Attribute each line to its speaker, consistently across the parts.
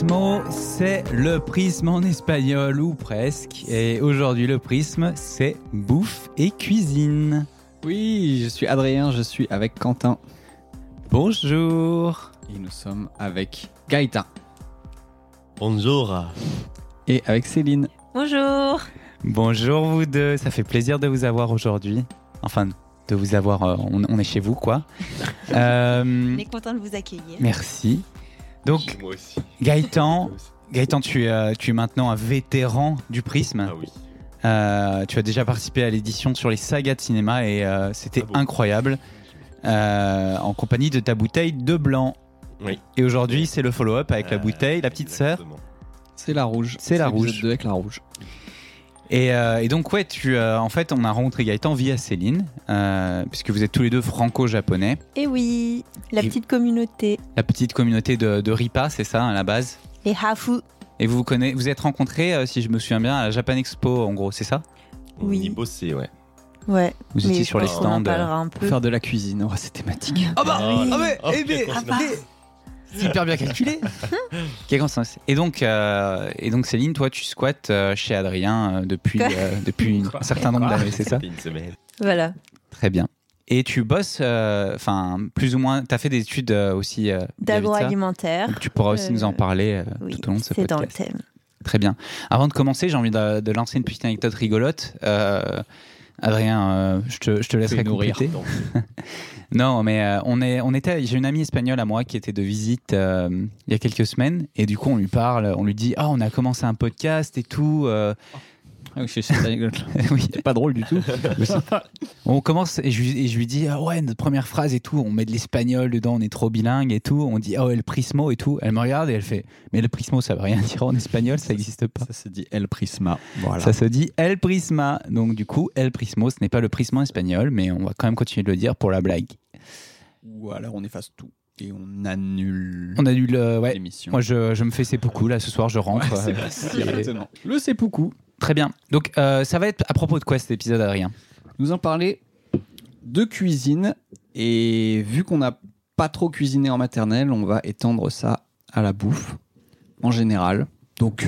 Speaker 1: Prismo, c'est le prisme en espagnol ou presque. Et aujourd'hui, le prisme, c'est bouffe et cuisine.
Speaker 2: Oui, je suis Adrien, je suis avec Quentin.
Speaker 1: Bonjour.
Speaker 2: Et nous sommes avec Gaëtan.
Speaker 3: Bonjour.
Speaker 2: Et avec Céline.
Speaker 4: Bonjour.
Speaker 1: Bonjour vous deux, ça fait plaisir de vous avoir aujourd'hui. Enfin, de vous avoir, on est chez vous quoi.
Speaker 4: On est content de vous accueillir.
Speaker 1: Merci. Donc,
Speaker 3: Moi aussi.
Speaker 1: Gaëtan, tu es maintenant un vétéran du prisme.
Speaker 3: Ah oui.
Speaker 1: Tu as déjà participé à l'édition sur les sagas de cinéma et c'était incroyable. En compagnie de ta bouteille de blanc.
Speaker 3: Oui.
Speaker 1: Et aujourd'hui, c'est le follow-up avec la bouteille, la petite sœur.
Speaker 3: Exactement.
Speaker 2: C'est la rouge.
Speaker 1: C'est la rouge.
Speaker 2: L'épisode 2 avec la rouge.
Speaker 1: Et donc, ouais, en fait, on a rencontré Gaëtan via Céline, puisque vous êtes tous les deux franco-japonais.
Speaker 4: Et oui, la petite communauté.
Speaker 1: La petite communauté de Ripa, c'est ça, à la base.
Speaker 4: Les Hafu.
Speaker 1: Et vous êtes rencontrés, si je me souviens bien, à la Japan Expo, en gros, c'est ça?
Speaker 3: On
Speaker 4: Oui.
Speaker 3: y bossait, ouais.
Speaker 4: Ouais.
Speaker 1: Vous étiez sur les
Speaker 4: je pense qu'on en
Speaker 1: stands.
Speaker 4: parlera un
Speaker 2: Pour
Speaker 4: peu.
Speaker 2: faire de la cuisine, c'est thématique.
Speaker 1: Ah bah,
Speaker 3: Oh là là.
Speaker 1: eh ben,
Speaker 3: quelle coïncidence.
Speaker 1: c'est hyper bien calculé. Quelle coïncidence. Et donc Céline, toi, tu squattes chez Adrien depuis un certain nombre d'années, c'est ça?
Speaker 3: C'était une semaine.
Speaker 4: Voilà.
Speaker 1: Très bien. Et tu bosses, plus ou moins, tu as fait des études aussi vis-à-vis de ça.
Speaker 4: D'agroalimentaire.
Speaker 1: Donc tu pourras aussi nous en parler
Speaker 4: Oui,
Speaker 1: tout au long de ce
Speaker 4: c'est dans le
Speaker 1: podcast.
Speaker 4: thème.
Speaker 1: Très bien. Avant de commencer, j'ai envie de lancer une petite anecdote rigolote. Adrien, je te laisserai
Speaker 2: nourrir.
Speaker 1: compléter.
Speaker 3: Donc,
Speaker 1: Non, mais j'ai une amie espagnole à moi qui était de visite il y a quelques semaines et du coup on lui parle, on lui dit on a commencé un podcast et tout.
Speaker 2: Oui, c'est cette anecdote.
Speaker 1: Oui.
Speaker 2: C'est pas drôle du tout.
Speaker 1: On commence et je lui dis ouais, notre première phrase et tout, on met de l'espagnol dedans, on est trop bilingue et tout, on dit el prismo et tout. Elle me regarde et elle fait mais le prismo ça veut rien dire en espagnol, ça n'existe pas.
Speaker 2: Ça se dit El Prisma. Voilà.
Speaker 1: Ça se dit el prisma. Donc du coup el prismo ce n'est pas le prisme en espagnol, mais on va quand même continuer de le dire pour la blague.
Speaker 2: Ou alors on efface tout et on annule
Speaker 1: On a dû ouais.
Speaker 2: l'émission.
Speaker 1: Moi je me fais seppuku là ce soir, je rentre.
Speaker 2: Directement. Le seppuku.
Speaker 1: Très bien. Donc, ça va être à propos de quoi cet épisode, Adrien?
Speaker 2: Nous en parler de cuisine. Et vu qu'on n'a pas trop cuisiné en maternelle, on va étendre ça à la bouffe en général. Donc,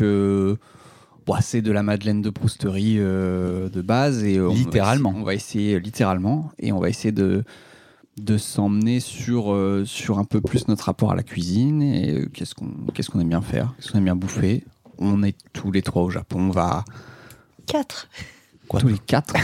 Speaker 2: c'est de la Madeleine de Prousterie de base. Et
Speaker 1: Littéralement.
Speaker 2: On va essayer littéralement. Et on va essayer de s'emmener sur un peu plus notre rapport à la cuisine. Et qu'est-ce qu'on aime bien faire, qu'est-ce qu'on aime bien bouffer. On est tous les trois au Japon. On va...
Speaker 4: 4.
Speaker 2: Quoi, tous les quatre.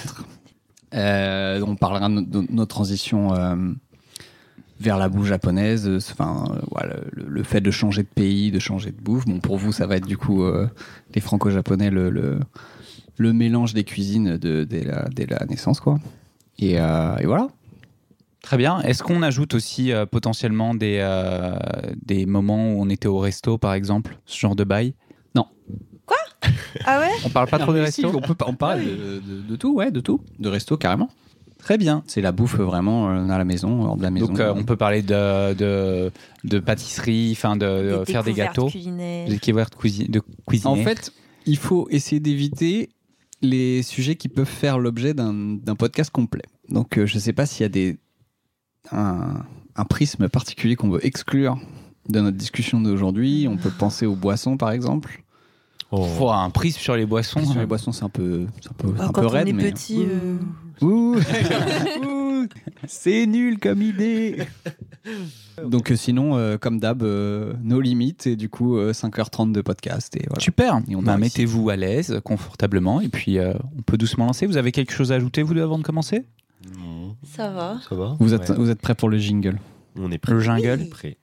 Speaker 2: On parlera de notre transition vers la bouffe japonaise. Le fait de changer de pays, de changer de bouffe. Bon, pour vous, ça va être du coup les franco-japonais, le mélange des cuisines dès la naissance, quoi. Et voilà.
Speaker 1: Très bien. Est-ce qu'on ajoute aussi potentiellement des moments où on était au resto, par exemple, ce genre de bail?
Speaker 2: Non.
Speaker 4: Ah ouais?
Speaker 1: On parle pas trop des
Speaker 2: Si,
Speaker 1: restos?
Speaker 2: on parle de tout, ouais, de tout. De resto, carrément.
Speaker 1: Très bien.
Speaker 2: C'est la bouffe vraiment à la maison, hors de la maison.
Speaker 1: Donc, on peut parler de pâtisserie, de faire des gâteaux.
Speaker 4: Culinaires.
Speaker 1: Des découvertes de cuisiner.
Speaker 2: En fait, il faut essayer d'éviter les sujets qui peuvent faire l'objet d'un podcast complet. Donc, je ne sais pas s'il y a un prisme particulier qu'on veut exclure de notre discussion d'aujourd'hui. On peut penser aux boissons, par exemple.
Speaker 1: Faut un prisme sur les boissons.
Speaker 2: Sur les boissons, c'est un peu
Speaker 4: Quand
Speaker 2: raide,
Speaker 4: on est
Speaker 2: mais...
Speaker 4: petit,
Speaker 2: Ouh. Ouh. C'est nul comme idée. Donc sinon, comme d'hab, nos limites et du coup 5h30 de podcast. Et voilà.
Speaker 1: Super.
Speaker 2: Et on dort ici.
Speaker 1: Mettez-vous à l'aise, confortablement, et puis on peut doucement lancer. Vous avez quelque chose à ajouter, vous deux, avant de commencer?
Speaker 3: non,
Speaker 4: ça va.
Speaker 3: ça va.
Speaker 2: Vous êtes prêts pour le jingle?
Speaker 3: On est prêt.
Speaker 1: Le jungle.
Speaker 3: On est prêt.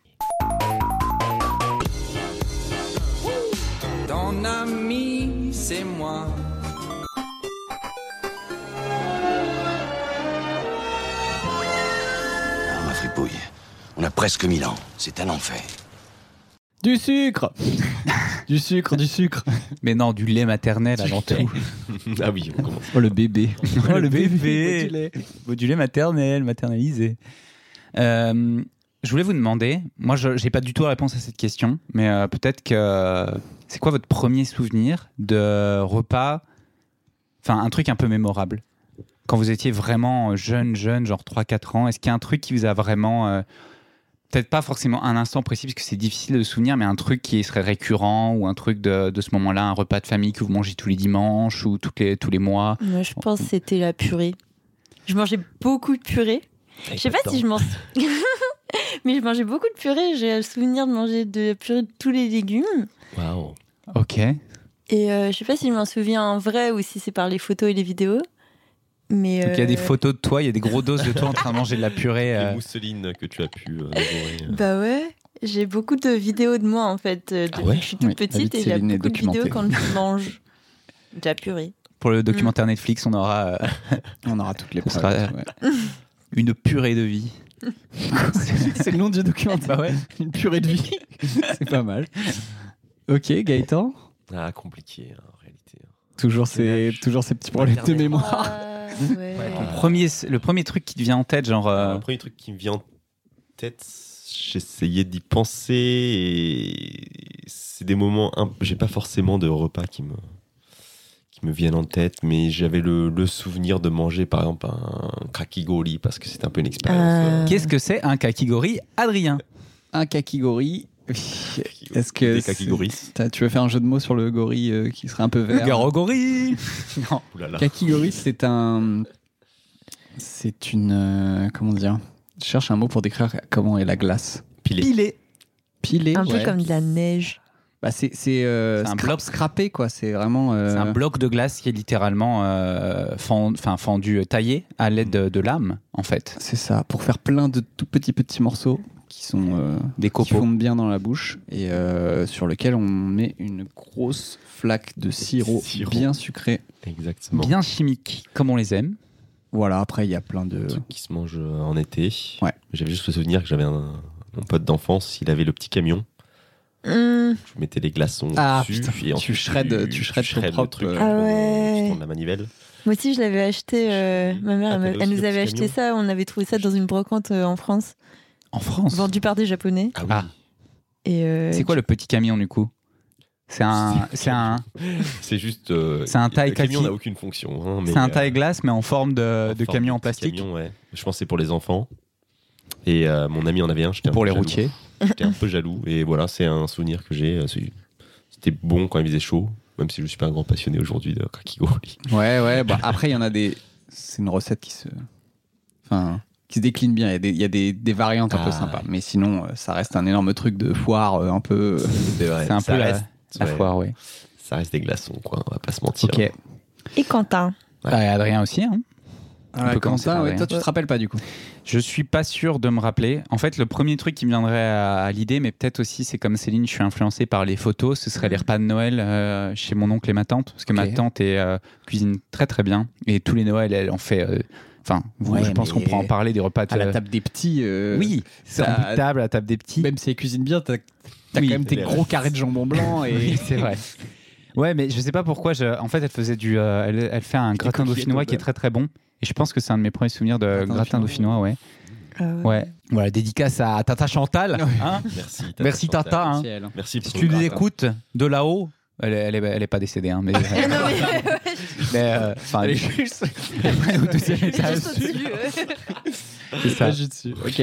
Speaker 5: Ton ami, c'est moi.
Speaker 6: Ma fripouille, on a presque 1000 ans. C'est un enfer.
Speaker 2: Du sucre. Du sucre.
Speaker 1: Mais non, du lait maternel avant tout.
Speaker 3: Ah oui, on commence.
Speaker 2: Oh, le bébé.
Speaker 1: Oh, le bébé. Du lait maternel, maternalisé. Je voulais vous demander, moi je n'ai pas du tout la réponse à cette question, mais peut-être que c'est quoi votre premier souvenir de repas, enfin un truc un peu mémorable? Quand vous étiez vraiment jeune, genre 3-4 ans, est-ce qu'il y a un truc qui vous a vraiment peut-être pas forcément un instant précis parce que c'est difficile de se souvenir, mais un truc qui serait récurrent ou un truc de ce moment-là, un repas de famille que vous mangez tous les dimanches ou tous les mois.
Speaker 4: Moi, je pense que c'était la purée. Je mangeais beaucoup de purée. Je sais pas si je mange. Mais je mangeais beaucoup de purée. J'ai le souvenir de manger de la purée de tous les légumes.
Speaker 3: Waouh.
Speaker 1: Ok.
Speaker 4: Et je sais pas si je m'en souviens en vrai ou si c'est par les photos et les vidéos. Mais
Speaker 1: Donc il y a des photos de toi, il y a des gros doses de toi en train de manger de la purée.
Speaker 3: Les mousselines que tu as pu dévorer.
Speaker 4: Bah ouais, j'ai beaucoup de vidéos de moi en fait.
Speaker 3: Ah ouais
Speaker 4: Je suis toute
Speaker 2: Oui, la vie
Speaker 4: petite
Speaker 2: de
Speaker 4: et j'ai
Speaker 2: Céline est
Speaker 4: beaucoup de vidéos
Speaker 2: documentée.
Speaker 4: quand je mange de la purée.
Speaker 1: Pour le documentaire Netflix, on aura
Speaker 2: On aura toutes les
Speaker 1: On
Speaker 2: preuves.
Speaker 1: sera-
Speaker 2: ouais.
Speaker 1: une purée de vie.
Speaker 2: C'est le nom du documentaire.
Speaker 1: Bah ouais.
Speaker 2: Une purée de vie. C'est pas mal. Ok, Gaëtan.
Speaker 3: Ah, compliqué en réalité.
Speaker 2: Toujours ces petits problèmes de
Speaker 3: Maternelle.
Speaker 2: mémoire.
Speaker 4: Ah, ouais.
Speaker 1: Le premier truc qui te vient en tête, genre.
Speaker 3: Le premier truc qui me vient en tête, j'essayais d'y penser et c'est des moments. J'ai pas forcément de repas qui me viennent en tête, mais j'avais le souvenir de manger par exemple un kakigori parce que c'était un peu une expérience.
Speaker 1: Qu'est-ce que c'est un kakigori, Adrien?
Speaker 2: Un kakigori. Est-ce que
Speaker 3: Des kakigoris.
Speaker 2: tu veux faire un jeu de mots sur le gorille qui serait un peu vert?
Speaker 1: Garogori. Non.
Speaker 3: Ouh là là.
Speaker 2: Kakigori, c'est une comment dire? Je cherche un mot pour décrire comment est la glace.
Speaker 3: Pilé.
Speaker 1: Pilé.
Speaker 2: Pilée.
Speaker 4: Un peu
Speaker 2: ouais.
Speaker 4: comme de la neige.
Speaker 2: Bah
Speaker 1: un bloc.
Speaker 2: scrappé quoi. C'est vraiment.
Speaker 1: C'est un bloc de glace qui est littéralement fendu, taillé à l'aide de lames, en fait.
Speaker 2: C'est ça. Pour faire plein de tout petits morceaux qui sont
Speaker 1: Des
Speaker 2: qui
Speaker 1: copeaux.
Speaker 2: fondent bien dans la bouche et sur lequel on met une grosse flaque de sirop
Speaker 3: Sirop.
Speaker 2: bien sucré.
Speaker 3: Exactement.
Speaker 1: Bien chimiques, comme on les aime.
Speaker 2: Voilà. Après, il y a plein de.
Speaker 3: Un truc qui se mange en été.
Speaker 2: Ouais.
Speaker 3: J'avais juste le souvenir que j'avais mon pote d'enfance, il avait le petit camion. Je mettais les glaçons
Speaker 2: Ah,
Speaker 3: dessus
Speaker 2: putain,
Speaker 3: et ensuite
Speaker 2: tu shreddes ton
Speaker 3: le
Speaker 2: propre,
Speaker 3: truc.
Speaker 4: Ah ouais.
Speaker 3: Tu tournes la manivelle.
Speaker 4: Moi aussi, je l'avais acheté. Ma mère,
Speaker 3: Ah, t'avais
Speaker 4: elle
Speaker 3: aussi
Speaker 4: nous
Speaker 3: le
Speaker 4: avait
Speaker 3: petit
Speaker 4: acheté
Speaker 3: camion.
Speaker 4: ça. On avait trouvé ça dans une brocante en France,
Speaker 1: En France.
Speaker 4: vendu par des Japonais.
Speaker 3: Ah oui.
Speaker 1: Ah.
Speaker 4: Et
Speaker 1: C'est quoi le petit camion du coup? C'est un
Speaker 3: C'est juste.
Speaker 1: C'est un taille
Speaker 3: Le camion
Speaker 1: kaki.
Speaker 3: n'a aucune fonction. Hein, mais,
Speaker 1: c'est un taille glace mais en forme de
Speaker 3: forme
Speaker 1: camion en
Speaker 3: petit
Speaker 1: plastique.
Speaker 3: camion, ouais. Je pense que c'est pour les enfants. Et mon ami en avait un. J'étais un
Speaker 1: Pour
Speaker 3: peu
Speaker 1: les
Speaker 3: jaloux.
Speaker 1: routiers.
Speaker 3: J'étais un peu jaloux. Et voilà, c'est un souvenir que j'ai. C'était bon quand il faisait chaud. Même si je suis pas un grand passionné aujourd'hui de kakigori.
Speaker 2: Ouais. Bah, après, il y en a des. C'est une recette qui se décline bien. Il y a des variantes un peu sympas. Mais sinon, ça reste un énorme truc de foire un peu.
Speaker 3: C'est vrai.
Speaker 1: C'est un
Speaker 3: ça
Speaker 1: peu
Speaker 3: reste,
Speaker 1: la
Speaker 3: ouais,
Speaker 1: foire, oui.
Speaker 3: Ça reste des glaçons, quoi. On va pas se mentir.
Speaker 2: Ok.
Speaker 4: Et Quentin.
Speaker 3: Ouais.
Speaker 1: Ah, et Adrien aussi. Hein.
Speaker 2: Ah,
Speaker 1: peut commencer
Speaker 2: Quentin,
Speaker 1: par
Speaker 2: ouais,
Speaker 1: rien.
Speaker 2: toi, tu te rappelles pas du coup.
Speaker 1: Je suis pas sûr de me rappeler. En fait, le premier truc qui me viendrait à l'idée, mais peut-être aussi, c'est comme Céline, je suis influencé par les photos. Ce serait les repas de Noël chez mon oncle et ma tante, parce que ma
Speaker 2: Ok.
Speaker 1: tante cuisine très très bien et tous les Noëls, elle en fait. Enfin,
Speaker 2: Ouais,
Speaker 1: je pense
Speaker 2: mais
Speaker 1: qu'on pourra en parler des repas de.
Speaker 2: À la table des petits.
Speaker 1: Oui, c'est en
Speaker 2: t'as-
Speaker 1: bout de table, à la table des petits.
Speaker 2: Même si elle cuisine bien, t'as
Speaker 1: Oui,
Speaker 2: quand même tes
Speaker 3: les
Speaker 2: gros carrés de jambon blanc et.
Speaker 1: Oui, c'est vrai. Ouais, mais je sais pas pourquoi. En fait, elle faisait elle fait un gratin
Speaker 2: coquillettes
Speaker 1: dauphinois
Speaker 2: au
Speaker 1: qui est
Speaker 2: beurre.
Speaker 1: très très bon. Et je pense que c'est un de mes premiers souvenirs de
Speaker 2: Gratin
Speaker 1: gratin dauphinois, ouais.
Speaker 4: Ah
Speaker 1: Ouais. Voilà, dédicace à Tata Chantal. Hein.
Speaker 3: Merci.
Speaker 1: Merci Tata. Hein.
Speaker 2: Ciel.
Speaker 3: Merci pour
Speaker 1: Si
Speaker 3: ton
Speaker 1: tu nous
Speaker 3: gratin.
Speaker 1: écoutes de là-haut, elle est pas décédée, hein, mais.
Speaker 4: Non, mais-
Speaker 1: mais enfin,
Speaker 2: Elle est juste.
Speaker 1: au deuxième étage.
Speaker 4: Juste au-dessus,
Speaker 1: C'est ça.
Speaker 2: Juste dessus. Ok.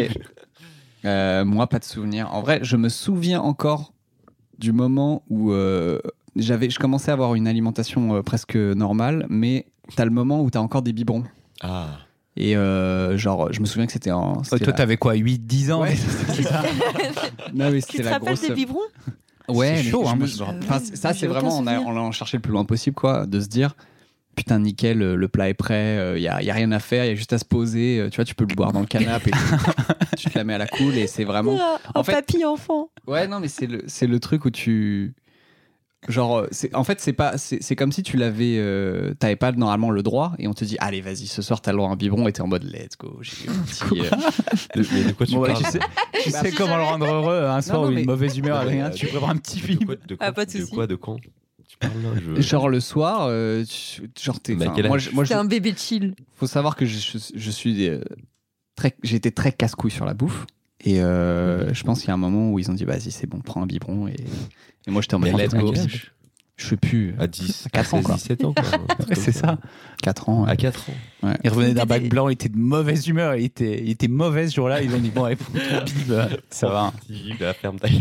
Speaker 2: Moi, pas de souvenir. En vrai, je me souviens encore du moment où je commençais à avoir une alimentation presque normale, mais t'as le moment où t'as encore des biberons.
Speaker 3: Ah.
Speaker 2: Et genre, je me souviens que c'était en.
Speaker 1: Oh, toi, t'avais quoi, 8-10 ans?
Speaker 2: Ouais,
Speaker 1: c'est ça.
Speaker 2: Non, mais
Speaker 4: Tu
Speaker 2: c'était
Speaker 4: te
Speaker 2: la
Speaker 4: rappelles
Speaker 2: grosse.
Speaker 4: des biberons?
Speaker 2: Ouais,
Speaker 1: C'est
Speaker 2: mais
Speaker 1: chaud,
Speaker 2: je
Speaker 1: hein,
Speaker 2: me-
Speaker 1: moi, je me rappelle.
Speaker 2: Enfin, ça,
Speaker 4: J'ai
Speaker 2: c'est
Speaker 4: aucun
Speaker 2: vraiment,
Speaker 4: souvenir.
Speaker 2: on l'a cherché le plus loin possible, quoi, de se dire, putain, nickel, le plat est prêt, y a rien à faire, il y a juste à se poser, tu vois, tu peux le boire dans le canapé, et tu te la mets à la cool, et c'est vraiment.
Speaker 4: En
Speaker 2: En fait-
Speaker 4: papy enfant.
Speaker 2: Ouais, non, mais c'est le truc où tu. Genre, en fait, c'est comme si tu l'avais. T'avais pas normalement le droit, et on te dit, allez, vas-y, ce soir, t'as le droit à un biberon, et t'es en mode, let's go. J'ai eu un petit.
Speaker 3: Mais de quoi tu
Speaker 1: Bon, voilà,
Speaker 3: parles
Speaker 1: tu sais comment le rendre heureux un soir
Speaker 2: non,
Speaker 1: où il a
Speaker 2: mais-
Speaker 1: une mauvaise humeur,
Speaker 3: Non, mais,
Speaker 1: Adrien. Tu prépares un petit film.
Speaker 3: De quoi,
Speaker 4: Ah, pas de
Speaker 3: de
Speaker 4: souci.
Speaker 3: quoi, de quand tu parles là
Speaker 2: Genre, le soir, genre, t'es.
Speaker 3: Mais à
Speaker 2: enfin,
Speaker 3: quel
Speaker 2: moi,
Speaker 3: âge
Speaker 2: moi,
Speaker 4: C'est un bébé chill.
Speaker 2: faut savoir que je suis j'ai été très casse-couille sur la bouffe. Et je pense qu'il y a un moment où ils ont dit, vas-y, c'est bon, prends un biberon. Et moi, j'étais en mode,
Speaker 3: Mais
Speaker 2: let's
Speaker 3: à
Speaker 2: go.
Speaker 3: quel âge
Speaker 2: Je sais plus.
Speaker 3: À 10,
Speaker 2: À 4 ans, quoi.
Speaker 3: 17 ans, quoi.
Speaker 1: C'est ça.
Speaker 2: 4 ans.
Speaker 3: À 4 ans.
Speaker 1: Il revenait d'un bac blanc, il était de mauvaise humeur, il était mauvais ce jour-là. Ils ont dit bon, allez, pour ton bib, ça va.
Speaker 3: La ferme taille.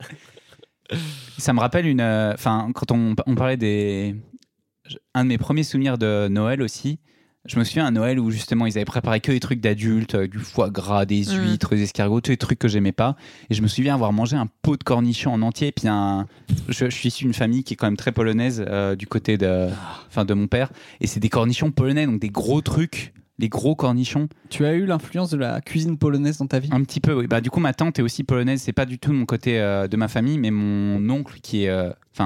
Speaker 1: Ça me rappelle quand on parlait un de mes premiers souvenirs de Noël aussi. Je me souviens à Noël où justement ils avaient préparé que des trucs d'adultes, du foie gras, des huîtres, des escargots, tous les trucs que j'aimais pas. Et je me souviens avoir mangé un pot de cornichons en entier. Et puis je suis issu d'une famille qui est quand même très polonaise du côté de mon père. Et c'est des cornichons polonais, donc des gros trucs, des gros cornichons.
Speaker 2: Tu as eu l'influence de la cuisine polonaise dans ta vie ?
Speaker 1: Un petit peu, oui. Bah, du coup, ma tante est aussi polonaise. C'est pas du tout de mon côté de ma famille, mais mon oncle qui est...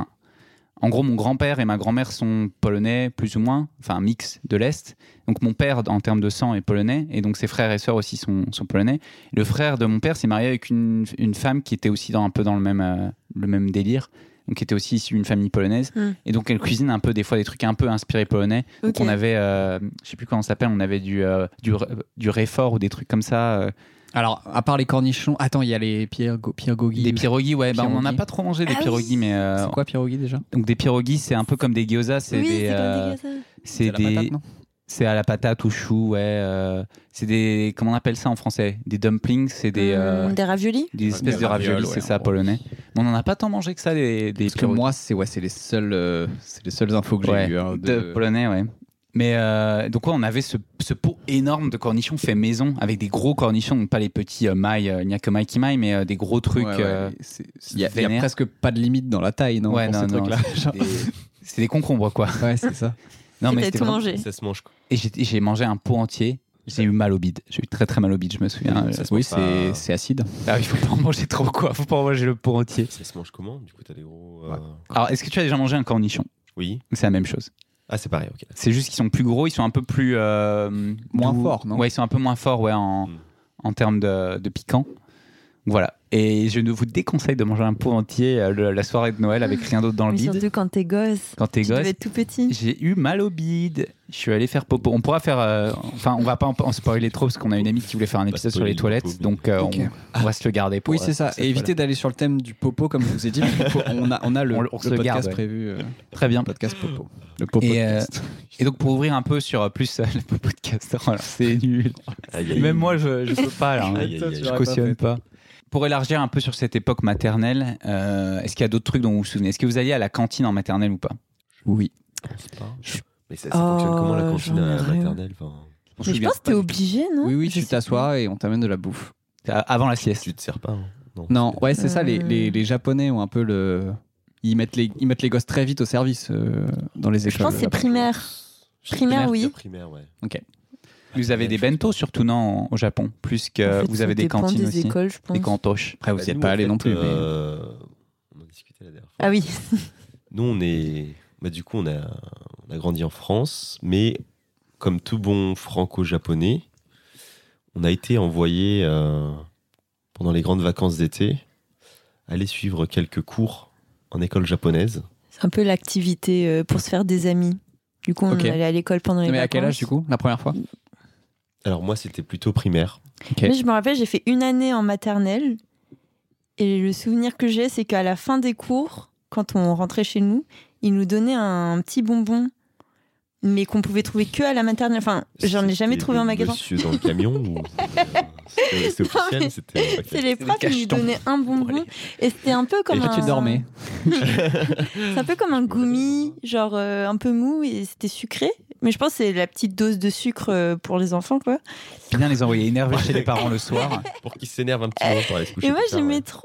Speaker 1: En gros, mon grand-père et ma grand-mère sont polonais, plus ou moins, enfin un mix de l'Est. Donc mon père, en termes de sang, est polonais, et donc ses frères et sœurs aussi sont polonais. Le frère de mon père s'est marié avec une femme qui était aussi un peu dans le même délire, donc qui était aussi issue d'une famille polonaise. Et donc elle cuisine un peu, des fois, des trucs un peu inspirés polonais. Donc on avait, je sais plus comment ça s'appelle, on avait du réfort ou des trucs comme ça.
Speaker 2: Alors, à part les cornichons, attends, il y a les pierogi.
Speaker 1: Des pierogi, ouais. On n'en a pas trop mangé des pierogi, mais.
Speaker 2: C'est quoi pierogi déjà ?
Speaker 1: Donc des pierogi, c'est un peu comme des gyoza, c'est
Speaker 4: Oui,
Speaker 1: des.
Speaker 4: c'est comme des gyoza.
Speaker 2: C'est à la patate, non ?
Speaker 1: C'est à la patate ou chou, ouais. C'est des. Comment on appelle ça en français ? Des dumplings, c'est des.
Speaker 4: Des raviolis ?
Speaker 1: Des espèces de raviolis, c'est ça, polonais. Mais on n'en a pas tant mangé que ça, des
Speaker 2: Parce que
Speaker 1: pierogi.
Speaker 2: moi, c'est les seules infos que j'ai eues. Hein,
Speaker 1: de polonais, ouais. Mais donc on avait ce pot énorme de cornichons fait maison avec des gros cornichons, donc pas les petits mailles, il n'y a que Mikey Maille, mais des gros trucs.
Speaker 2: Il y a presque pas de limite dans la taille, non, pour ces trucs-là.
Speaker 1: C'est des concombres, quoi.
Speaker 2: Ouais, c'est ça.
Speaker 1: Non, mais
Speaker 4: t'as tout mangé.
Speaker 3: Ça se mange, quoi.
Speaker 1: Et j'ai mangé un pot entier. J'ai eu mal au bide. J'ai eu très très mal au bide, je me souviens.
Speaker 2: Oui, c'est acide.
Speaker 1: Ah, il faut pas en manger trop, quoi. Faut pas en manger le pot entier.
Speaker 3: Ça se mange comment ? Du coup, t'as des gros.
Speaker 1: Alors, est-ce que tu as déjà mangé un cornichon ?
Speaker 3: Oui.
Speaker 1: C'est la même chose.
Speaker 3: Ah, c'est pareil, ok.
Speaker 1: C'est juste qu'ils sont plus gros, ils sont un peu plus.
Speaker 2: Moins
Speaker 1: doux.
Speaker 2: forts, non ?
Speaker 1: Ouais, ils sont un peu moins forts, ouais, en termes de piquant. Voilà. Et je ne vous déconseille de manger un pot entier la soirée de Noël avec rien d'autre dans le bide.
Speaker 4: Surtout quand t'es gosse.
Speaker 1: Quand t'es
Speaker 4: Tu
Speaker 1: gosse.
Speaker 4: devais être tout petit.
Speaker 1: J'ai eu mal au bide. Je suis allé faire popo. On pourra faire. Enfin, on va pas en spoiler trop parce qu'on a une amie qui voulait faire un épisode sur les toilettes. Donc, on va se le garder pour.
Speaker 2: Oui, c'est ça. Et évitez d'aller sur le thème du popo, comme je vous ai dit. On a le podcast
Speaker 1: garde,
Speaker 2: prévu.
Speaker 1: Très bien.
Speaker 2: Le podcast popo. Le popo podcast.
Speaker 1: Et donc, pour ouvrir un peu sur plus le podcast, alors, c'est nul. Même moi, je peux pas. Là, hein. Je cautionne pas. Pour élargir un peu sur cette époque maternelle, est-ce qu'il y a d'autres trucs dont vous vous souvenez ? Est-ce que vous alliez à la cantine en maternelle ou pas ?
Speaker 2: Oui.
Speaker 3: Mais ça fonctionne comment la cantine
Speaker 4: j'en ai rien.
Speaker 3: maternelle, enfin...
Speaker 4: Mais je pense que t'es obligé, non ?
Speaker 2: Oui, tu t'assois et on t'amène de la bouffe.
Speaker 1: Avant la sieste.
Speaker 3: Tu te sers pas, hein.
Speaker 2: Non, ouais, c'est ça. Les Japonais ont un peu le. Ils mettent les gosses très vite au service dans les écoles.
Speaker 4: Je pense que c'est primaire. Primaire, oui.
Speaker 3: Primaire, ouais.
Speaker 2: Ok.
Speaker 1: Vous avez des bento surtout, non, au Japon ? Plus que
Speaker 4: En fait,
Speaker 1: vous avez
Speaker 4: ça
Speaker 1: des
Speaker 4: dépend
Speaker 1: cantines
Speaker 4: des
Speaker 1: aussi.
Speaker 4: écoles, je pense.
Speaker 1: Des cantoches.
Speaker 2: Après, vous n'y êtes
Speaker 3: Nous,
Speaker 2: pas
Speaker 3: en
Speaker 2: allé
Speaker 3: fait,
Speaker 2: non plus. Mais...
Speaker 3: On a discuté la dernière fois.
Speaker 4: Ah oui.
Speaker 3: Nous, on est... du coup, on a grandi en France, mais comme tout bon franco-japonais, on a été envoyé pendant les grandes vacances d'été aller suivre quelques cours en école japonaise.
Speaker 4: C'est un peu l'activité pour se faire des amis. Du coup, on allait à l'école pendant les vacances.
Speaker 2: Mais à quel âge, du coup, la première fois ?
Speaker 3: Alors moi, c'était plutôt primaire.
Speaker 2: Ok.
Speaker 4: Mais je me rappelle, j'ai fait une année en maternelle. Et le souvenir que j'ai, c'est qu'à la fin des cours, quand on rentrait chez nous, ils nous donnaient un petit bonbon, mais qu'on pouvait trouver que à la maternelle. Enfin, j'en ai jamais trouvé en magasin.
Speaker 3: Monsieur dans le camion ou... C'était officiel, c'était...
Speaker 4: C'est les profs qui nous donnaient un bonbon. Et c'était un peu comme
Speaker 2: Et là, tu dormais.
Speaker 4: C'est un peu comme un gummy, genre un peu mou, et c'était sucré. Mais je pense que c'est la petite dose de sucre pour les enfants, quoi.
Speaker 1: Bien les envoyer énervés chez les parents le soir.
Speaker 3: Pour qu'ils s'énervent un petit moment pour aller se coucher.
Speaker 4: Et moi,
Speaker 3: plus tard,
Speaker 4: j'aimais
Speaker 3: ouais.
Speaker 4: trop.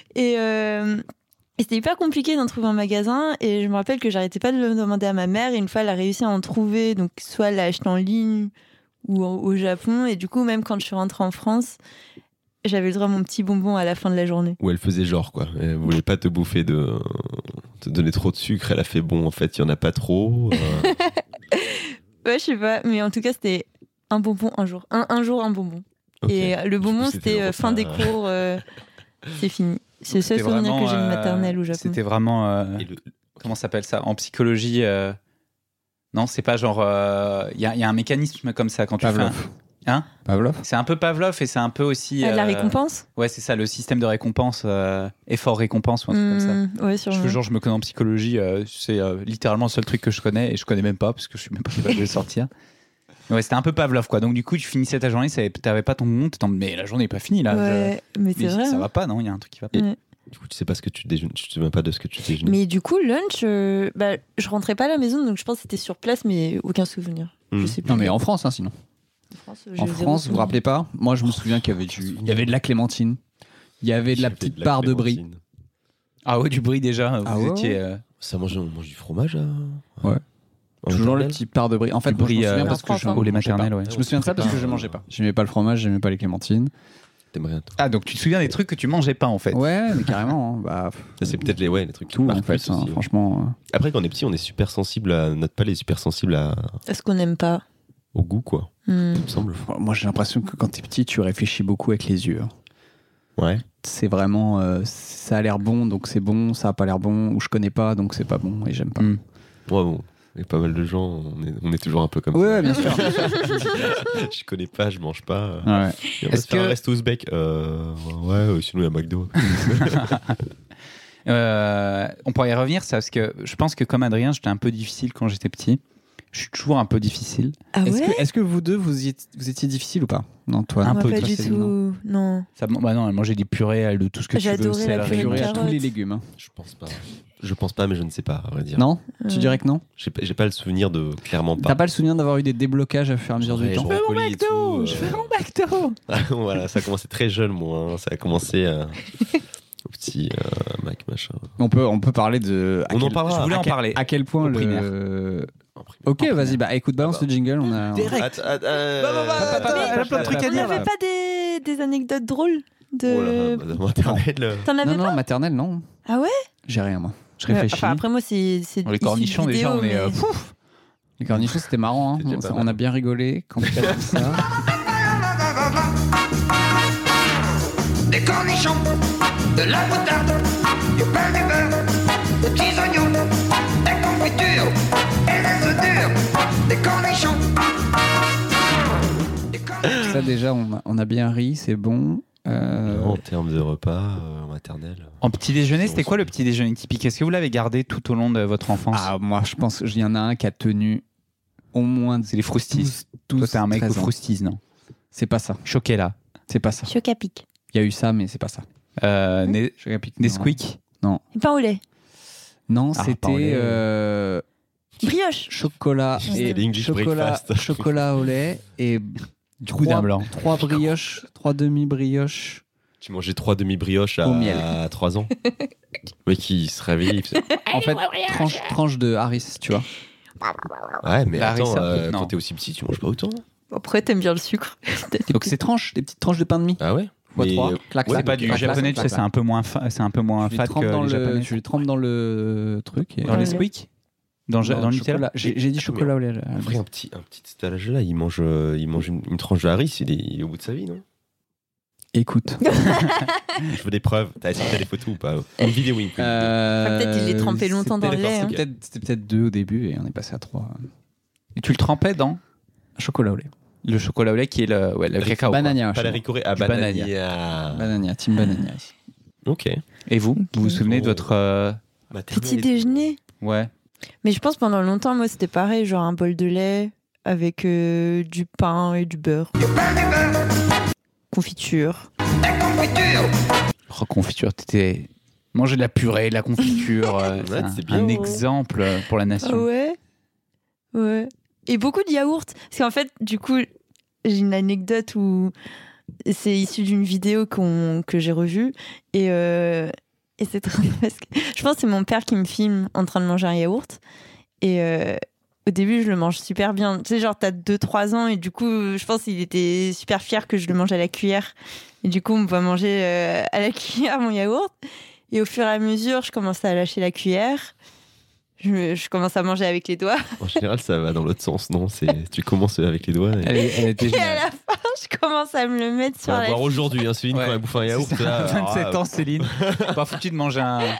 Speaker 4: Et c'était hyper compliqué d'en trouver en magasin. Et je me rappelle que j'arrêtais pas de le demander à ma mère. Et une fois, elle a réussi à en trouver. Donc, soit elle l'a acheté en ligne ou au Japon. Et du coup, même quand je suis rentrée en France, j'avais le droit à mon petit bonbon à la fin de la journée.
Speaker 3: Où elle faisait genre, quoi. Elle voulait pas te bouffer te donner trop de sucre. Elle a fait bon, en fait, il y en a pas trop.
Speaker 4: Ouais, je sais pas. Mais en tout cas, c'était un bonbon un jour. Un jour, un bonbon.
Speaker 3: Okay.
Speaker 4: Et le bonbon,
Speaker 3: Du coup,
Speaker 4: c'était
Speaker 3: le
Speaker 4: fin
Speaker 3: repas,
Speaker 4: des cours. C'est fini. C'est le seul
Speaker 1: C'était
Speaker 4: souvenir
Speaker 1: vraiment,
Speaker 4: que j'ai de maternelle au Japon.
Speaker 1: C'était vraiment...
Speaker 3: Et le-
Speaker 1: comment ça s'appelle ça ? En psychologie... Non, c'est pas genre... Il y a un mécanisme comme ça quand tu fais
Speaker 2: Pavlov.
Speaker 1: Hein ?
Speaker 2: Pavlov.
Speaker 1: C'est un peu Pavlov et c'est un peu aussi.
Speaker 4: La récompense.
Speaker 1: Ouais, c'est ça, le système de récompense, effort-récompense ou un truc comme ça.
Speaker 4: Ouais, sûrement.
Speaker 1: Je me connais en psychologie, c'est littéralement le seul truc que je connais et je connais même pas parce que je suis même pas capable de le sortir. Ouais, c'était un peu Pavlov quoi. Donc du coup, tu finissais ta journée, t'avais pas ton monde, mais la journée est pas finie là.
Speaker 4: Ouais, mais c'est vrai.
Speaker 1: Ça
Speaker 4: hein.
Speaker 1: va pas, non ? Il y a un truc qui va pas.
Speaker 4: Ouais.
Speaker 3: Du coup, tu sais pas ce que tu déjeunes. Tu te souviens pas de ce que tu déjeunes.
Speaker 4: Mais du coup, lunch, je rentrais pas à la maison, donc je pense que c'était sur place, mais aucun souvenir. Je sais plus.
Speaker 2: Non, mais en France, hein, sinon.
Speaker 4: j'ai
Speaker 2: En
Speaker 4: zéro
Speaker 2: France, vous vous
Speaker 4: souvenir.
Speaker 2: rappelez pas ? Moi, je me souviens qu'il y avait il y avait de la clémentine. Il y avait de la petite part de brie.
Speaker 1: Ah ouais, du brie déjà.
Speaker 2: Ah
Speaker 1: Vous
Speaker 2: ouais,
Speaker 1: étiez.
Speaker 3: Ça mange du fromage.
Speaker 2: Ouais.
Speaker 3: En
Speaker 2: Toujours le
Speaker 3: maternelle
Speaker 2: petit part de brie. En fait,
Speaker 1: Du
Speaker 2: moi, je
Speaker 1: brie
Speaker 2: me souviens
Speaker 4: en
Speaker 2: parce que
Speaker 4: France,
Speaker 2: je
Speaker 4: hein.
Speaker 1: au lait
Speaker 2: mangeais pas.
Speaker 1: maternel, ouais.
Speaker 2: Je me souviens de ça parce que je mangeais pas. J'aimais pas le fromage, j'aimais pas les clémentines.
Speaker 3: T'aimes rien, toi.
Speaker 1: Ah, donc tu te souviens des trucs que tu mangeais pas en fait.
Speaker 2: Ouais, mais carrément. hein. Bah,
Speaker 3: Ça, c'est peut-être les trucs qui
Speaker 2: tout,
Speaker 3: marquent
Speaker 2: en fait,
Speaker 3: plus
Speaker 2: hein,
Speaker 3: aussi, ouais.
Speaker 2: franchement.
Speaker 3: Après, quand on est petit, on est super sensible notre palais est super sensible
Speaker 4: Est-ce qu'on n'aime pas
Speaker 3: au goût, quoi.
Speaker 4: Hmm.
Speaker 3: Il me semble.
Speaker 2: Moi, j'ai l'impression que quand t'es petit, tu réfléchis beaucoup avec les yeux. hein.
Speaker 3: Ouais.
Speaker 2: C'est vraiment. Ça a l'air bon, donc c'est bon. Ça a pas l'air bon, ou je connais pas, donc c'est pas bon et j'aime pas.
Speaker 1: Mm.
Speaker 3: Ouais, bon. Et pas mal de gens, on est toujours un peu comme
Speaker 2: Ouais,
Speaker 3: ça.
Speaker 2: bien sûr.
Speaker 3: Je connais pas, je mange pas.
Speaker 2: Ouais.
Speaker 3: Et on va
Speaker 1: Est-ce
Speaker 3: se faire
Speaker 1: que-
Speaker 3: un resto ouzbek. Sinon il y a McDo.
Speaker 1: On pourrait y revenir, ça, parce que je pense que comme Adrien, j'étais un peu difficile quand j'étais petit. Je suis toujours un peu difficile.
Speaker 4: Ah ouais
Speaker 2: Est-ce que vous deux, vous étiez difficile ou pas ? Non, toi.
Speaker 1: Un
Speaker 4: Moi,
Speaker 1: peu,
Speaker 4: pas
Speaker 1: toi,
Speaker 4: du
Speaker 1: Céline,
Speaker 4: tout. Non.
Speaker 1: Bah non, elle mangeait des purées, elle de tout ce que tu veux.
Speaker 4: J'adorais la
Speaker 1: céleri,
Speaker 4: purée de
Speaker 2: Purée à
Speaker 1: machin.
Speaker 2: tous
Speaker 4: carottes.
Speaker 2: les légumes. hein.
Speaker 3: Je pense pas. Je pense pas, mais je ne sais pas, à vrai dire.
Speaker 2: Non ? Tu dirais que non ?
Speaker 3: J'ai pas le souvenir de clairement pas.
Speaker 2: T'as pas le souvenir d'avoir eu des déblocages à fur et à mesure du
Speaker 3: Ouais,
Speaker 2: temps ?
Speaker 3: je fais mon McDo,
Speaker 1: Je fais mon McDo.
Speaker 3: Voilà, ça a commencé très jeune, moi. hein. Ça a commencé au petit Mac, machin.
Speaker 2: On peut parler de.
Speaker 3: On en parlera.
Speaker 1: Je voulais
Speaker 2: à
Speaker 1: en
Speaker 2: quel-
Speaker 1: parler.
Speaker 2: À quel point
Speaker 1: Au
Speaker 2: le.
Speaker 1: primaire.
Speaker 2: Ok,
Speaker 1: En
Speaker 2: vas-y, bah écoute, balance le jingle. On a.
Speaker 1: Direct.
Speaker 3: Attends,
Speaker 1: Elle a plein de trucs à
Speaker 4: On
Speaker 1: dire.
Speaker 4: n'avait pas des anecdotes drôles
Speaker 3: Oh là là,
Speaker 4: de.
Speaker 3: madame maternelle.
Speaker 4: T'en avais
Speaker 2: Non,
Speaker 4: pas
Speaker 2: non, maternelle, non.
Speaker 4: Ah ouais
Speaker 2: J'ai rien, moi. Je réfléchis.
Speaker 4: Enfin, après, moi, c'est.
Speaker 1: Les
Speaker 4: issu de
Speaker 1: cornichons, déjà,
Speaker 4: vidéos,
Speaker 1: on est.
Speaker 4: mais-
Speaker 1: Pouf.
Speaker 2: Les cornichons, c'était marrant. Hein.
Speaker 3: C'était pas
Speaker 2: On
Speaker 3: mal.
Speaker 2: a bien rigolé quand tu as dit ça.
Speaker 7: Des cornichons, de la moutarde, du pain du beurre, des petits oignons, des confitures et des œufs durs, des cornichons. Des cornichons.
Speaker 2: Ça, déjà, on a bien ri, c'est bon.
Speaker 3: En termes de repas maternel.
Speaker 1: En petit déjeuner, c'était quoi le petit déjeuner typique ? Est-ce que vous l'avez gardé tout au long de votre enfance ?
Speaker 2: Ah, moi, je pense qu'il y en a un qui a tenu au moins.
Speaker 1: C'est les Frosties.
Speaker 2: 12,
Speaker 1: Toi, t'es un mec aux
Speaker 2: 13 ans.
Speaker 1: Frosties, non ?
Speaker 2: C'est pas ça.
Speaker 1: Chocolat.
Speaker 2: C'est pas ça.
Speaker 4: Choc à pic.
Speaker 2: Il y a eu ça, mais c'est pas ça.
Speaker 1: Nesquik.
Speaker 4: Et pain au lait.
Speaker 2: Non,
Speaker 1: Ah,
Speaker 2: c'était
Speaker 1: pas au lait.
Speaker 4: Brioche.
Speaker 2: chocolat
Speaker 3: C'était
Speaker 2: et
Speaker 3: l'English
Speaker 2: chocolat,
Speaker 3: breakfast.
Speaker 2: chocolat au lait et
Speaker 1: Du coup d'un blanc.
Speaker 2: 3 brioches, 3 demi-brioches.
Speaker 3: Tu mangeais 3 demi-brioches
Speaker 2: Au miel.
Speaker 3: à 3 ans. Le mec, il se réveillait. Il faisait...
Speaker 2: En fait, tranche de Harris, tu vois.
Speaker 3: Ouais, mais
Speaker 1: La
Speaker 3: attends,
Speaker 1: harissa, non.
Speaker 3: quand t'es aussi petit, tu manges pas autant.
Speaker 4: Après, t'aimes bien le sucre.
Speaker 2: Donc c'est des petites tranches de pain de mie.
Speaker 3: Ah ouais
Speaker 2: Fois
Speaker 3: Mais,
Speaker 2: 3. Clac,
Speaker 3: ouais,
Speaker 1: C'est pas du
Speaker 2: clac,
Speaker 1: japonais, tu
Speaker 2: clac,
Speaker 1: sais, c'est un peu moins fat
Speaker 2: Je les
Speaker 1: que
Speaker 2: trempe dans
Speaker 1: les japonais.
Speaker 2: je les trempe dans le truc. Et...
Speaker 1: Dans les
Speaker 4: Ouais.
Speaker 1: Nesquik Dans le Nutella
Speaker 2: chocolat. J'ai dit chocolat au lait. là.
Speaker 3: En vrai, un petit stage là, il mange une tranche de Harris, il est au bout de sa vie, non
Speaker 2: Écoute.
Speaker 3: Je veux des preuves. T'as des photos ou pas Une vidéo, une
Speaker 4: Peut-être il est trempé longtemps dans le lait. hein.
Speaker 2: C'était peut-être 2 au début et on est passé à 3.
Speaker 1: Et tu le trempais dans
Speaker 2: Chocolat au lait.
Speaker 1: le chocolat au lait qui est le cacao. quoi.
Speaker 2: Banania.
Speaker 3: Pas la ricoré. Ah,
Speaker 1: Du
Speaker 3: banania.
Speaker 2: Banania, team Banania.
Speaker 3: Ok.
Speaker 1: Et vous vous souvenez de votre...
Speaker 4: Petit déjeuner.
Speaker 1: Ouais.
Speaker 4: Mais je pense pendant longtemps, moi, c'était pareil, genre un bol de lait avec du pain et du beurre. Confiture.
Speaker 1: Confiture, t'étais... Manger de la purée, de la confiture, c'est
Speaker 3: Ouais,
Speaker 1: un,
Speaker 3: c'est bien,
Speaker 1: un
Speaker 3: hein.
Speaker 1: exemple pour la nation.
Speaker 4: Ouais. Ouais. Et beaucoup de yaourts. Parce qu'en fait, du coup, j'ai une anecdote où c'est issu d'une vidéo que j'ai revue. Et c'est trop parce que je pense que c'est mon père qui me filme en train de manger un yaourt. Et au début, je le mange super bien. Tu sais, genre, t'as 2-3 ans et du coup, je pense qu'il était super fier que je le mange à la cuillère. Et du coup, on me voit manger à la cuillère mon yaourt. Et au fur et à mesure, je commence à lâcher la cuillère. Je commence à manger avec les doigts.
Speaker 3: En général, ça va dans l'autre sens, non Tu commences avec les doigts.
Speaker 1: Elle était
Speaker 4: Et à
Speaker 1: géniale.
Speaker 4: la fin, je commence à me le mettre
Speaker 3: On
Speaker 4: sur
Speaker 3: va
Speaker 4: la
Speaker 3: voir aujourd'hui, Céline,
Speaker 1: Ouais.
Speaker 3: quand elle bouffe un yaourt.
Speaker 1: C'est
Speaker 3: Là,
Speaker 1: 27 ans, Céline. Pas foutu de manger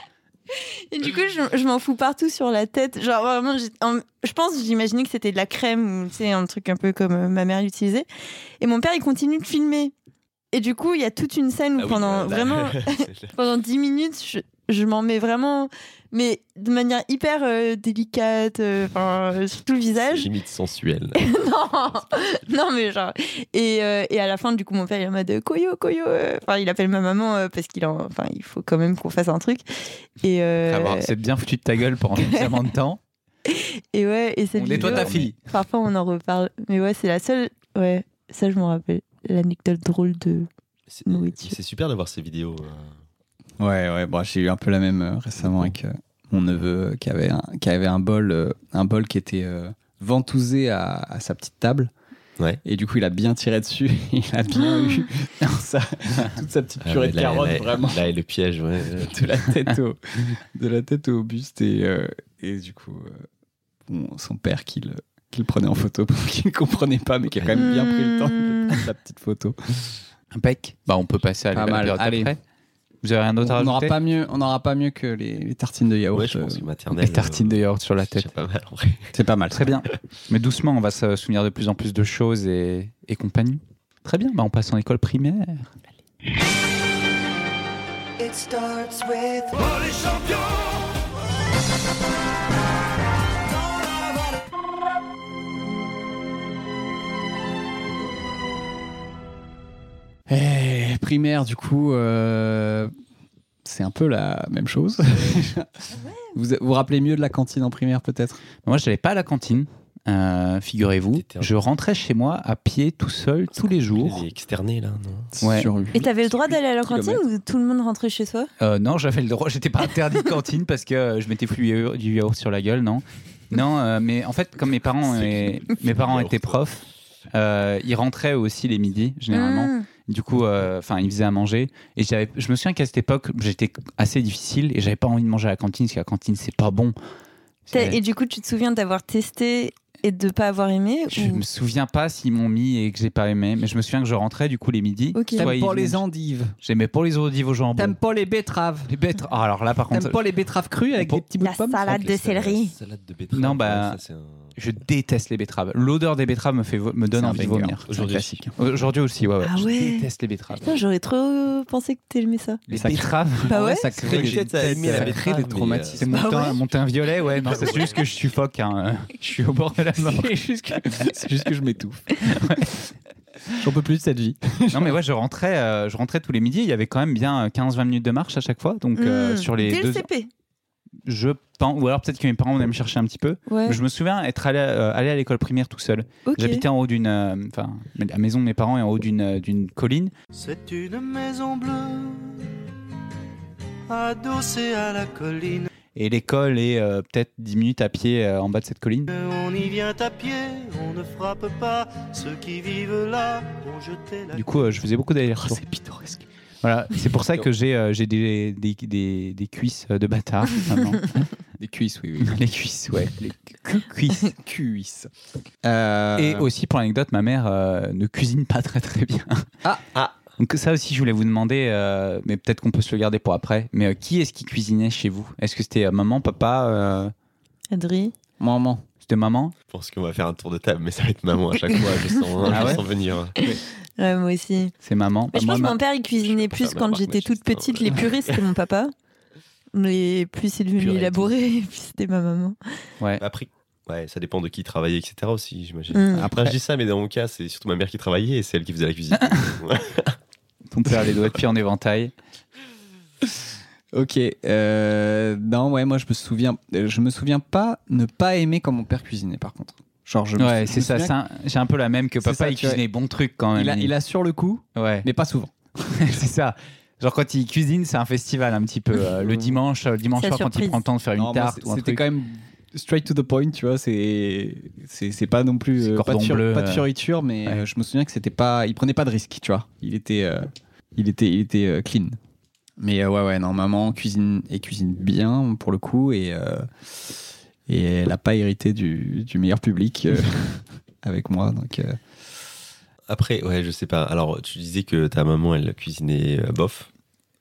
Speaker 4: Et du coup, je m'en fous partout sur la tête. Genre, vraiment, je pense, j'imaginais que c'était de la crème ou, tu sais, un truc un peu comme ma mère l'utilisait. Et mon père, il continue de filmer. Et du coup, il y a toute une scène où vraiment, pendant 10 minutes, je m'en mets vraiment, mais de manière hyper délicate, sur tout le visage.
Speaker 3: Limite sensuelle.
Speaker 4: non, mais genre. Et à la fin, du coup, mon père, il est en mode Koyo. Enfin, il appelle ma maman parce il faut quand même qu'on fasse un truc. Et
Speaker 1: c'est bien foutu de ta gueule pendant tellement de temps.
Speaker 4: Et ouais, et cette
Speaker 1: on nettoie ta fille.
Speaker 4: Parfois, on en reparle. Mais ouais, c'est la seule. Ouais, ça, je m'en rappelle. L'anecdote drôle de nourriture.
Speaker 3: C'est super d'avoir ces vidéos.
Speaker 2: Ouais, bon, j'ai eu un peu la même récemment avec mon neveu qui avait un bol qui était ventousé à sa petite table.
Speaker 3: Ouais. Et
Speaker 2: du coup, il a bien tiré dessus. Il a bien eu toute sa petite purée de carottes, vraiment.
Speaker 3: Là est le piège, ouais.
Speaker 2: de la tête au buste. Et du coup, son père qui le prenait en photo parce qu'il ne comprenait pas, mais qui a quand même bien pris le temps de prendre la petite photo.
Speaker 1: Impec. On peut passer à la période d'après. Vous avez rien d'autre à rajouter ?
Speaker 2: On n'aura pas mieux que les tartines de yaourt.
Speaker 3: Ouais, je pense que maternelle.
Speaker 1: Les tartines de yaourt sur la tête.
Speaker 3: C'est pas mal, en vrai.
Speaker 2: C'est pas mal.
Speaker 1: Très bien. Mais doucement, on va se souvenir de plus en plus de choses et compagnie. Très bien. On passe en école primaire.
Speaker 5: It starts with oh, les champions.
Speaker 2: Primaire, du coup, c'est un peu la même chose. Vous vous rappelez mieux de la cantine en primaire, peut-être ?
Speaker 1: Moi, je n'allais pas à la cantine, figurez-vous. Je rentrais chez moi à pied, tout seul, tous les jours.
Speaker 3: Les externés, là, non ?
Speaker 1: Ouais.
Speaker 4: Et t'avais le droit d'aller à la cantine ou tout le monde rentrait chez soi ?
Speaker 1: Non, j'avais le droit. J'étais pas interdit de cantine parce que je m'étais foutu du yaourt sur la gueule, non. Non, mais en fait, comme mes parents étaient profs, ils rentraient aussi les midis, généralement. Du coup, ils faisaient à manger. Et je me souviens qu'à cette époque, j'étais assez difficile et j'avais pas envie de manger à la cantine parce que la cantine, c'est pas bon.
Speaker 4: Et du coup, tu te souviens d'avoir testé et de pas avoir aimé ?
Speaker 1: Je me souviens pas s'ils m'ont mis et que j'ai pas aimé, mais je me souviens que je rentrais du coup les midis.
Speaker 2: Okay. T'aimes pas les endives ?
Speaker 1: J'aimais pas les endives au jambon.
Speaker 2: T'aimes pas les betteraves ?
Speaker 1: Les betteraves. Ah, alors là, par contre.
Speaker 2: T'aimes pas les betteraves crues avec des petits bouts de pommes ?
Speaker 4: La salade de céleri.
Speaker 3: Salade de betterave.
Speaker 1: Non, je déteste les betteraves. L'odeur des betteraves me donne envie de vomir. Aujourd'hui aussi, ouais.
Speaker 4: Ah ouais.
Speaker 1: Je déteste les betteraves.
Speaker 4: Putain, j'aurais trop pensé que t'aimais ça.
Speaker 1: Les betteraves.
Speaker 4: Bah ouais.
Speaker 2: Ça crée des traumatismes.
Speaker 1: C'est mon teint violet, ouais. Non, c'est juste que je suffoque. Je suis au bord de la mort.
Speaker 2: C'est juste que je m'étouffe. J'en peux plus de cette vie.
Speaker 1: Non, mais ouais, je rentrais tous les midis. Il y avait quand même bien 15-20 minutes de marche à chaque fois. Donc, sur les
Speaker 4: dès
Speaker 1: deux.
Speaker 4: le CP.
Speaker 1: Je pense, ou alors peut-être que mes parents venaient me chercher un petit peu.
Speaker 4: Ouais.
Speaker 1: Je me souviens être allé à l'école primaire tout seul.
Speaker 4: Okay.
Speaker 1: J'habitais en haut la maison de mes parents est en haut d'une colline.
Speaker 5: C'est une maison bleue adossée à la colline.
Speaker 1: Et l'école est peut-être 10 minutes à pied en bas de cette colline.
Speaker 5: On y vient à pied, on ne frappe pas. Ceux qui vivent là ont jeté la...
Speaker 1: Du coup, je faisais beaucoup d'allers-retours.
Speaker 2: C'est pittoresque.
Speaker 1: Voilà, c'est pour ça que j'ai des cuisses de bâtard.
Speaker 2: Des cuisses, oui.
Speaker 1: Les cuisses, ouais. Les cuisses.
Speaker 2: Cuisses.
Speaker 1: Et aussi, pour l'anecdote, ma mère ne cuisine pas très très bien.
Speaker 2: Ah.
Speaker 1: Donc ça aussi, je voulais vous demander, mais peut-être qu'on peut se le garder pour après. Mais qui est-ce qui cuisinait chez vous ? Est-ce que c'était maman, papa
Speaker 4: Adri ?
Speaker 2: Maman.
Speaker 1: C'était maman ?
Speaker 3: Je pense qu'on va faire un tour de table, mais ça va être maman à chaque fois. Je sens venir.
Speaker 4: Ouais, moi aussi.
Speaker 1: C'est maman.
Speaker 4: Mais je pense que mon père, il cuisinait plus quand j'étais toute petite. Les purées, c'était mon papa. Mais plus c'est devenu élaboré, plus c'était ma maman.
Speaker 1: Ouais.
Speaker 3: Après, ça dépend de qui travaillait, etc. aussi, j'imagine. Après, je dis ça, mais dans mon cas, c'est surtout ma mère qui travaillait et c'est elle qui faisait la cuisine.
Speaker 1: Ton père a les doigts de pied en éventail.
Speaker 2: Ok. Non, ouais, moi je me souviens pas ne pas aimer quand mon père cuisinait, par contre. Genre,
Speaker 1: c'est ça. J'ai un peu la même que papa. Il cuisinait bons trucs quand même.
Speaker 2: Il a sur le coup, mais pas souvent.
Speaker 1: C'est ça. Genre quand il cuisine, c'est un festival un petit peu. Le dimanche soir, quand il prend le temps de faire une tarte ou un truc.
Speaker 2: C'était quand même straight to the point, tu vois. C'est pas non plus pas de fioriture, mais je me souviens que c'était pas. Il prenait pas de risque, tu vois. Il était clean. Mais non, maman cuisine bien pour le coup et elle n'a pas hérité du meilleur public avec moi. Donc,
Speaker 3: Après, je sais pas. Alors, tu disais que ta maman, elle cuisinait bof.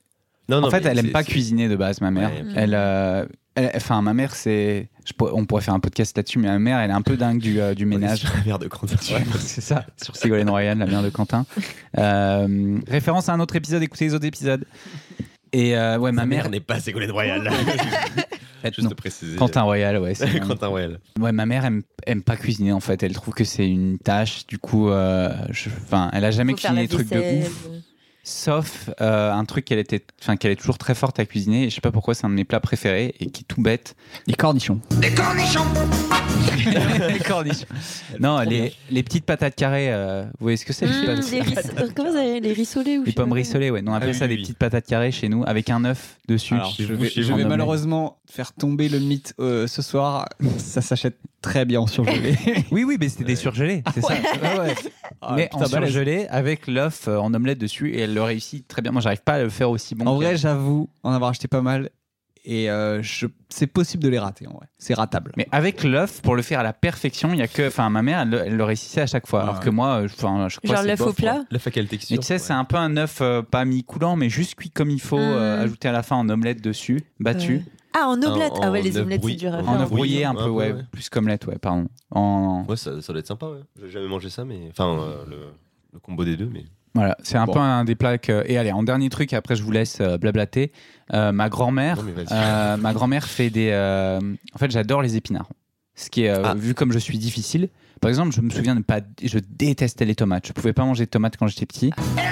Speaker 3: Non,
Speaker 1: En fait,
Speaker 3: mais
Speaker 1: elle aime
Speaker 3: c'est-
Speaker 1: pas
Speaker 3: c'est-
Speaker 1: cuisiner de base, ma mère.
Speaker 3: Ouais, ok.
Speaker 1: Enfin, ma mère, on pourrait faire un podcast là-dessus, mais ma mère, elle est un peu dingue du ménage.
Speaker 3: Sur la mère de Quentin.
Speaker 1: Ouais, c'est ça, sur Ségolène Royal, la mère de Quentin. Référence à un autre épisode, écoutez les autres épisodes. Et ouais, ma mère
Speaker 3: n'est pas Ségolène Royal. Juste
Speaker 1: non.
Speaker 3: de préciser.
Speaker 1: Quentin Royal, ouais. c'est-
Speaker 3: Quentin Royal.
Speaker 1: Ouais, ma mère aime pas cuisiner en fait. Elle trouve que c'est une tâche. Du coup, elle a jamais
Speaker 4: Faut faire la
Speaker 1: cuisiné des trucs de
Speaker 4: vaisselle.
Speaker 1: ouf. Sauf un truc qu'elle est toujours très forte à cuisiner. Et je sais pas pourquoi, c'est un de mes plats préférés et qui est tout bête.
Speaker 2: Les cornichons.
Speaker 7: Des cornichons.
Speaker 1: Les cornichons. Non, les petites patates carrées. Vous voyez ce que c'est?
Speaker 4: Comment ça s'appelle, les rissolés ou
Speaker 1: Les
Speaker 4: je sais
Speaker 1: pommes
Speaker 4: pas.
Speaker 1: rissolées, ouais. Non, on appelle ça
Speaker 3: oui,
Speaker 1: des
Speaker 3: oui.
Speaker 1: petites patates carrées chez nous avec un œuf dessus.
Speaker 2: Alors,
Speaker 3: Chez
Speaker 2: je
Speaker 3: vous,
Speaker 2: vais,
Speaker 3: chez
Speaker 2: je
Speaker 3: vous,
Speaker 2: vais
Speaker 1: en omelette.
Speaker 2: malheureusement faire tomber le mythe ce soir. Ça s'achète très bien en surgelé.
Speaker 1: Oui, mais c'était des surgelés, c'est ça. Ouais, ouais. Mais en surgelé avec l'œuf en omelette dessus et elle le réussit très bien. Moi, j'arrive pas à le faire aussi bon.
Speaker 2: En
Speaker 1: qu'elle.
Speaker 2: vrai, j'avoue en avoir acheté pas mal. Et c'est possible de les rater en vrai. C'est ratable.
Speaker 1: Mais avec l'œuf, pour le faire à la perfection, il y a que. Enfin, ma mère, elle le réussissait à chaque fois.
Speaker 2: Ah
Speaker 1: alors
Speaker 2: ouais.
Speaker 1: que moi, je crois
Speaker 4: Genre
Speaker 1: c'est
Speaker 4: l'œuf
Speaker 1: bof,
Speaker 4: au plat.
Speaker 3: L'œuf à quelle texture?
Speaker 1: Mais tu sais, c'est un peu un œuf pas mi-coulant, mais juste cuit comme il faut, ajouté à la fin en omelette dessus, battu.
Speaker 4: Ouais. Ah, en omelette. Ah ouais, les
Speaker 3: œuf
Speaker 4: omelettes, c'est
Speaker 3: brouillé.
Speaker 4: dur à
Speaker 3: En
Speaker 1: En
Speaker 4: faire.
Speaker 1: œuf brouillé, un
Speaker 3: Ouais,
Speaker 1: peu,
Speaker 3: ouais.
Speaker 1: plus comme l'omelette, ouais, pardon. En...
Speaker 3: Ouais, ça doit être sympa, ouais. J'ai jamais mangé ça, mais. Enfin, le combo des deux, mais.
Speaker 1: Voilà, c'est un
Speaker 2: Bon.
Speaker 1: peu un des plats que... Et allez, en dernier truc, après je vous laisse blablater. Ma grand-mère,
Speaker 3: Non, mais vas-y.
Speaker 1: ma grand-mère fait des... En fait, j'adore les épinards. Ce qui est, vu comme je suis difficile, par exemple, je me souviens de pas... Je détestais les tomates. Je pouvais pas manger de tomates quand j'étais petit.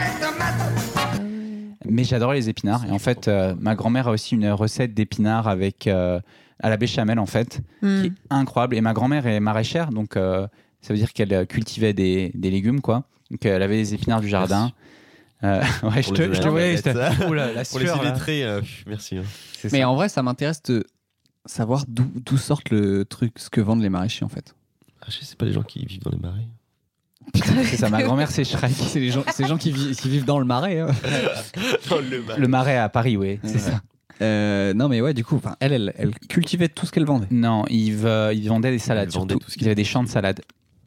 Speaker 1: Mais j'adorais les épinards. Et en fait, ma grand-mère a aussi une recette d'épinards avec... à la béchamel, en fait, qui est incroyable. Et ma grand-mère est maraîchère, donc ça veut dire qu'elle cultivait des légumes, quoi. Donc elle avait des épinards du jardin. Ouais, je te voyais. Oula, la
Speaker 3: Pour les
Speaker 1: sueur, là.
Speaker 3: illettrés, merci. Hein.
Speaker 1: C'est
Speaker 2: Mais
Speaker 1: ça.
Speaker 2: en vrai, ça m'intéresse de savoir d'où sortent le truc, ce que vendent les maraîchers en fait.
Speaker 3: Ah, je sais pas les gens qui vivent dans les marais.
Speaker 1: C'est ça, ma grand-mère, c'est Shrek.
Speaker 2: C'est les gens qui vivent dans le marais. Hein.
Speaker 3: Dans le marais.
Speaker 1: Le marais à Paris, oui, c'est
Speaker 2: Ouais.
Speaker 1: ça.
Speaker 2: Non mais ouais, du coup, elle cultivait tout ce qu'elle vendait.
Speaker 1: Non, ils vendaient des salades,
Speaker 3: Ils vendaient
Speaker 1: surtout.
Speaker 3: tout ce
Speaker 1: Ils avaient des champs de salades.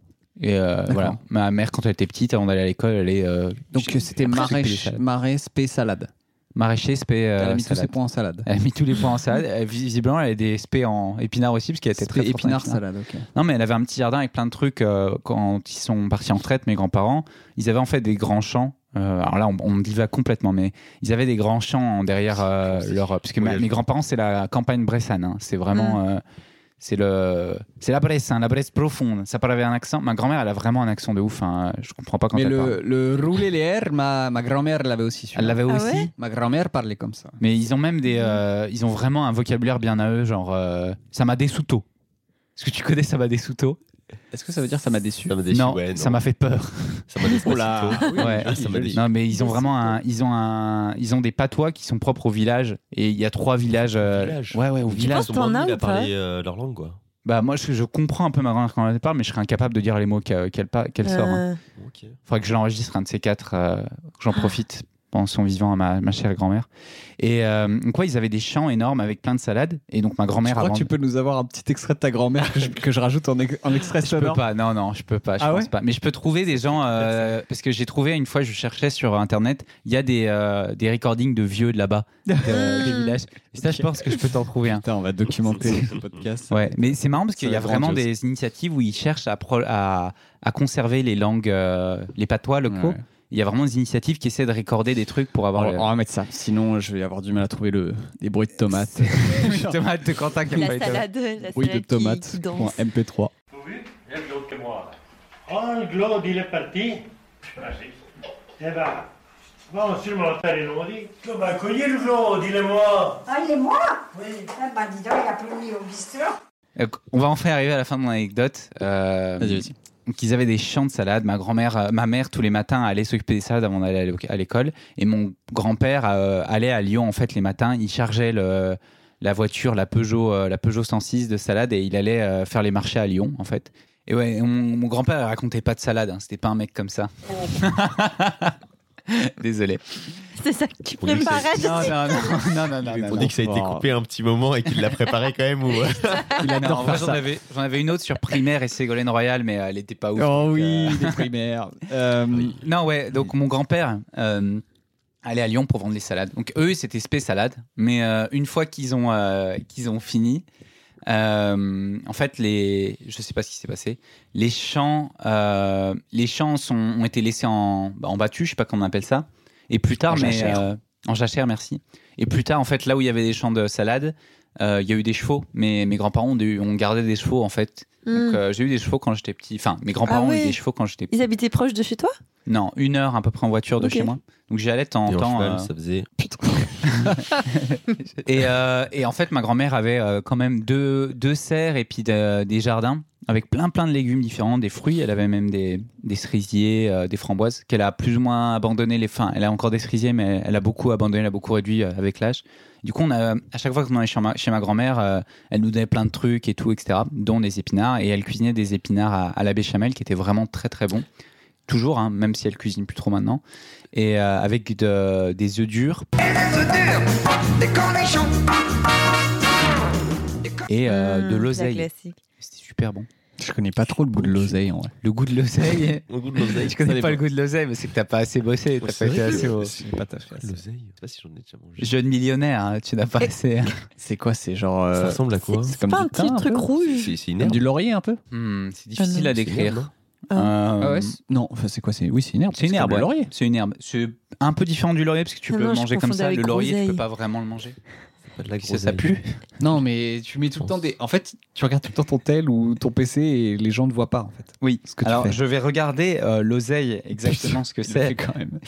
Speaker 1: Et voilà, ma mère, quand elle était petite, avant d'aller à l'école, elle est.
Speaker 2: Donc c'était marais spé salade.
Speaker 1: Maraîcher, spé.
Speaker 2: Elle a mis tous ses
Speaker 1: salade.
Speaker 2: points en salade.
Speaker 1: Elle a mis tous les points en salade. Visiblement, elle avait des spé en épinards aussi, parce qu'elle était très
Speaker 2: Spé
Speaker 1: forte en
Speaker 2: épinards
Speaker 1: épinards.
Speaker 2: salade, ok.
Speaker 1: Non, mais elle avait un petit jardin avec plein de trucs. Quand ils sont partis en retraite, mes grands-parents, ils avaient en fait des grands champs. Alors là, on divague complètement, mais ils avaient des grands champs derrière leur. Parce que mes grands-parents, c'est la campagne bressane. Hein. C'est vraiment. C'est la Bresse, hein, la Bresse profonde. Ça parle avec un accent. Ma grand-mère, elle a vraiment un accent de ouf. Hein. Je comprends pas quand
Speaker 2: Mais
Speaker 1: elle parle.
Speaker 2: le roulé les airs, ma grand-mère l'avait aussi.
Speaker 1: Elle l'avait
Speaker 4: Ah
Speaker 1: aussi.
Speaker 4: ouais
Speaker 2: Ma grand-mère parlait comme ça.
Speaker 1: Mais ils ont même des. Ils ont vraiment un vocabulaire bien à eux, genre. Ça m'a dessouto. Est-ce que tu connais ça m'a dessouto?
Speaker 2: Est-ce que ça veut dire ça m'a déçu?
Speaker 3: Ça m'a déçu,
Speaker 1: Non,
Speaker 3: ouais,
Speaker 1: ça m'a fait peur.
Speaker 3: Ça m'a déçu.
Speaker 2: Oh là.
Speaker 1: Ouais.
Speaker 3: Ah, ça m'a déçu.
Speaker 1: Non, mais ils ont vraiment ils ont des patois qui sont propres au village. Et il y a 3 villages.
Speaker 3: Village.
Speaker 1: Ouais, au
Speaker 4: Tu
Speaker 1: village.
Speaker 4: penses t'en as
Speaker 3: Il
Speaker 4: ou
Speaker 3: a
Speaker 4: pas
Speaker 3: parlé leur langue, quoi.
Speaker 1: Bah, moi, je comprends un peu ma grand-mère quand elle parle, mais je serais incapable de dire les mots qu'elle sort. Hein.
Speaker 3: Ok.
Speaker 1: Faudrait que je l'enregistre un de ces 4, que j'en profite pendant son vivant à ma chère grand-mère. Et quoi, ils avaient des champs énormes avec plein de salades. Et donc ma
Speaker 2: Je
Speaker 1: grand-mère
Speaker 2: crois que tu peux nous avoir un petit extrait de ta grand-mère que je rajoute en extrait
Speaker 1: Je peux
Speaker 2: sonore.
Speaker 1: pas, non, je peux pas, je
Speaker 2: Ah
Speaker 1: pense
Speaker 2: ouais
Speaker 1: pas. Mais je peux trouver des gens, parce que j'ai trouvé une fois, je cherchais sur internet, il y a des recordings de vieux de là-bas, des villages. Et ça, je pense que je peux t'en trouver un.
Speaker 2: Putain, on va documenter ce podcast.
Speaker 1: Ouais, mais c'est marrant parce qu'il y a
Speaker 2: va être
Speaker 1: vraiment
Speaker 2: grandiose.
Speaker 1: des initiatives où ils cherchent à conserver les langues, les patois locaux.
Speaker 2: Ouais.
Speaker 1: Il y a vraiment des initiatives qui essaient de recorder des trucs pour avoir.
Speaker 2: On va mettre ça. Sinon, je vais avoir du mal à trouver des bruits de tomates.
Speaker 1: Les tomates de Quentin qui a pas
Speaker 4: La
Speaker 1: été-
Speaker 4: salade,
Speaker 2: Bruits de
Speaker 4: qui
Speaker 2: tomates.
Speaker 4: danse.
Speaker 2: MP3.
Speaker 5: Il y a Claude que moi. Oh, le Claude, il est parti. Vas-y. Eh ben, bon, sûrement, t'as les noms dit. Tu vas accueillir le Claude, dis-le-moi.
Speaker 8: Ah, il est moi? Oui. Eh ben, dis donc, il a plus mis au bistrot.
Speaker 1: On va enfin arriver à la fin de mon anecdote.
Speaker 2: Vas-y.
Speaker 1: Donc, ils avaient des champs de salade. Ma mère, tous les matins, allait s'occuper des salades avant d'aller à l'école. Et mon grand-père allait à Lyon, en fait, les matins. Il chargeait la voiture, la Peugeot 106 de salade et il allait faire les marchés à Lyon, en fait. Et ouais, mon grand-père racontait pas de salade. Hein. C'était pas un mec comme ça. Désolé.
Speaker 4: C'est ça que tu
Speaker 3: On dit que
Speaker 4: préparais. je sais.
Speaker 1: Non.
Speaker 3: On dit que ça a été coupé un petit moment et qu'il l'a préparé quand même. Ou...
Speaker 2: Il adore faire ça.
Speaker 1: J'en avais une autre sur Primaire et Ségolène Royal, mais elle était pas ouf.
Speaker 2: Oh
Speaker 1: donc,
Speaker 2: oui, les primaires.
Speaker 1: Non, ouais, donc mon grand-père, aller à Lyon pour vendre les salades. Donc eux, c'était spé salade. Mais une fois qu'ils ont fini, en fait, je sais pas ce qui s'est passé. Les champs ont été laissés en battu, je sais pas comment on appelle ça. Et plus tard, en jachère, merci. Et plus tard, en fait, là où il y avait des champs de salade, il y a eu des chevaux. Mais mes grands-parents ont gardé des chevaux, en fait. Donc j'ai eu des chevaux quand j'étais petit. Enfin, mes grands-parents ont eu des chevaux quand j'étais petit.
Speaker 4: Ils habitaient proche de chez toi ?
Speaker 1: Non, 1 heure à peu près en voiture de chez moi. Donc j'y allais de temps en temps.
Speaker 3: cheval, ça faisait.
Speaker 1: Et en fait, ma grand-mère avait quand même deux serres et puis des jardins avec plein de légumes différents, des fruits. Elle avait même des cerisiers, des framboises qu'elle a plus ou moins abandonné. Elle a encore des cerisiers, mais elle a beaucoup abandonné, elle a beaucoup réduit avec l'âge. Du coup, à chaque fois qu'on allait chez ma grand-mère, elle nous donnait plein de trucs et tout, etc., dont des épinards. Et elle cuisinait des épinards à la béchamel qui étaient vraiment très très bons. Toujours, hein, même si elle cuisine plus trop maintenant. Et avec des œufs durs. Et de l'oseille. C'était super bon.
Speaker 2: Je connais pas trop le goût de l'oseille en vrai.
Speaker 1: Le goût de l'oseille.
Speaker 3: Le goût de l'oseille.
Speaker 1: Je connais pas le goût de l'oseille, mais c'est que t'as pas assez bossé. T'as pas été assez au.
Speaker 2: Pas ta fait.
Speaker 3: L'oseille, je sais pas si j'en ai déjà mangé.
Speaker 1: Jeune millionnaire, hein, tu n'as pas assez.
Speaker 2: C'est quoi? C'est genre.
Speaker 3: Ça ressemble à quoi?
Speaker 2: C'est comme
Speaker 4: pas
Speaker 2: du
Speaker 4: un
Speaker 2: thym,
Speaker 4: petit
Speaker 2: un
Speaker 4: truc
Speaker 2: peu
Speaker 4: rouge.
Speaker 3: C'est une
Speaker 2: Comme
Speaker 3: herbe.
Speaker 2: du laurier un peu.
Speaker 1: C'est difficile à décrire.
Speaker 2: Ah ouais. Non, enfin c'est quoi? Oui, c'est une herbe.
Speaker 1: C'est une herbe.
Speaker 2: Le
Speaker 1: Ouais.
Speaker 2: laurier.
Speaker 1: C'est une herbe. C'est un peu différent du laurier parce que tu peux
Speaker 4: non,
Speaker 1: le
Speaker 4: je
Speaker 1: manger comme
Speaker 4: confondais
Speaker 1: ça.
Speaker 4: avec
Speaker 1: Le laurier, tu
Speaker 4: groseille.
Speaker 1: peux pas vraiment le manger.
Speaker 3: Pas de la
Speaker 1: Ça
Speaker 3: groseille.
Speaker 1: pue.
Speaker 2: Non, mais tu mets tout le temps des. En fait, tu regardes tout le temps ton tel ou ton PC et les gens ne voient pas en fait.
Speaker 1: Oui.
Speaker 2: Ce que tu
Speaker 1: Alors,
Speaker 2: fais.
Speaker 1: je vais regarder l'oseille exactement ce que
Speaker 2: Tu le fais
Speaker 1: c'est.
Speaker 2: quand même.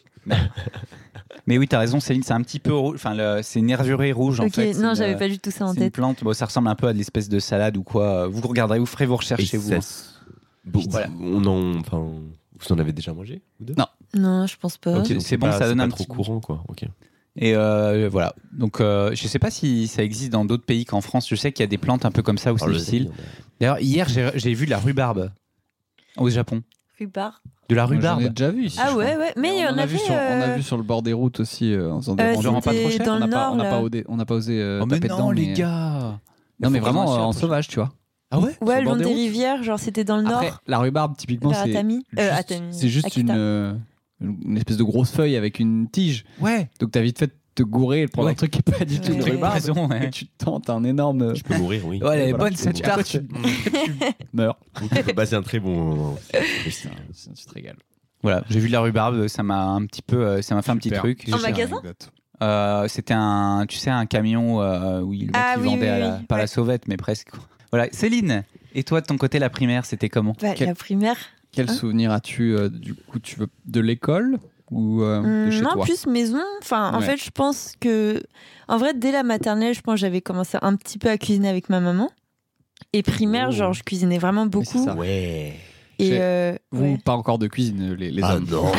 Speaker 1: Mais oui, t'as raison, Céline, c'est un petit peu rouge. Enfin, c'est nervuré rouge en
Speaker 4: Ok,
Speaker 1: fait.
Speaker 4: non, j'avais pas du tout ça en
Speaker 1: C'est une
Speaker 4: tête.
Speaker 1: plante. Bon, ça ressemble un peu à de l'espèce de salade ou quoi. Vous regarderez, vous ferez vos recherches
Speaker 3: Et
Speaker 1: chez vous.
Speaker 3: ça- Bon,
Speaker 1: Voilà.
Speaker 3: vous en avez déjà mangé ou deux?
Speaker 2: Non.
Speaker 4: Non, je pense pas.
Speaker 3: Ok, donc
Speaker 1: C'est bon,
Speaker 3: pas-
Speaker 1: ça donne
Speaker 3: pas
Speaker 1: un
Speaker 3: trop
Speaker 1: petit goût.
Speaker 3: courant quoi. Ok.
Speaker 1: Et voilà. Donc, je sais pas si ça existe dans d'autres pays qu'en France. Je sais qu'il y a des plantes un peu comme ça où c'est
Speaker 3: Alors,
Speaker 1: difficile. D'ailleurs, hier, j'ai vu de la rhubarbe au Japon.
Speaker 4: Rhubarbe.
Speaker 1: De la
Speaker 2: Moi, j'en ai
Speaker 1: rhubarbe.
Speaker 2: déjà vu ici.
Speaker 4: Ah
Speaker 2: je
Speaker 4: ouais,
Speaker 2: crois.
Speaker 4: ouais. Mais il y
Speaker 2: on
Speaker 4: en
Speaker 2: a vu
Speaker 4: avait.
Speaker 2: on a vu sur le bord des routes aussi en faisant des
Speaker 4: Euh,
Speaker 2: randonnées.
Speaker 1: Genre pas trop
Speaker 4: c'était
Speaker 1: cher.
Speaker 4: dans
Speaker 2: On
Speaker 4: le
Speaker 2: n'a pas,
Speaker 4: nord,
Speaker 2: on n'a
Speaker 4: là.
Speaker 2: pas osé, on n'a pas osé
Speaker 1: Oh, mais
Speaker 2: taper
Speaker 1: non,
Speaker 2: dedans.
Speaker 1: les
Speaker 2: mais-
Speaker 1: gars.
Speaker 2: Non, mais
Speaker 1: Faut
Speaker 2: vraiment
Speaker 1: commencer à
Speaker 2: en
Speaker 1: approcher.
Speaker 2: sauvage, tu vois.
Speaker 1: Ah ouais
Speaker 4: Ouais, le
Speaker 2: bord
Speaker 4: long
Speaker 2: des
Speaker 4: des
Speaker 2: routes.
Speaker 4: rivières, genre c'était dans le
Speaker 2: Après,
Speaker 4: nord.
Speaker 2: la rhubarbe, typiquement,
Speaker 4: Vers
Speaker 2: c'est
Speaker 4: Atami.
Speaker 2: juste-
Speaker 4: Atami.
Speaker 2: c'est juste
Speaker 4: Akita.
Speaker 2: une espèce de grosse feuille avec une tige.
Speaker 1: Ouais.
Speaker 2: Donc t'as vite fait de te gourer et de prendre
Speaker 1: Ouais.
Speaker 2: un truc qui est pas du tout
Speaker 4: Ouais.
Speaker 2: une
Speaker 4: T'as
Speaker 2: rhubarbe.
Speaker 1: raison, ouais.
Speaker 2: Et tu te tentes un énorme.
Speaker 3: Tu peux mourir, oui.
Speaker 1: Ouais, elle est
Speaker 2: Voilà,
Speaker 1: bonne cette
Speaker 2: tu peux mourir.
Speaker 1: tarte.
Speaker 2: Tu meurs.
Speaker 3: Bah, c'est un très bon moment.
Speaker 2: Tu te régales.
Speaker 1: Voilà, j'ai vu de la rhubarbe, ça m'a un petit peu, ça m'a fait un petit
Speaker 2: Super.
Speaker 1: truc.
Speaker 4: En magasin
Speaker 1: C'était un camion où le mec
Speaker 4: Ah
Speaker 1: il
Speaker 4: oui,
Speaker 1: vendait
Speaker 4: oui,
Speaker 1: pas la
Speaker 4: ouais.
Speaker 1: sauvette, mais presque. Voilà, Céline. Et toi, de ton côté, la primaire, c'était comment?
Speaker 4: Bah,
Speaker 2: Quel-
Speaker 4: la primaire.
Speaker 2: Quel
Speaker 4: Hein
Speaker 2: souvenir as-tu du coup tu veux de l'école ou de chez
Speaker 4: Non,
Speaker 2: toi?
Speaker 4: plus maison. Enfin, en
Speaker 2: Ouais.
Speaker 4: fait, je pense que. En vrai, dès la maternelle, je pense que j'avais commencé un petit peu à cuisiner avec ma maman. Et primaire,
Speaker 3: Oh.
Speaker 4: genre, je cuisinais vraiment beaucoup.
Speaker 2: ça.
Speaker 3: Ouais.
Speaker 4: Et
Speaker 2: Chez- Vous,
Speaker 4: ouais.
Speaker 2: pas encore de cuisine, les
Speaker 3: Ah
Speaker 2: hommes.
Speaker 3: non.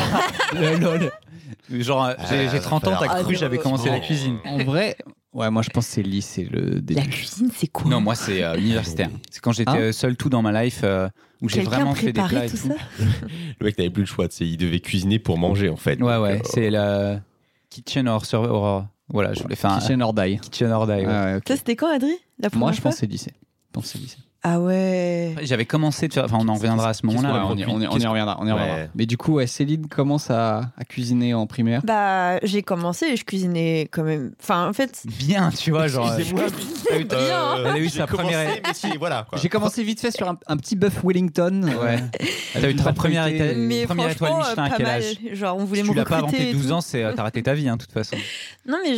Speaker 1: Genre, j'ai 30 ans, t'as
Speaker 4: Ah,
Speaker 1: cru que j'avais commencé la
Speaker 3: non.
Speaker 1: cuisine.
Speaker 2: En vrai, ouais, moi je pense que c'est lycée le début.
Speaker 4: La cuisine, c'est quoi
Speaker 1: Non, moi, c'est universitaire. C'est quand j'étais
Speaker 2: Hein
Speaker 1: seul tout dans ma life où j'ai
Speaker 4: Quelqu'un
Speaker 1: vraiment fait des plats
Speaker 4: préparait
Speaker 1: et
Speaker 4: tout
Speaker 1: tout.
Speaker 4: ça
Speaker 3: Le mec n'avait plus le choix, tu sais, il devait cuisiner pour manger en fait.
Speaker 1: Ouais,
Speaker 3: Donc,
Speaker 1: ouais, c'est la Kitchen or voilà, je voulais faire un
Speaker 2: Kitchen or die.
Speaker 1: Kitchen or die. Ouais.
Speaker 2: Ah ouais, ok.
Speaker 4: Toi, c'était quand, Adri La première
Speaker 2: Moi je
Speaker 4: fois
Speaker 2: pense que c'est lycée. Je pense que c'est lycée.
Speaker 4: Ah ouais.
Speaker 1: Après, j'avais commencé de faire, enfin, on en reviendra à ce moment-là.
Speaker 2: Ouais,
Speaker 1: là,
Speaker 2: on y reviendra. On y
Speaker 3: Ouais.
Speaker 2: reviendra. Mais du coup, ouais, Céline commence à cuisiner en primaire.
Speaker 4: Bah, j'ai commencé et je cuisinais quand même. Enfin, en fait.
Speaker 1: Bien, tu vois, genre.
Speaker 3: Excusez-moi.
Speaker 1: t'as eu-
Speaker 4: Bien, hein.
Speaker 1: Elle a eu
Speaker 3: J'ai
Speaker 1: sa première.
Speaker 3: commencé, mais si, voilà. Quoi.
Speaker 2: J'ai commencé vite fait sur un petit bœuf Wellington.
Speaker 1: Ouais. T'as eu
Speaker 2: une
Speaker 1: ta
Speaker 2: pâte
Speaker 1: première
Speaker 2: feuilletée.
Speaker 1: étoile.
Speaker 4: Mais
Speaker 1: Première étoile
Speaker 4: franchement,
Speaker 1: Michelin à
Speaker 4: pas
Speaker 1: quel
Speaker 4: mal.
Speaker 1: âge?
Speaker 4: Genre, on voulait
Speaker 1: Si
Speaker 4: me
Speaker 1: tu l'as pas avant
Speaker 4: recruter
Speaker 1: tes
Speaker 4: et
Speaker 1: 12
Speaker 4: tout.
Speaker 1: ans, t'as raté ta vie, hein, de toute façon.
Speaker 4: Non, mais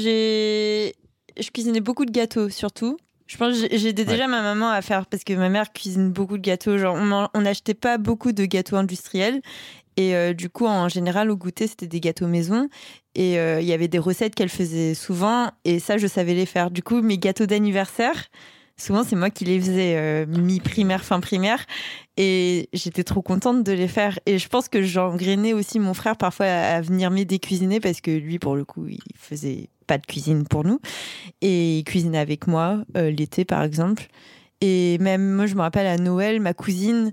Speaker 4: je cuisinais beaucoup de gâteaux, surtout. Je pense que j'aidais déjà ma maman à faire, parce que ma mère cuisine beaucoup de gâteaux. Genre, on n'achetait pas beaucoup de gâteaux industriels. Et du coup, en général, au goûter, c'était des gâteaux maison. Et il y avait des recettes qu'elle faisait souvent. Et ça, je savais les faire. Du coup, mes gâteaux d'anniversaire, souvent, c'est moi qui les faisais mi-primaire, fin primaire. Et j'étais trop contente de les faire. Et je pense que j'engrainais aussi mon frère parfois à venir m'aider cuisiner, parce que lui, pour le coup, il faisait pas de cuisine pour nous. Et il cuisinait avec moi l'été, par exemple. Et même, moi, je me rappelle à Noël, ma cousine,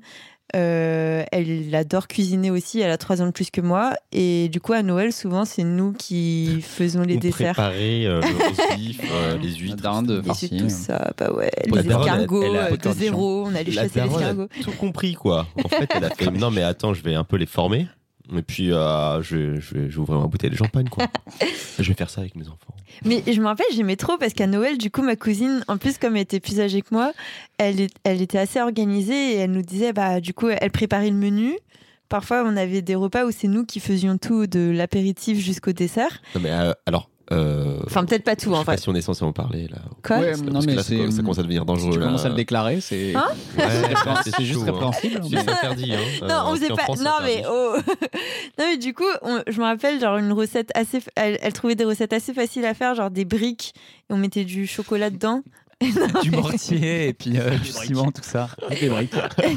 Speaker 4: elle adore cuisiner aussi. Elle a 3 ans de plus que moi. Et du coup, à Noël, souvent, c'est nous qui faisons les
Speaker 3: On
Speaker 4: desserts.
Speaker 3: préparait le roast beef, les huîtres.
Speaker 2: La dinde,
Speaker 4: Et c'est
Speaker 2: farcie.
Speaker 4: tout ça, bah ouais,
Speaker 3: La
Speaker 4: les
Speaker 3: daronne,
Speaker 4: escargots
Speaker 3: elle a
Speaker 4: de
Speaker 2: autant de
Speaker 4: zéro, on allait
Speaker 3: La
Speaker 4: chasser les
Speaker 3: daronne
Speaker 4: escargots.
Speaker 3: a tout compris quoi. En fait, elle a fait non mais attends, je vais un peu les former. Et puis, je vais ouvrir ma bouteille de champagne, quoi. Je vais faire ça avec mes enfants.
Speaker 4: Mais je me rappelle, j'aimais trop parce qu'à Noël, du coup, ma cousine, en plus, comme elle était plus âgée que moi, elle était assez organisée et elle nous disait, du coup, elle préparait le menu. Parfois, on avait des repas où c'est nous qui faisions tout, de l'apéritif jusqu'au dessert.
Speaker 3: Non, mais alors.
Speaker 4: Enfin, peut-être pas tout, en
Speaker 3: Je sais pas
Speaker 4: fait.
Speaker 3: si on est censé en parler, là.
Speaker 4: Quoi ?
Speaker 2: Ouais,
Speaker 3: Parce
Speaker 2: non,
Speaker 3: que
Speaker 2: mais
Speaker 3: là,
Speaker 2: c'est.
Speaker 3: ça commence à devenir dangereux.
Speaker 2: Si tu
Speaker 3: là.
Speaker 2: commences à le déclarer, c'est.
Speaker 4: Hein
Speaker 3: Ouais,
Speaker 2: c'est juste
Speaker 3: chaud,
Speaker 2: répréhensible.
Speaker 3: Hein. C'est interdit. Hein.
Speaker 4: Non, on faisait
Speaker 3: en
Speaker 4: pas.
Speaker 3: France, c'est
Speaker 4: Non,
Speaker 3: interdit.
Speaker 4: mais oh. Non, mais du coup, je me rappelle, genre une recette assez. Elle trouvait des recettes assez faciles à faire, genre des briques, et on mettait du chocolat dedans.
Speaker 1: Du mortier et puis du ciment, tout ça.
Speaker 2: Des briques.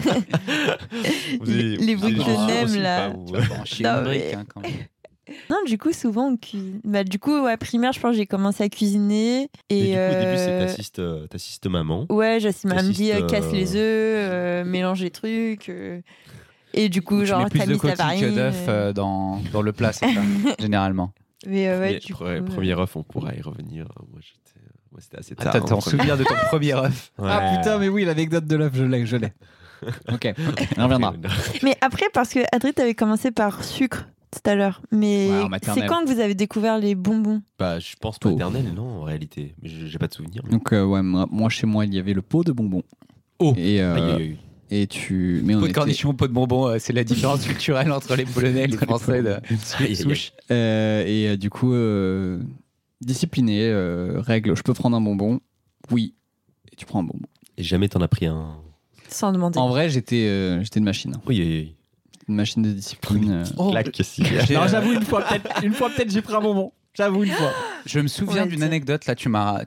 Speaker 4: Les briques de Nem, là.
Speaker 1: Tu vas pas en chier
Speaker 4: Non,
Speaker 1: une brique,
Speaker 4: mais-
Speaker 1: hein, quand même.
Speaker 4: Non, du coup, souvent, on cuisine. Du coup, ouais, primaire, je pense que j'ai commencé à cuisiner.
Speaker 3: Et
Speaker 4: Et,
Speaker 3: du coup, au début, c'est t'assistes maman.
Speaker 4: Ouais, j'assiste. Elle me dit
Speaker 3: T'assistes,
Speaker 4: casse les œufs, mélange les trucs. Et du coup,
Speaker 1: Tu
Speaker 4: genre,
Speaker 1: mets plus de
Speaker 4: tamise la
Speaker 1: coquilles que
Speaker 4: farine.
Speaker 1: d'œufs dans le plat, c'est ça, généralement.
Speaker 4: Mais ouais, du coup.
Speaker 3: Premier œuf, on pourra y revenir. Moi, c'était assez tard.
Speaker 1: Attends,
Speaker 3: hein,
Speaker 1: souvenir de ton premier œuf.
Speaker 3: Ouais.
Speaker 2: Ah putain, mais oui, l'anecdote de l'œuf, je l'ai. Ok, on reviendra.
Speaker 4: Mais après, parce que Adrien avait commencé par sucre tout à l'heure. Mais
Speaker 2: Ouais, en maternelle.
Speaker 4: c'est quand que vous avez découvert les bonbons ?
Speaker 3: Bah, je pense
Speaker 2: Tôt.
Speaker 3: maternelle, non, en réalité. Mais j'ai pas de souvenir.
Speaker 2: Donc, ouais, moi, chez moi, il y avait le pot de bonbons.
Speaker 1: Oh.
Speaker 2: Et,
Speaker 3: Aïe, aïe, aïe.
Speaker 2: et tu. Mais on
Speaker 1: Pot de
Speaker 2: était-
Speaker 1: cornichons, pot de bonbons, c'est la différence culturelle entre les Polonais et les Français de
Speaker 3: Aïe, aïe, aïe.
Speaker 1: souche.
Speaker 2: Du coup, discipliné, règle, je peux prendre un bonbon ? Oui. Et tu prends un bonbon.
Speaker 3: Et jamais t'en as pris un.
Speaker 4: Sans demander.
Speaker 2: En vrai, j'étais une machine.
Speaker 3: Oui, oui, oui.
Speaker 2: Une machine de discipline.
Speaker 1: Oh.
Speaker 3: Claque, si.
Speaker 2: Non, j'avoue, une fois, peut-être, j'ai pris un bonbon. J'avoue, une fois.
Speaker 1: Je me souviens
Speaker 4: Ouais,
Speaker 1: d'une
Speaker 4: tiens.
Speaker 1: anecdote, là, tu m'as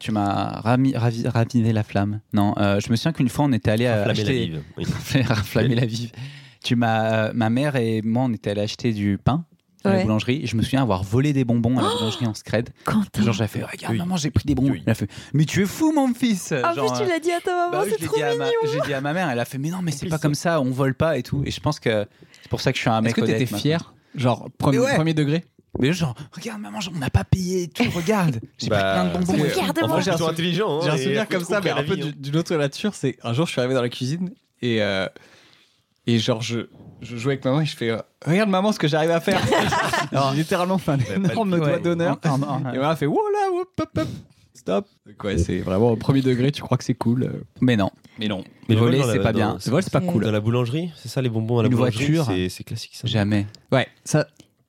Speaker 1: ravivé la flamme. Non, je me souviens qu'une fois, on était allé
Speaker 3: Flammer la
Speaker 1: acheter...
Speaker 3: vive. Oui.
Speaker 1: Raflammer la vive. Ma mère et moi, on était allés acheter du pain à la
Speaker 4: Ouais.
Speaker 1: boulangerie. Et je me souviens avoir volé des bonbons à la boulangerie en scred.
Speaker 4: Quentin.
Speaker 1: Genre, j'avais fait, regarde,
Speaker 3: Oui.
Speaker 1: maman, j'ai pris des bonbons.
Speaker 3: Oui.
Speaker 1: Elle a fait, mais tu es fou, mon fils.
Speaker 4: En
Speaker 1: Genre,
Speaker 4: plus, tu l'as dit à ta maman,
Speaker 1: bah oui,
Speaker 4: c'est
Speaker 1: je l'ai
Speaker 4: trop
Speaker 1: dit à
Speaker 4: mignon.
Speaker 1: j'ai dit à ma mère, elle a fait, mais non, mais c'est
Speaker 3: plus,
Speaker 1: pas comme ça, on vole pas et tout. Et je pense que c'est pour ça que je suis un mec
Speaker 2: Est-ce que t'étais
Speaker 1: honnête,
Speaker 2: fier ? Genre, premier,
Speaker 1: Mais ouais.
Speaker 2: premier degré ?
Speaker 1: Mais genre, regarde, maman, on n'a pas payé et tout, regarde. J'ai pris plein de bonbons.
Speaker 2: c'est-
Speaker 4: Regarde-moi.
Speaker 2: Moi, j'ai un
Speaker 3: Plutôt intelligent.
Speaker 2: J'ai un
Speaker 3: hein,
Speaker 2: souvenir
Speaker 3: et
Speaker 2: comme ça, mais un peu d'une autre nature. C'est un jour, je suis arrivé dans la cuisine et genre, je jouais avec maman et je fais regarde, maman, ce que j'arrive à faire. Alors, littéralement, fait un énorme doigt
Speaker 1: Ouais.
Speaker 2: d'honneur.
Speaker 1: Non, non,
Speaker 2: Et maman a fait voilà, hop, hop, hop, stop. Donc, ouais, c'est vraiment au premier degré, tu crois que c'est cool.
Speaker 1: Mais non.
Speaker 2: Mais non.
Speaker 1: Mais
Speaker 3: le vol
Speaker 1: voler,
Speaker 3: dans la-
Speaker 1: c'est pas
Speaker 3: dans-
Speaker 1: bien.
Speaker 2: C'est vrai, c'est pas cool.
Speaker 3: Dans la boulangerie, c'est ça les bonbons à la
Speaker 1: Une
Speaker 3: boulangerie.
Speaker 1: voiture.
Speaker 3: C'est classique ça.
Speaker 1: Jamais.
Speaker 2: Ouais, ça.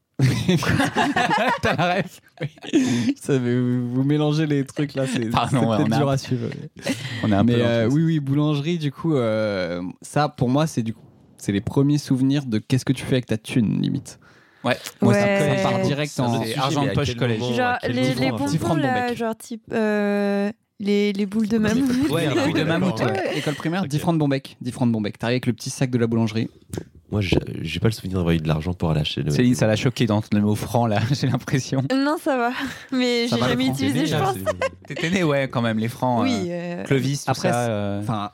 Speaker 1: T'as la ref.
Speaker 2: ça vous mélangez les trucs là, c'est
Speaker 1: Pardon, ouais,
Speaker 2: peut-être
Speaker 1: on a
Speaker 2: dur
Speaker 1: un-
Speaker 2: à suivre.
Speaker 1: On est un peu.
Speaker 2: Mais
Speaker 1: dans le truc.
Speaker 2: oui, boulangerie, du coup, ça pour moi, c'est les premiers souvenirs de qu'est-ce que tu fais avec ta thune, limite.
Speaker 1: Ouais.
Speaker 2: Moi,
Speaker 4: Ouais.
Speaker 2: ça part direct
Speaker 3: C'est un
Speaker 2: en.
Speaker 3: autre
Speaker 1: C'est
Speaker 3: sujet,
Speaker 1: argent
Speaker 3: mais
Speaker 1: de
Speaker 3: à
Speaker 1: poche
Speaker 3: quel
Speaker 1: collège.
Speaker 3: moment,
Speaker 4: Genre,
Speaker 3: à quel
Speaker 4: les
Speaker 3: moment,
Speaker 2: Petit
Speaker 4: bonbons,
Speaker 2: franc de
Speaker 4: là,
Speaker 2: Bombec.
Speaker 4: genre type les boules de mammouth.
Speaker 1: Ouais, les couilles de mammouth.
Speaker 3: d'accord.
Speaker 1: Ouais.
Speaker 2: Ouais, école primaire,
Speaker 3: Ok.
Speaker 2: 10 francs de Bombec. 10 francs de Bombec. T'arrives avec le petit sac de la boulangerie.
Speaker 3: Moi, j'ai pas le souvenir d'avoir eu de l'argent pour aller acheter le.
Speaker 1: Céline, ça l'a choqué dans le mot franc, là, j'ai l'impression.
Speaker 4: Non, ça va. Mais
Speaker 2: Ça
Speaker 4: j'ai
Speaker 2: va, le
Speaker 4: jamais
Speaker 2: franc.
Speaker 4: utilisé, je
Speaker 3: Déjà,
Speaker 4: pense.
Speaker 1: T'étais né, ouais, quand même, les francs.
Speaker 4: Oui.
Speaker 1: Clovis, tout
Speaker 2: Après,
Speaker 1: ça.
Speaker 2: Enfin,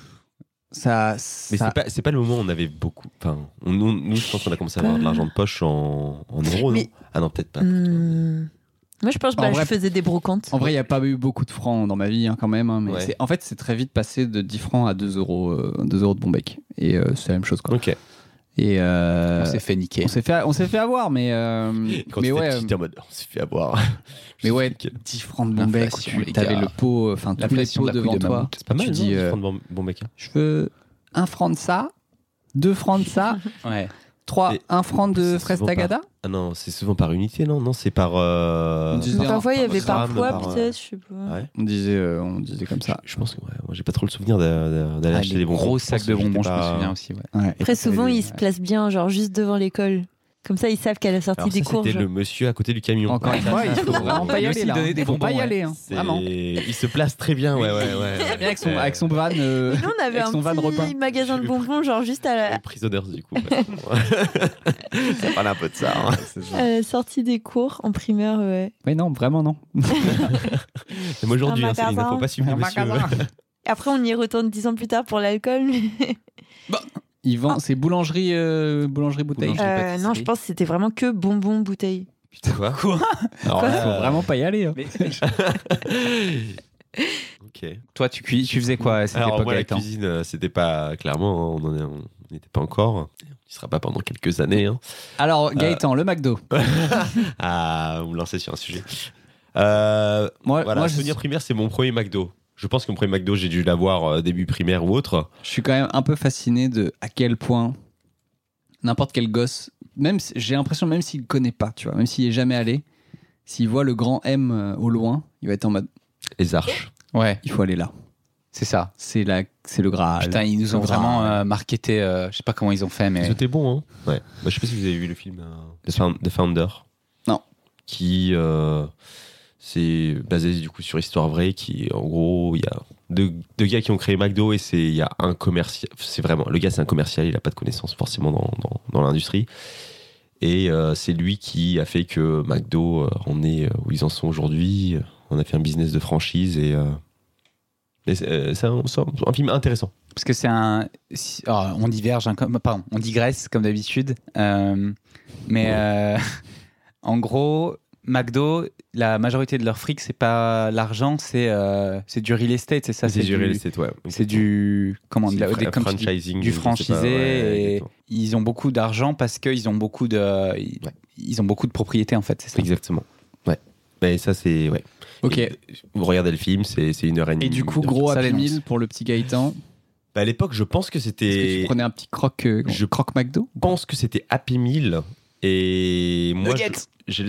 Speaker 2: ça.
Speaker 3: Mais
Speaker 2: ça-
Speaker 3: c'est pas le moment où on avait beaucoup. Enfin, nous, je pense qu'on a commencé à avoir de l'argent de poche en euros,
Speaker 4: Mais-
Speaker 3: non? Ah non, peut-être pas.
Speaker 4: Moi, je pense que
Speaker 2: En vrai-
Speaker 4: je faisais des brocantes.
Speaker 2: En vrai, il n'y a pas eu beaucoup de francs dans ma vie, hein, quand même. Hein, mais
Speaker 3: Ouais.
Speaker 2: en fait, c'est très vite passé de 10 francs à 2 euros, 2 euros de Bombec. Et c'est la même chose, quoi.
Speaker 3: Ok.
Speaker 2: Et
Speaker 1: On s'est fait niquer.
Speaker 2: on s'est fait avoir, mais.
Speaker 3: Quand
Speaker 2: mais
Speaker 3: t'étais
Speaker 2: ouais.
Speaker 3: petit, t'étais en mode, on s'est fait avoir.
Speaker 2: Mais ouais,
Speaker 3: Nickel.
Speaker 2: 10 francs de Bombec,
Speaker 1: L'inflation, les
Speaker 2: t'avais
Speaker 1: gars.
Speaker 2: le pot, enfin tous les
Speaker 1: L'inflation
Speaker 2: pots
Speaker 1: de la
Speaker 2: devant
Speaker 1: couille de
Speaker 2: toi.
Speaker 1: mammouth.
Speaker 3: C'est pas mal,
Speaker 2: Tu
Speaker 3: non,
Speaker 2: dis,
Speaker 3: 10 francs de bon bec.
Speaker 2: je veux 1 franc de ça, 2 francs de ça,
Speaker 1: Ouais.
Speaker 2: 3,
Speaker 3: Mais
Speaker 2: 1 franc de
Speaker 3: c'est
Speaker 2: fraise
Speaker 3: souvent
Speaker 2: tagada.
Speaker 3: Ah non, c'est souvent par unité, non? Non, c'est par.
Speaker 2: On disait-
Speaker 4: Parfois, il y avait par
Speaker 3: gramme,
Speaker 4: poids,
Speaker 3: par,
Speaker 4: peut-être, je sais pas.
Speaker 3: Ouais.
Speaker 2: On disait comme ça.
Speaker 3: Je pense que ouais, moi j'ai pas trop le souvenir d'aller
Speaker 1: Ah,
Speaker 3: acheter
Speaker 1: les
Speaker 3: des bonbons.
Speaker 1: gros
Speaker 3: Je pense
Speaker 1: sacs de
Speaker 3: que j'étais
Speaker 1: bonbons, je me
Speaker 3: pas-
Speaker 1: souviens aussi. Ouais.
Speaker 2: Ouais.
Speaker 4: Après, souvent,
Speaker 3: les-
Speaker 4: ils se placent bien, genre juste devant l'école. Comme ça, ils savent qu'à la sortie
Speaker 3: Alors
Speaker 4: des
Speaker 3: ça,
Speaker 4: cours.
Speaker 3: c'était
Speaker 4: genre.
Speaker 3: le monsieur à côté du camion.
Speaker 2: Encore une fois, il faut vraiment pas y
Speaker 1: Lui
Speaker 2: aller
Speaker 1: aussi
Speaker 2: là.
Speaker 1: donner des
Speaker 2: Il faut pas
Speaker 1: bonbons,
Speaker 2: y
Speaker 1: ouais.
Speaker 2: aller, hein.
Speaker 3: C'est-
Speaker 2: Vraiment.
Speaker 3: Il se place très bien, ouais.
Speaker 2: Bien avec son van.
Speaker 4: Nous, on avait
Speaker 2: avec
Speaker 4: un
Speaker 2: son van repas.
Speaker 4: petit magasin de bonbons, genre juste à la,
Speaker 3: Prisoners du coup. Ça parle un peu de ça. hein.
Speaker 4: à la sortie des cours en primaire, ouais.
Speaker 2: Mais non, vraiment non.
Speaker 3: Même aujourd'hui,
Speaker 4: Un
Speaker 3: hein, Céline,
Speaker 4: magasin.
Speaker 3: faut pas suivre le monsieur.
Speaker 4: Après, on y retourne 10 ans plus tard pour l'alcool. mais-
Speaker 2: Il vend, c'est boulangerie bouteille.
Speaker 3: Boulangerie. pâtisserie.
Speaker 4: non, je pense que c'était vraiment que bonbons bouteilles.
Speaker 3: Putain, quoi
Speaker 1: Quoi
Speaker 3: Alors
Speaker 2: Il
Speaker 3: là,
Speaker 2: faut vraiment pas y aller. hein.
Speaker 1: Mais
Speaker 3: Ok.
Speaker 1: toi, tu faisais quoi à cette
Speaker 3: Alors
Speaker 1: époque,
Speaker 3: moi, la
Speaker 1: Gaëtan?
Speaker 3: cuisine, c'était pas clairement, on n'était pas encore. qui sera pas pendant quelques années. Hein.
Speaker 2: Alors, Gaëtan, le McDo.
Speaker 3: Ah, vous me lancez sur un sujet.
Speaker 2: Moi,
Speaker 3: souvenir primaire, c'est mon premier McDo. Je pense que mon premier McDo, j'ai dû l'avoir début primaire ou autre.
Speaker 2: je suis quand même un peu fasciné de à quel point n'importe quel gosse, j'ai l'impression, même s'il ne connaît pas, tu vois, même s'il est jamais allé, s'il voit le grand M au loin, il va être en mode
Speaker 3: Les arches.
Speaker 1: Ouais,
Speaker 2: il faut aller là.
Speaker 1: c'est ça.
Speaker 2: C'est le Graal.
Speaker 1: Putain, ils nous ont
Speaker 2: Le Graal.
Speaker 1: vraiment marketé. Je sais pas comment ils ont fait, mais.
Speaker 3: C'était bon, hein. Ouais. Bah, je sais pas si vous avez vu le film The Founder.
Speaker 2: Non.
Speaker 3: Qui c'est basé du coup sur histoire vraie. Qui en gros, il y a deux gars qui ont créé McDo et il y a un commercial. C'est vraiment le gars, c'est un commercial. Il a pas de connaissances forcément dans l'industrie. Et c'est lui qui a fait que McDo en est où ils en sont aujourd'hui. On a fait un business de franchise et c'est un film intéressant.
Speaker 1: Parce que c'est on diverge, pardon, on digresse comme d'habitude. Mais en gros, McDo, la majorité de leur fric, c'est pas l'argent, c'est du real estate, c'est ça.
Speaker 3: C'est du real estate, ouais.
Speaker 1: C'est du comment
Speaker 3: C'est
Speaker 1: comme tu dis,
Speaker 3: franchising,
Speaker 1: du
Speaker 3: je sais
Speaker 1: franchisé.
Speaker 3: pas, ouais,
Speaker 1: et
Speaker 3: exactement.
Speaker 1: ils ont beaucoup d'argent parce qu'ils ont beaucoup de ils ont beaucoup de propriétés en fait, c'est ça.
Speaker 3: Exactement. Ouais. Mais ça c'est ouais.
Speaker 2: Ok.
Speaker 3: Et vous regardez le film, c'est 1h30.
Speaker 2: Et du coup, gros Happy Meal pour le petit Gaëtan.
Speaker 3: Bah, à l'époque, je pense que
Speaker 2: Est-ce que
Speaker 3: c'était.
Speaker 2: tu prenais un petit croque McDo?
Speaker 3: Je pense que c'était Happy Meal. Et moi,
Speaker 1: Nuggets.
Speaker 3: j'ai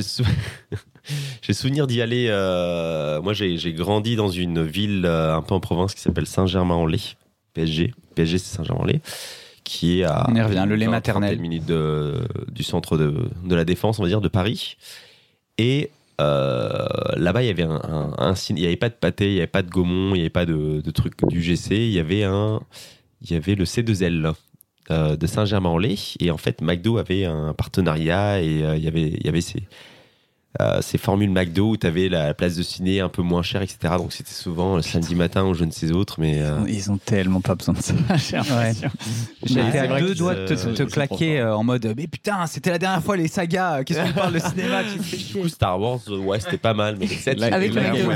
Speaker 3: le souvenir d'y aller. Moi, j'ai grandi dans une ville un peu en province qui s'appelle Saint-Germain-en-Laye. PSG, c'est Saint-Germain-en-Laye. Qui est à.
Speaker 1: On y revient, le lait
Speaker 3: 20,
Speaker 1: maternel.
Speaker 3: 30 minutes du centre de la Défense, on va dire, de Paris. Et là-bas, il y avait il n'y avait pas de pâté, il n'y avait pas de Gaumont, il n'y avait pas de truc du GC. Il y avait le C2L de Saint-Germain-en-Laye. Et en fait, McDo avait un partenariat et il y avait ces formules McDo où tu avais la place de ciné un peu moins chère, etc. Donc c'était souvent le samedi matin ou je ne sais autre. Mais
Speaker 2: Ils ont tellement pas besoin de ça, j'ai l'impression.
Speaker 1: J'ai été
Speaker 2: c'est vrai
Speaker 1: à deux
Speaker 2: que
Speaker 1: doigts de
Speaker 2: c'est-
Speaker 1: te claquer en mode mais putain, c'était la dernière fois les sagas, qu'est-ce qu'on parle de cinéma, tu te fais
Speaker 3: du
Speaker 1: chier.
Speaker 3: coup, Star Wars, ouais, c'était pas mal. Mais les 7,
Speaker 4: Avec le McDo.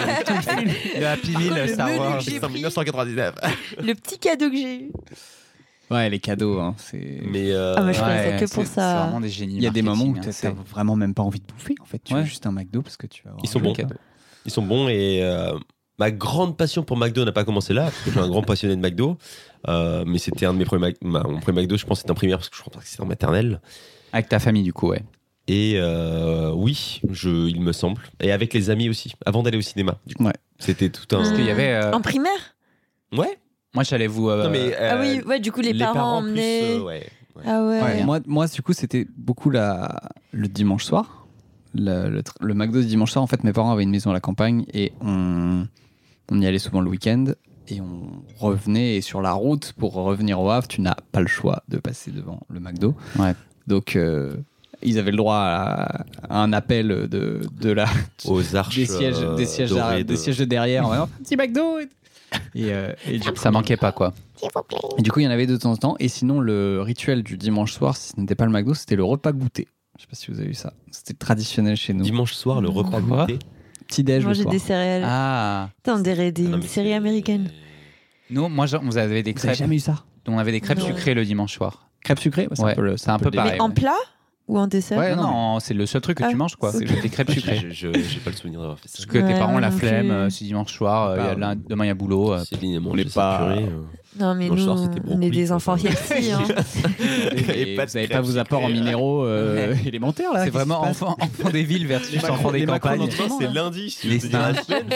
Speaker 1: Le Happy Meal Star
Speaker 4: menu
Speaker 1: Wars.
Speaker 4: que j'ai
Speaker 3: en 1999.
Speaker 4: Le petit cadeau que j'ai eu.
Speaker 2: Ouais, les cadeaux, hein, c'est.
Speaker 3: Mais
Speaker 4: Ah, moi, je connais ça
Speaker 1: Ouais,
Speaker 4: que pour
Speaker 1: c'est
Speaker 4: ça.
Speaker 1: vraiment des génies.
Speaker 2: Il y a des moments où
Speaker 1: marketing,
Speaker 2: t'as vraiment même pas envie de bouffer, en fait. Tu
Speaker 1: Ouais.
Speaker 2: veux juste un McDo parce que tu vas avoir
Speaker 3: Ils sont
Speaker 2: un
Speaker 3: bons.
Speaker 2: cadeau.
Speaker 3: Ils sont bons et ma grande passion pour McDo n'a pas commencé là, parce que je suis un grand passionné de McDo. Mais c'était un de mes premiers mon premier McDo, je pense que c'était en primaire parce que je crois que c'était en maternelle.
Speaker 1: Avec ta famille du coup, ouais.
Speaker 3: Et oui, il me semble. Et avec les amis aussi, avant d'aller au cinéma. Du coup.
Speaker 2: Ouais.
Speaker 3: C'était tout un.
Speaker 1: Parce qu'il y avait
Speaker 4: En primaire?
Speaker 3: Ouais.
Speaker 1: moi j'allais vous
Speaker 3: Non, mais,
Speaker 4: Ah oui, ouais, du coup, les parents
Speaker 3: plus,
Speaker 4: emmenaient.
Speaker 3: ouais.
Speaker 4: Ah ouais.
Speaker 2: Ouais, moi, du coup, c'était beaucoup le dimanche soir. Le McDo du dimanche soir, en fait, mes parents avaient une maison à la campagne et on y allait souvent le week-end et on revenait. Et sur la route, pour revenir au Havre, tu n'as pas le choix de passer devant le McDo.
Speaker 1: Ouais.
Speaker 2: Donc, ils avaient le droit à un appel de la.
Speaker 3: Aux arches.
Speaker 2: Des sièges,
Speaker 3: dorées
Speaker 2: des sièges de derrière. En petit McDo. Et du coup,
Speaker 1: ça manquait pas quoi.
Speaker 2: et du coup, il y en avait de temps en temps. Et sinon, le rituel du dimanche soir, si ce n'était pas le McDo, c'était le repas goûter. Je sais pas si vous avez vu ça. C'était traditionnel chez nous.
Speaker 3: Dimanche soir, le repas
Speaker 1: Quoi
Speaker 3: goûter.
Speaker 2: Petit-déj le
Speaker 4: Manger
Speaker 2: soir.
Speaker 4: des céréales.
Speaker 1: Ah.
Speaker 4: Putain, on dirait
Speaker 3: Ah non,
Speaker 4: une
Speaker 3: mais
Speaker 4: série
Speaker 3: c'est-
Speaker 4: américaine.
Speaker 1: Nous, moi vous avez des
Speaker 2: Vous avez
Speaker 1: crêpes.
Speaker 2: jamais eu ça?
Speaker 1: On avait des crêpes
Speaker 4: Non.
Speaker 1: sucrées le dimanche soir.
Speaker 2: Crêpes sucrées?
Speaker 1: Ouais, c'est un peu
Speaker 2: le
Speaker 1: pareil.
Speaker 2: délire.
Speaker 4: En plat ou en dessert?
Speaker 2: Ouais,
Speaker 1: non,
Speaker 2: non,
Speaker 1: non, c'est le seul truc que
Speaker 4: Ah,
Speaker 1: tu manges quoi.
Speaker 4: ok.
Speaker 1: C'est des crêpes sucrées.
Speaker 3: J'ai pas le souvenir d'avoir fait ça.
Speaker 1: Parce que tes
Speaker 4: Ouais,
Speaker 1: parents
Speaker 4: moi
Speaker 1: la
Speaker 4: non
Speaker 1: flemme,
Speaker 4: plus.
Speaker 1: c'est dimanche soir, demain il y a boulot.
Speaker 3: Céline,
Speaker 2: on est pas-
Speaker 4: Non, mais
Speaker 3: Dimanche
Speaker 4: nous,
Speaker 3: soir, c'était
Speaker 4: on est
Speaker 3: brocoli,
Speaker 4: des
Speaker 3: quoi.
Speaker 4: enfants healthy. Hein.
Speaker 2: Et vous n'avez pas vos apports en minéraux élémentaires là?
Speaker 1: C'est
Speaker 2: Qu'est-ce
Speaker 1: vraiment
Speaker 2: qui se passe
Speaker 1: enfant des villes versus
Speaker 2: Macron-
Speaker 1: enfant des
Speaker 2: les Macron
Speaker 1: campagnes.
Speaker 2: d'entraînement,
Speaker 3: C'est
Speaker 2: là.
Speaker 3: lundi, si
Speaker 1: Les
Speaker 3: je veux te dire la
Speaker 1: stars.
Speaker 3: semaine.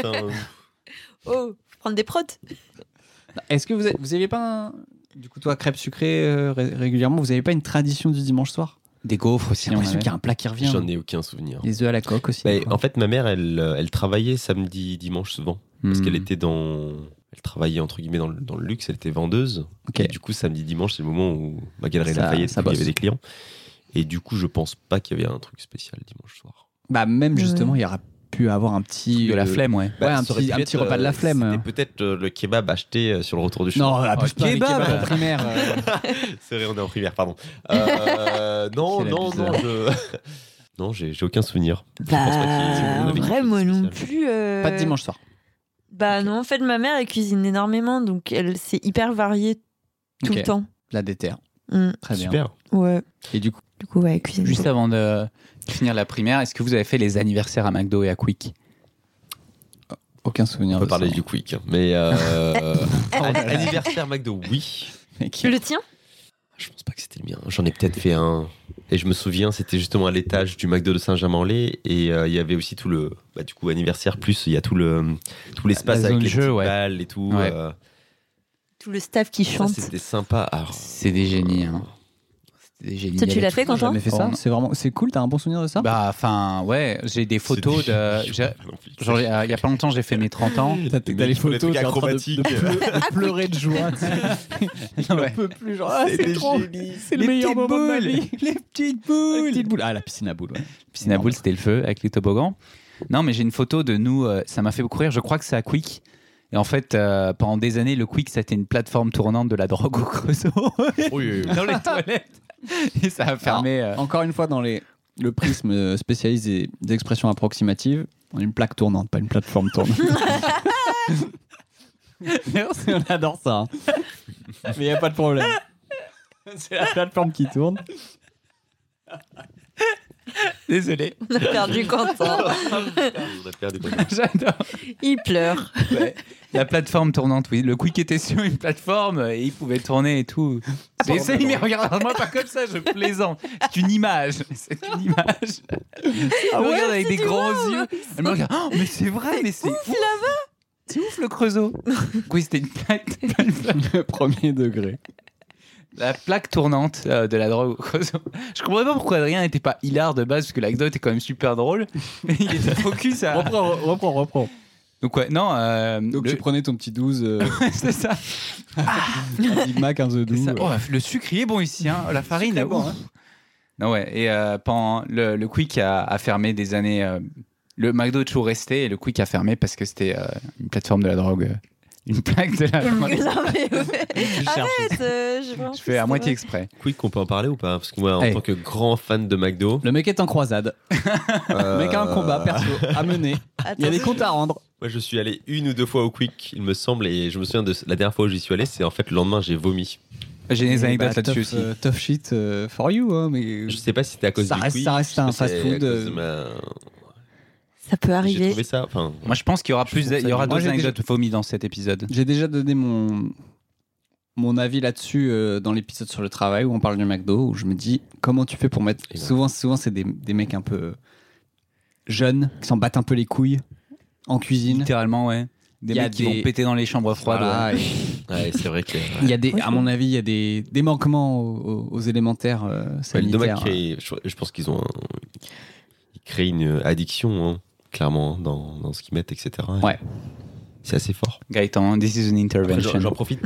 Speaker 4: Oh, faut prendre des prods.
Speaker 2: Est-ce que vous aviez pas du coup, toi, crêpes sucrées régulièrement, vous n'avez pas une tradition du dimanche soir?
Speaker 1: Des gaufres aussi.
Speaker 2: J'ai l'impression qu'il y a un plat qui revient.
Speaker 3: J'en ai aucun souvenir.
Speaker 2: Les œufs à la coque aussi.
Speaker 3: Bah,
Speaker 2: quoi.
Speaker 3: en fait, ma mère, elle travaillait samedi, dimanche souvent. Parce qu'elle était Elle travaillait entre guillemets dans le luxe, elle était vendeuse.
Speaker 2: Ok.
Speaker 3: Et du coup, samedi, dimanche, c'est le moment où ma galerie
Speaker 2: Ça-
Speaker 3: Lafayette,
Speaker 2: ça
Speaker 3: où il y
Speaker 2: bosse.
Speaker 3: avait des clients. Et du coup, je pense pas qu'il y avait un truc spécial dimanche soir.
Speaker 2: Bah, même justement,
Speaker 4: Ouais.
Speaker 2: il y aurait pu avoir un petit.
Speaker 1: de la flemme, ouais.
Speaker 2: Ouais, un
Speaker 3: ça aurait
Speaker 2: petit,
Speaker 3: pu
Speaker 2: un
Speaker 3: être,
Speaker 2: petit repas de la flemme.
Speaker 3: C'était peut-être le kebab acheté sur le retour du chemin.
Speaker 2: Non, abuse pas, les
Speaker 1: kebab.
Speaker 2: kebabs en primaire.
Speaker 3: C'est vrai, on est en primaire, pardon. Non,
Speaker 2: Quel
Speaker 3: non, non,
Speaker 2: abuseur.
Speaker 3: non, j'ai aucun souvenir. Je
Speaker 4: Bah,
Speaker 3: pense pas qu'il y ait- on
Speaker 4: en
Speaker 3: avait quelque
Speaker 4: vrai,
Speaker 3: chose de
Speaker 4: moi non
Speaker 3: spécial.
Speaker 4: plus.
Speaker 2: Pas de dimanche soir.
Speaker 4: Bah non, en fait, ma mère, elle cuisine énormément, donc c'est hyper varié tout
Speaker 2: Ok.
Speaker 4: le temps.
Speaker 2: La déterre. Très bien.
Speaker 3: Super.
Speaker 4: Ouais.
Speaker 2: Et du coup,
Speaker 4: Ouais, cuisine.
Speaker 1: Juste avant de finir la primaire, est-ce que vous avez fait les anniversaires à McDo et à Quick?
Speaker 2: aucun souvenir
Speaker 3: On peut
Speaker 2: de
Speaker 3: parler
Speaker 2: ça.
Speaker 3: du quick. Mais anniversaire McDo, oui.
Speaker 4: Le tien?
Speaker 3: Je pense pas que c'était le mien. J'en ai peut-être fait un. Et je me souviens, c'était justement à l'étage du McDo de Saint-Germain-en-Laye. Et il y avait aussi tout le. du coup, anniversaire, plus il y a tout l'espace
Speaker 1: La
Speaker 3: avec
Speaker 1: zone
Speaker 3: les
Speaker 1: jeu,
Speaker 3: petites
Speaker 1: ouais.
Speaker 3: balles et tout.
Speaker 1: Ouais.
Speaker 4: Tout le staff qui
Speaker 3: Ça,
Speaker 4: chante.
Speaker 3: c'était sympa. Alors,
Speaker 1: C'est des génies. Hein. C'était des génies.
Speaker 4: Toi,
Speaker 1: Il y
Speaker 4: tu
Speaker 1: avait
Speaker 4: l'as fait,
Speaker 1: tout-
Speaker 4: Quentin?
Speaker 2: Jamais fait ça.
Speaker 1: Oh,
Speaker 2: C'est cool. T'as un bon souvenir de ça?
Speaker 1: Bah, enfin, ouais, j'ai des photos de. Genre, il y a pas longtemps, j'ai fait mes 30 ans.
Speaker 2: T'as les photos,
Speaker 3: trucs
Speaker 2: t'es en train
Speaker 3: acrobatiques.
Speaker 2: de pleurer de joie.
Speaker 1: Ouais.
Speaker 2: peut plus. Genre,
Speaker 3: C'était
Speaker 2: trop.
Speaker 3: génial.
Speaker 2: C'est le meilleur moment de ma vie.
Speaker 1: Les petites
Speaker 2: Les
Speaker 1: boules.
Speaker 2: petites boules. Ah, la piscine à boules. Ouais.
Speaker 1: Piscine à boules, c'était le feu avec les toboggans. Non, mais j'ai une photo de nous. Ça m'a fait beaucoup rire. Je crois que c'est à Quick. Et en fait, pendant des années, le Quick, c'était une plateforme tournante de la drogue au Creusot. Dans les toilettes. Et ça a fermé.
Speaker 2: Encore une fois, dans le prisme spécialisé des expressions approximatives, on a une plaque tournante, pas une plateforme tournante.
Speaker 1: Merci.
Speaker 2: On adore ça. Hein. Mais il n'y a pas de problème. C'est la plateforme qui tourne.
Speaker 1: Désolé.
Speaker 4: On a perdu Quentin.
Speaker 3: On a perdu quoi.
Speaker 1: J'adore.
Speaker 4: Il pleure.
Speaker 1: Ouais. La plateforme tournante, oui. Le Quick était sur une plateforme et il pouvait tourner et tout. Mais regarde-moi pas comme ça, je plaisante. C'est une image. C'est une image. Elle me regarde avec des grands yeux. Elle me regarde. Oh, mais c'est vrai, mais c'est ouf là-bas. C'est ouf le Creusot. Oui, c'était une plaque.
Speaker 2: Premier degré.
Speaker 1: La plaque tournante de la drogue au Creusot. Je comprenais pas pourquoi Adrien n'était pas hilar de base, parce que l'anecdote est quand même super drôle. Mais il était focus à.
Speaker 2: Reprends.
Speaker 1: Donc, ouais, non.
Speaker 2: Donc tu prenais ton petit 12,
Speaker 1: c'est ça.
Speaker 2: un Big Mac, un The
Speaker 1: C'est ça.
Speaker 2: 12.
Speaker 1: Oh, le sucre, il est bon ici. Hein. La farine,
Speaker 2: très
Speaker 1: bon.
Speaker 2: bon, hein.
Speaker 1: Non, ouais. Et pendant le Quick a fermé des années. Le McDo est toujours resté et le Quick a fermé parce que c'était une plateforme de la drogue. Une plaque de la drogue.
Speaker 4: Non, mais arrête.
Speaker 1: Je fais à moitié exprès.
Speaker 3: Quick, on peut en parler ou pas? Parce que moi, en
Speaker 2: Hey.
Speaker 3: tant que grand fan de McDo.
Speaker 2: Le mec est en croisade. Le mec a un combat perso à mener. Il y a des comptes à rendre.
Speaker 3: Moi, je suis allé 1 ou 2 fois au Quick, il me semble, et je me souviens de la dernière fois où j'y suis allé, c'est en fait le lendemain, j'ai vomi.
Speaker 1: J'ai des anecdotes
Speaker 2: Bah,
Speaker 1: là-dessus aussi.
Speaker 2: Tough shit for you, hein, mais
Speaker 3: Je sais pas si c'était à cause
Speaker 2: Ça
Speaker 3: du
Speaker 2: reste-
Speaker 3: Quick.
Speaker 2: ça reste
Speaker 3: je sais
Speaker 2: un
Speaker 3: pas si c'est
Speaker 2: fast-food,
Speaker 3: à cause de ma-
Speaker 4: Ça peut
Speaker 3: J'ai
Speaker 4: arriver.
Speaker 3: trouvé ça. Enfin,
Speaker 1: Moi, je pense qu'il y aura plus. Il y aura
Speaker 2: Moi,
Speaker 1: deux
Speaker 2: j'ai
Speaker 1: anecdotes vomies dans cet épisode.
Speaker 2: j'ai déjà donné mon avis là-dessus dans l'épisode sur le travail où on parle du McDo, où je me dis comment tu fais pour mettre.
Speaker 3: Et
Speaker 2: Souvent c'est des mecs un peu jeunes qui s'en battent un peu les couilles en cuisine.
Speaker 1: Littéralement, ouais. Des
Speaker 2: Il y a
Speaker 1: mecs qui
Speaker 2: des-
Speaker 1: vont péter dans les chambres froides.
Speaker 2: Voilà,
Speaker 1: ouais.
Speaker 2: et
Speaker 3: ouais, c'est vrai que.
Speaker 2: il y a des,
Speaker 4: Ouais,
Speaker 2: à mon avis, il y a des manquements aux élémentaires
Speaker 3: Ouais, le
Speaker 2: sanitaires.
Speaker 3: domaine crée, je pense qu'ils ont. Ils créent une addiction, hein, clairement, dans ce qu'ils mettent, etc.
Speaker 2: Ouais.
Speaker 3: C'est assez fort.
Speaker 1: Gaëtan, this is an
Speaker 3: Après,
Speaker 1: intervention.
Speaker 3: j'en profite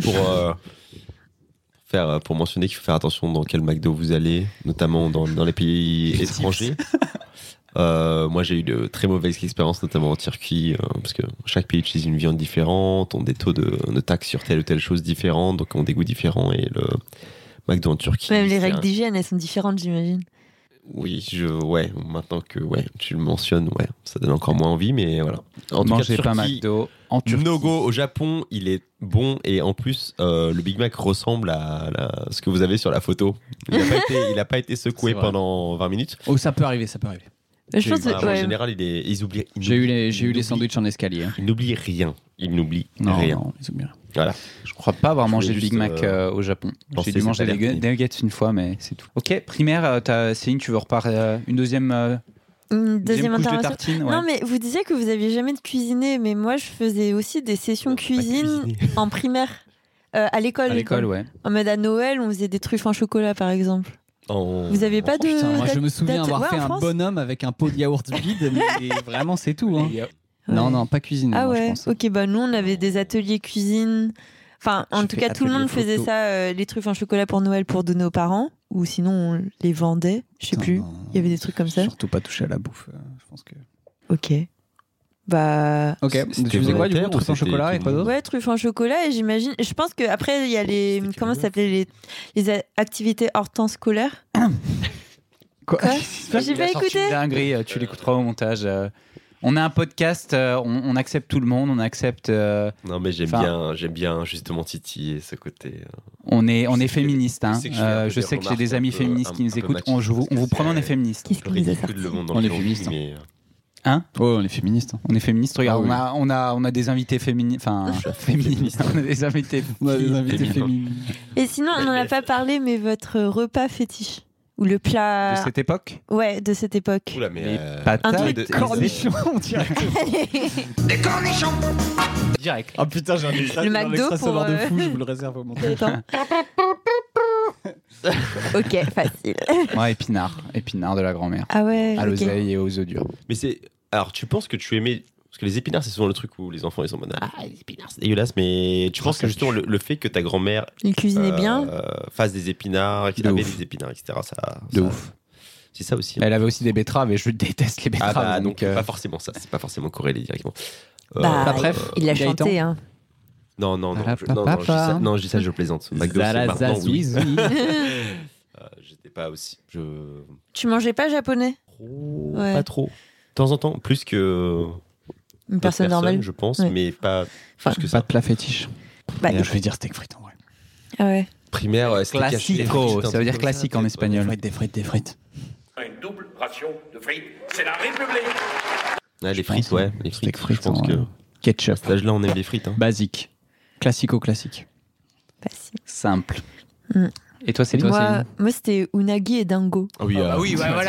Speaker 3: pour mentionner qu'il faut faire attention dans quel McDo vous allez, notamment dans les pays étrangers. Moi, j'ai eu de très mauvaises expériences, notamment en Turquie, parce que chaque pays utilise une viande différente, ont des taux de taxes sur telle ou telle chose différentes, donc ont des goûts différents. Et le McDo en Turquie.
Speaker 4: Même les
Speaker 3: c'est
Speaker 4: règles
Speaker 3: un-
Speaker 4: d'hygiène, elles sont différentes, j'imagine.
Speaker 3: Oui, maintenant que tu le mentionnes, ça donne encore moins envie, mais voilà. En tout
Speaker 1: Mangez
Speaker 3: cas,
Speaker 1: pas
Speaker 3: Turquie,
Speaker 1: McDo en Turquie.
Speaker 3: No go au Japon, il est bon et en plus le Big Mac ressemble à ce que vous avez sur la photo. Il n'a pas été secoué
Speaker 2: C'est vrai.
Speaker 3: pendant 20 minutes.
Speaker 2: Oh, ça peut arriver.
Speaker 4: Je pense que,
Speaker 3: En
Speaker 4: ouais.
Speaker 3: général, ils oublient.
Speaker 2: J'ai eu les sandwichs en escalier. Hein.
Speaker 3: Il n'oublie rien. Il n'oublie
Speaker 2: Non,
Speaker 3: rien.
Speaker 2: non, ils oublient rien.
Speaker 3: Voilà.
Speaker 1: Je crois pas avoir
Speaker 3: Je
Speaker 1: mangé
Speaker 3: voulais
Speaker 1: le Big
Speaker 3: juste,
Speaker 1: Mac au Japon.
Speaker 3: lancer
Speaker 1: J'ai dû
Speaker 3: cette
Speaker 1: manger
Speaker 3: alerte.
Speaker 1: des nuggets une fois, mais c'est tout. Ok, primaire, Céline, tu veux reparler une deuxième
Speaker 4: Deuxième
Speaker 1: couche de
Speaker 4: intervention.
Speaker 1: tartine, ouais.
Speaker 4: Non, mais vous disiez que vous aviez jamais de cuisiner, mais moi, je faisais aussi des sessions cuisine en primaire, à l'école.
Speaker 1: À l'école, ouais.
Speaker 4: En mode à Noël, on faisait des truffes en chocolat, par exemple.
Speaker 3: En-
Speaker 4: Vous avez pas de.
Speaker 2: Putain, moi, je me souviens
Speaker 4: date-
Speaker 2: avoir
Speaker 4: ouais,
Speaker 2: fait
Speaker 4: en
Speaker 2: un
Speaker 4: France
Speaker 2: bonhomme avec un pot de yaourt vide, mais vraiment, c'est tout. Hein. Non,
Speaker 4: Ouais.
Speaker 2: non, pas cuisiner.
Speaker 4: Ah
Speaker 2: moi, je
Speaker 4: ouais,
Speaker 2: pense.
Speaker 4: ok, bah nous on avait des ateliers cuisine. Enfin, en
Speaker 2: Je
Speaker 4: tout
Speaker 2: fais
Speaker 4: cas, tout le
Speaker 2: atelier
Speaker 4: monde faisait
Speaker 2: photo.
Speaker 4: ça, les truffes en chocolat pour Noël pour donner aux parents, ou sinon on les vendait, je sais
Speaker 2: Putain,
Speaker 4: plus.
Speaker 2: non,
Speaker 4: Il y avait des trucs comme ça.
Speaker 2: Surtout pas toucher à la bouffe. Je pense que.
Speaker 4: Ok. Bah.
Speaker 2: Ok,
Speaker 3: C'était
Speaker 2: tu faisais quoi du coup?
Speaker 3: volontaire ou
Speaker 2: Truffes en
Speaker 3: c'était
Speaker 2: chocolat et
Speaker 3: tout
Speaker 2: quoi
Speaker 3: le
Speaker 2: d'autre?
Speaker 4: Ouais, truffes en chocolat, et j'imagine. Je pense qu'après, il y a les.
Speaker 3: C'était
Speaker 4: Comment ça
Speaker 3: curieux.
Speaker 4: s'appelait les activités hors temps scolaire. Quoi J'ai pas
Speaker 1: Il a sorti
Speaker 4: écouté.
Speaker 1: une dinguerie, tu l'écouteras au montage. On a un podcast, on accepte tout le monde, on accepte.
Speaker 3: Non, mais j'aime bien justement titiller ce côté.
Speaker 1: On est féministes. Hein.
Speaker 3: sais que je fais un peu
Speaker 1: Je sais
Speaker 3: des
Speaker 1: que j'ai des
Speaker 3: remarques
Speaker 1: amis
Speaker 3: un peu-
Speaker 1: féministes qui
Speaker 3: un
Speaker 1: nous
Speaker 3: peu
Speaker 1: écoutent.
Speaker 3: machistes,
Speaker 1: On vous promet, on est féministes.
Speaker 4: Qu'est-ce
Speaker 3: Je
Speaker 4: qui nous a
Speaker 3: ridicule
Speaker 4: sorti
Speaker 3: le monde dans
Speaker 2: On est
Speaker 3: lequel vit,
Speaker 2: féministes, hein.
Speaker 3: mais
Speaker 1: Hein?
Speaker 2: Oh, on est féministes.
Speaker 1: On est féministes. Regarde,
Speaker 2: Ah oui.
Speaker 1: on a des invités féministes. Enfin, féministes. On a des invités.
Speaker 2: On a des invités
Speaker 3: féminins.
Speaker 2: féminins.
Speaker 4: Et sinon, on n'en a pas parlé, mais votre repas fétiche ou le
Speaker 1: De
Speaker 4: plat,
Speaker 1: cette époque.
Speaker 4: ouais, de cette époque.
Speaker 3: Oula, mais
Speaker 1: Les
Speaker 4: Un
Speaker 1: patates.
Speaker 4: truc
Speaker 3: de-
Speaker 2: Cornichons, on dirait.
Speaker 7: Des cornichons,
Speaker 1: Direct.
Speaker 2: Ah putain, j'ai un extra,
Speaker 4: Le
Speaker 2: j'ai un
Speaker 4: McDo
Speaker 2: extra
Speaker 4: pour,
Speaker 2: sonore de fou, je vous le réserve au montage.
Speaker 4: Attends. Ok, facile.
Speaker 1: Ouais, épinards de la grand-mère.
Speaker 4: Ah ouais.
Speaker 1: À
Speaker 4: ok.
Speaker 1: l'oseille et aux œufs durs.
Speaker 3: Mais c'est. Alors, tu penses que tu aimais. Parce que les épinards, c'est souvent le truc où les enfants ils sont en mode ah, les épinards, c'est dégueulasse. Mais tu penses que justement le fait que ta grand-mère
Speaker 4: Il cuisinait bien.
Speaker 3: fasse des épinards, qu'il
Speaker 1: De
Speaker 3: avait
Speaker 1: ouf.
Speaker 3: des épinards, etc.
Speaker 1: De
Speaker 3: ça-
Speaker 1: ouf.
Speaker 3: C'est ça aussi.
Speaker 1: Elle avait aussi des betteraves et je déteste les
Speaker 3: Ah
Speaker 1: betteraves.
Speaker 3: bah, donc
Speaker 1: donc,
Speaker 3: pas forcément ça. C'est pas forcément corrélé directement.
Speaker 4: Bah,
Speaker 2: bref,
Speaker 4: il l'a
Speaker 2: Gaëtan.
Speaker 4: chanté, hein.
Speaker 3: Non, non, non.
Speaker 2: Papa.
Speaker 3: Non, je dis ça, je plaisante. McDo, c'est maintenant, oui. J'étais pas aussi.
Speaker 4: Tu mangeais pas japonais? Ouais.
Speaker 3: Pas trop. De temps en temps, plus que.
Speaker 4: Une
Speaker 3: d'autres
Speaker 4: personne normale.
Speaker 3: je pense,
Speaker 4: Ouais.
Speaker 3: mais pas
Speaker 4: Enfin,
Speaker 3: plus que
Speaker 2: Pas
Speaker 3: ça.
Speaker 2: de plat fétiche.
Speaker 4: Bah,
Speaker 2: Je vais dire steak frites en vrai.
Speaker 4: ah ouais.
Speaker 3: Primaire, c'était caché.
Speaker 1: Classico,
Speaker 3: Putain,
Speaker 1: ça veut dire
Speaker 3: comme
Speaker 1: classique en
Speaker 3: peut-être,
Speaker 1: espagnol.
Speaker 2: Des frites.
Speaker 5: Une double ration de frites, c'est la République.
Speaker 3: Ouais, les
Speaker 2: Je
Speaker 3: frites,
Speaker 2: pense,
Speaker 3: ouais.
Speaker 2: hein.
Speaker 3: Les
Speaker 2: Steak
Speaker 3: frites, je
Speaker 2: frites,
Speaker 3: pense
Speaker 2: hein,
Speaker 3: que.
Speaker 2: Ketchup.
Speaker 3: À cet âge-là, on aime les frites. Hein.
Speaker 2: Basique. Classico-classique.
Speaker 4: Facile.
Speaker 1: Simple.
Speaker 4: Mm.
Speaker 1: Et toi, Céline?
Speaker 4: Moi, c'était unagi et dingo.
Speaker 3: Ah oui,
Speaker 1: ouais, voilà.